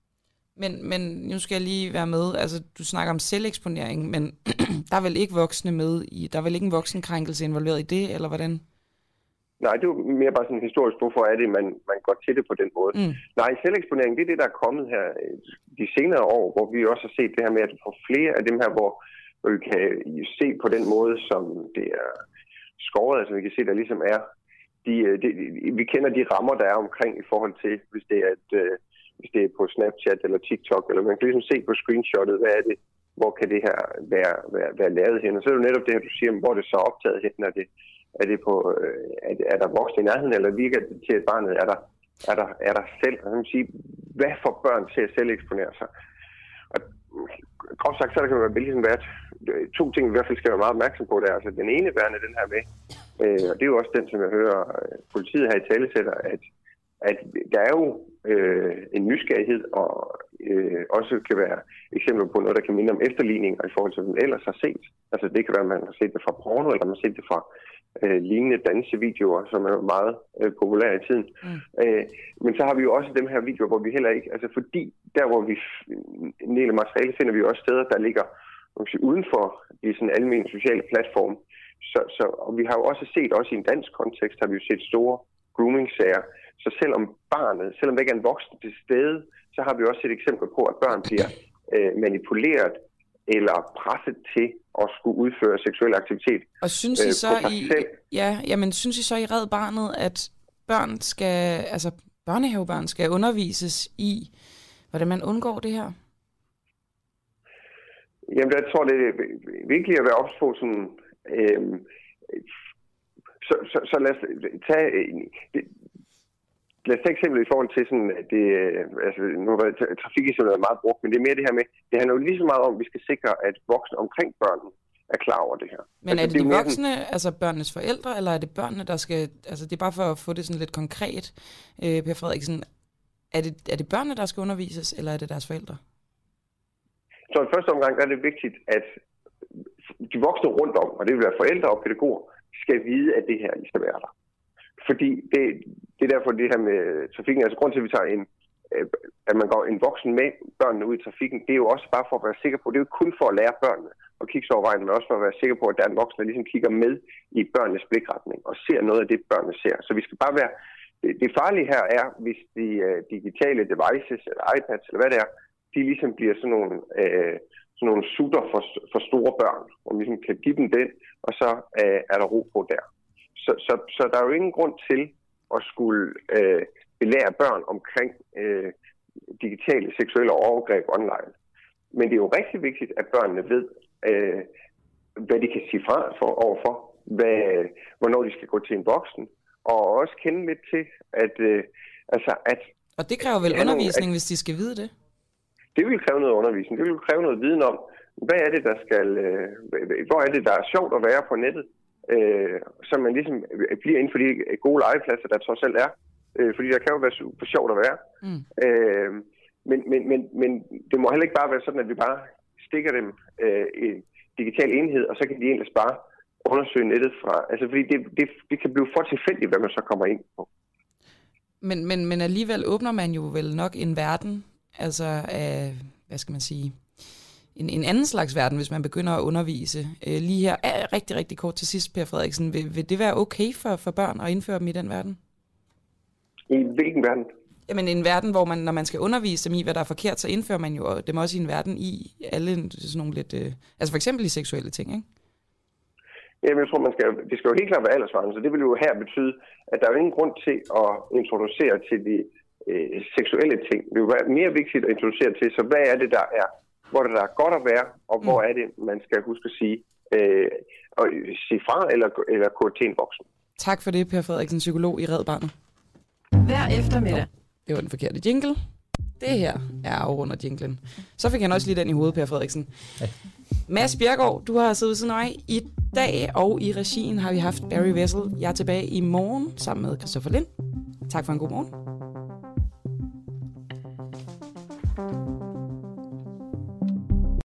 Men, men nu skal jeg lige være med, altså du snakker om selveksponering, men der er vel ikke voksne med i, der er vel ikke en voksenkrænkelse involveret i det, eller hvordan? Nej, det er jo mere bare sådan historisk, hvorfor er det, man, man går til det på den måde. Mm. Nej, selveksponering, det er det, der er kommet her de senere år, hvor vi også har set det her med, at vi får flere af dem her, hvor, hvor vi kan se på den måde, som det er skåret, altså vi kan se, der ligesom er, de, de, vi kender de rammer, der er omkring i forhold til, hvis det er, et, hvis det er på Snapchat eller TikTok, eller man kan ligesom se på screenshottet, hvad er det, hvor kan det her være, være, være lavet hen. Og så er det jo netop det her, du siger, hvor det så er optaget hen, er det Er, det på, er, det, er der voksne i nærheden, eller virker det til, at barnet er der, er der, er der selv? Og så kan man sige, hvad får børn til at selv eksponere sig? Og groft sagt, så der kan jo ligesom være to ting, vi i hvert fald skal være meget opmærksom på der. Altså den ene værende den her med, øh, og det er jo også den, som jeg hører politiet her i talesætter, at, at der er jo øh, en nysgerrighed, og øh, også kan være eksempler på noget, der kan minde om efterligninger i forhold til, hvad man ellers har set. Altså det kan være, at man har set det fra porno, eller man har set det fra øh, lignende dansevideoer, som er meget øh, populære i tiden. Mm. Øh, men så har vi jo også dem her videoer, hvor vi heller ikke, altså fordi der, hvor vi en del af materiale finder vi jo også steder, der ligger sige, uden for de sådan almindelige sociale platforme. Så, så, og vi har jo også set, også i en dansk kontekst, har vi jo set store grooming-sager. Så selvom barnet, selvom der ikke er en voksen til stede, så har vi også set eksempler på, at børn bliver øh, manipuleret eller presset til at skulle udføre seksuel aktivitet. Og synes I så øh, i ja, jamen synes I så i Red Barnet, at børn skal, altså børnehavebørn skal undervises i, hvordan man undgår det her? Jamen, jeg tror, det er vigtigt at være ops på sådan. Øh, så, så, så lad os tage det, Lad os tage eksempel i forhold til sådan, at det, altså, nu har trafik er meget brugt, men det er mere det her med, det handler jo lige så meget om, at vi skal sikre, at voksne omkring børnene er klar over det her. Men altså, er det, det de voksne, sådan, altså børnenes forældre, eller er det børnene, der skal, altså det er bare for at få det sådan lidt konkret, øh, Per Frederiksen, er det, er det børnene, der skal undervises, eller er det deres forældre? Så i første omgang er det vigtigt, at de voksne rundt om, og det vil være forældre og pædagoger, skal vide, at det her lige skal være der. Fordi det, det er derfor det her med trafikken, altså grund til, at vi tager en, at man går en voksen med børnene ud i trafikken, det er jo også bare for at være sikker på, det er jo ikke kun for at lære børnene at kigge sig over vejen, men også for at være sikker på, at der er en voksen, der ligesom kigger med i børnenes blikretning og ser noget af det, børnene ser. Så vi skal bare være, det farlige her er, hvis de digitale devices, eller iPads, eller hvad det er, de ligesom bliver sådan nogle, øh, sådan nogle sutter for, for store børn, hvor man ligesom kan give dem den, og så øh, er der ro på der. Så, så, så der er jo ingen grund til at skulle øh, belære børn omkring øh, digitale seksuelle overgreb online. Men det er jo rigtig vigtigt, at børnene ved, øh, hvad de kan sige fra for, overfor, hvad, hvornår de skal gå til en voksen, og også kende lidt til, at... Øh, altså, at og det kræver vel undervisning, nogle, at, hvis de skal vide det? Det vil kræve noget undervisning. Det vil kræve noget viden om, hvad er det, der skal... Øh, hvor er det, der er sjovt at være på nettet, øh, så man ligesom bliver inden for de gode legepladser, der trods alt er. Øh, fordi der kan jo være super sjovt at være. Mm. Øh, men, men, men, men det må heller ikke bare være sådan, at vi bare stikker dem øh, i en digital enhed, og så kan de egentlig bare undersøge nettet fra. Altså, fordi det, det, det kan blive for tilfældigt, hvad man så kommer ind på. Men, men, men alligevel åbner man jo vel nok en verden, altså af, hvad skal man sige, en, en anden slags verden, hvis man begynder at undervise. Øh, lige her, er rigtig, rigtig kort til sidst, Per Frederiksen, vil, vil det være okay for, for børn at indføre dem i den verden? I hvilken verden? Jamen en verden, hvor man, når man skal undervise dem i, hvad der er forkert, så indfører man jo dem også i en verden i alle sådan nogle lidt, øh, altså for eksempel i seksuelle ting, ikke? Jamen, jeg tror, man skal, det skal jo helt klart være aldersvarende, så det vil jo her betyde, at der er jo ingen grund til at introducere til de øh, seksuelle ting. Det vil være mere vigtigt at introducere til, så hvad er det, der er, hvor det der er godt at være, og mm. hvor er det, man skal huske at sige, øh, og sige fra eller, eller gå til en voksen. Tak for det, Per Frederiksen, psykolog i Red Barnet. Hver eftermiddag. Det var den forkerte jingle. Det her er afrunder jinglen. Så fik han også lige den i hovedet, Per Frederiksen. Hey. Mads Bjergård, du har siddet ved siden af mig i dag, og i regien har vi haft Barry Vessel. Jeg er tilbage i morgen sammen med Christoffer Lind. Tak for en god morgen.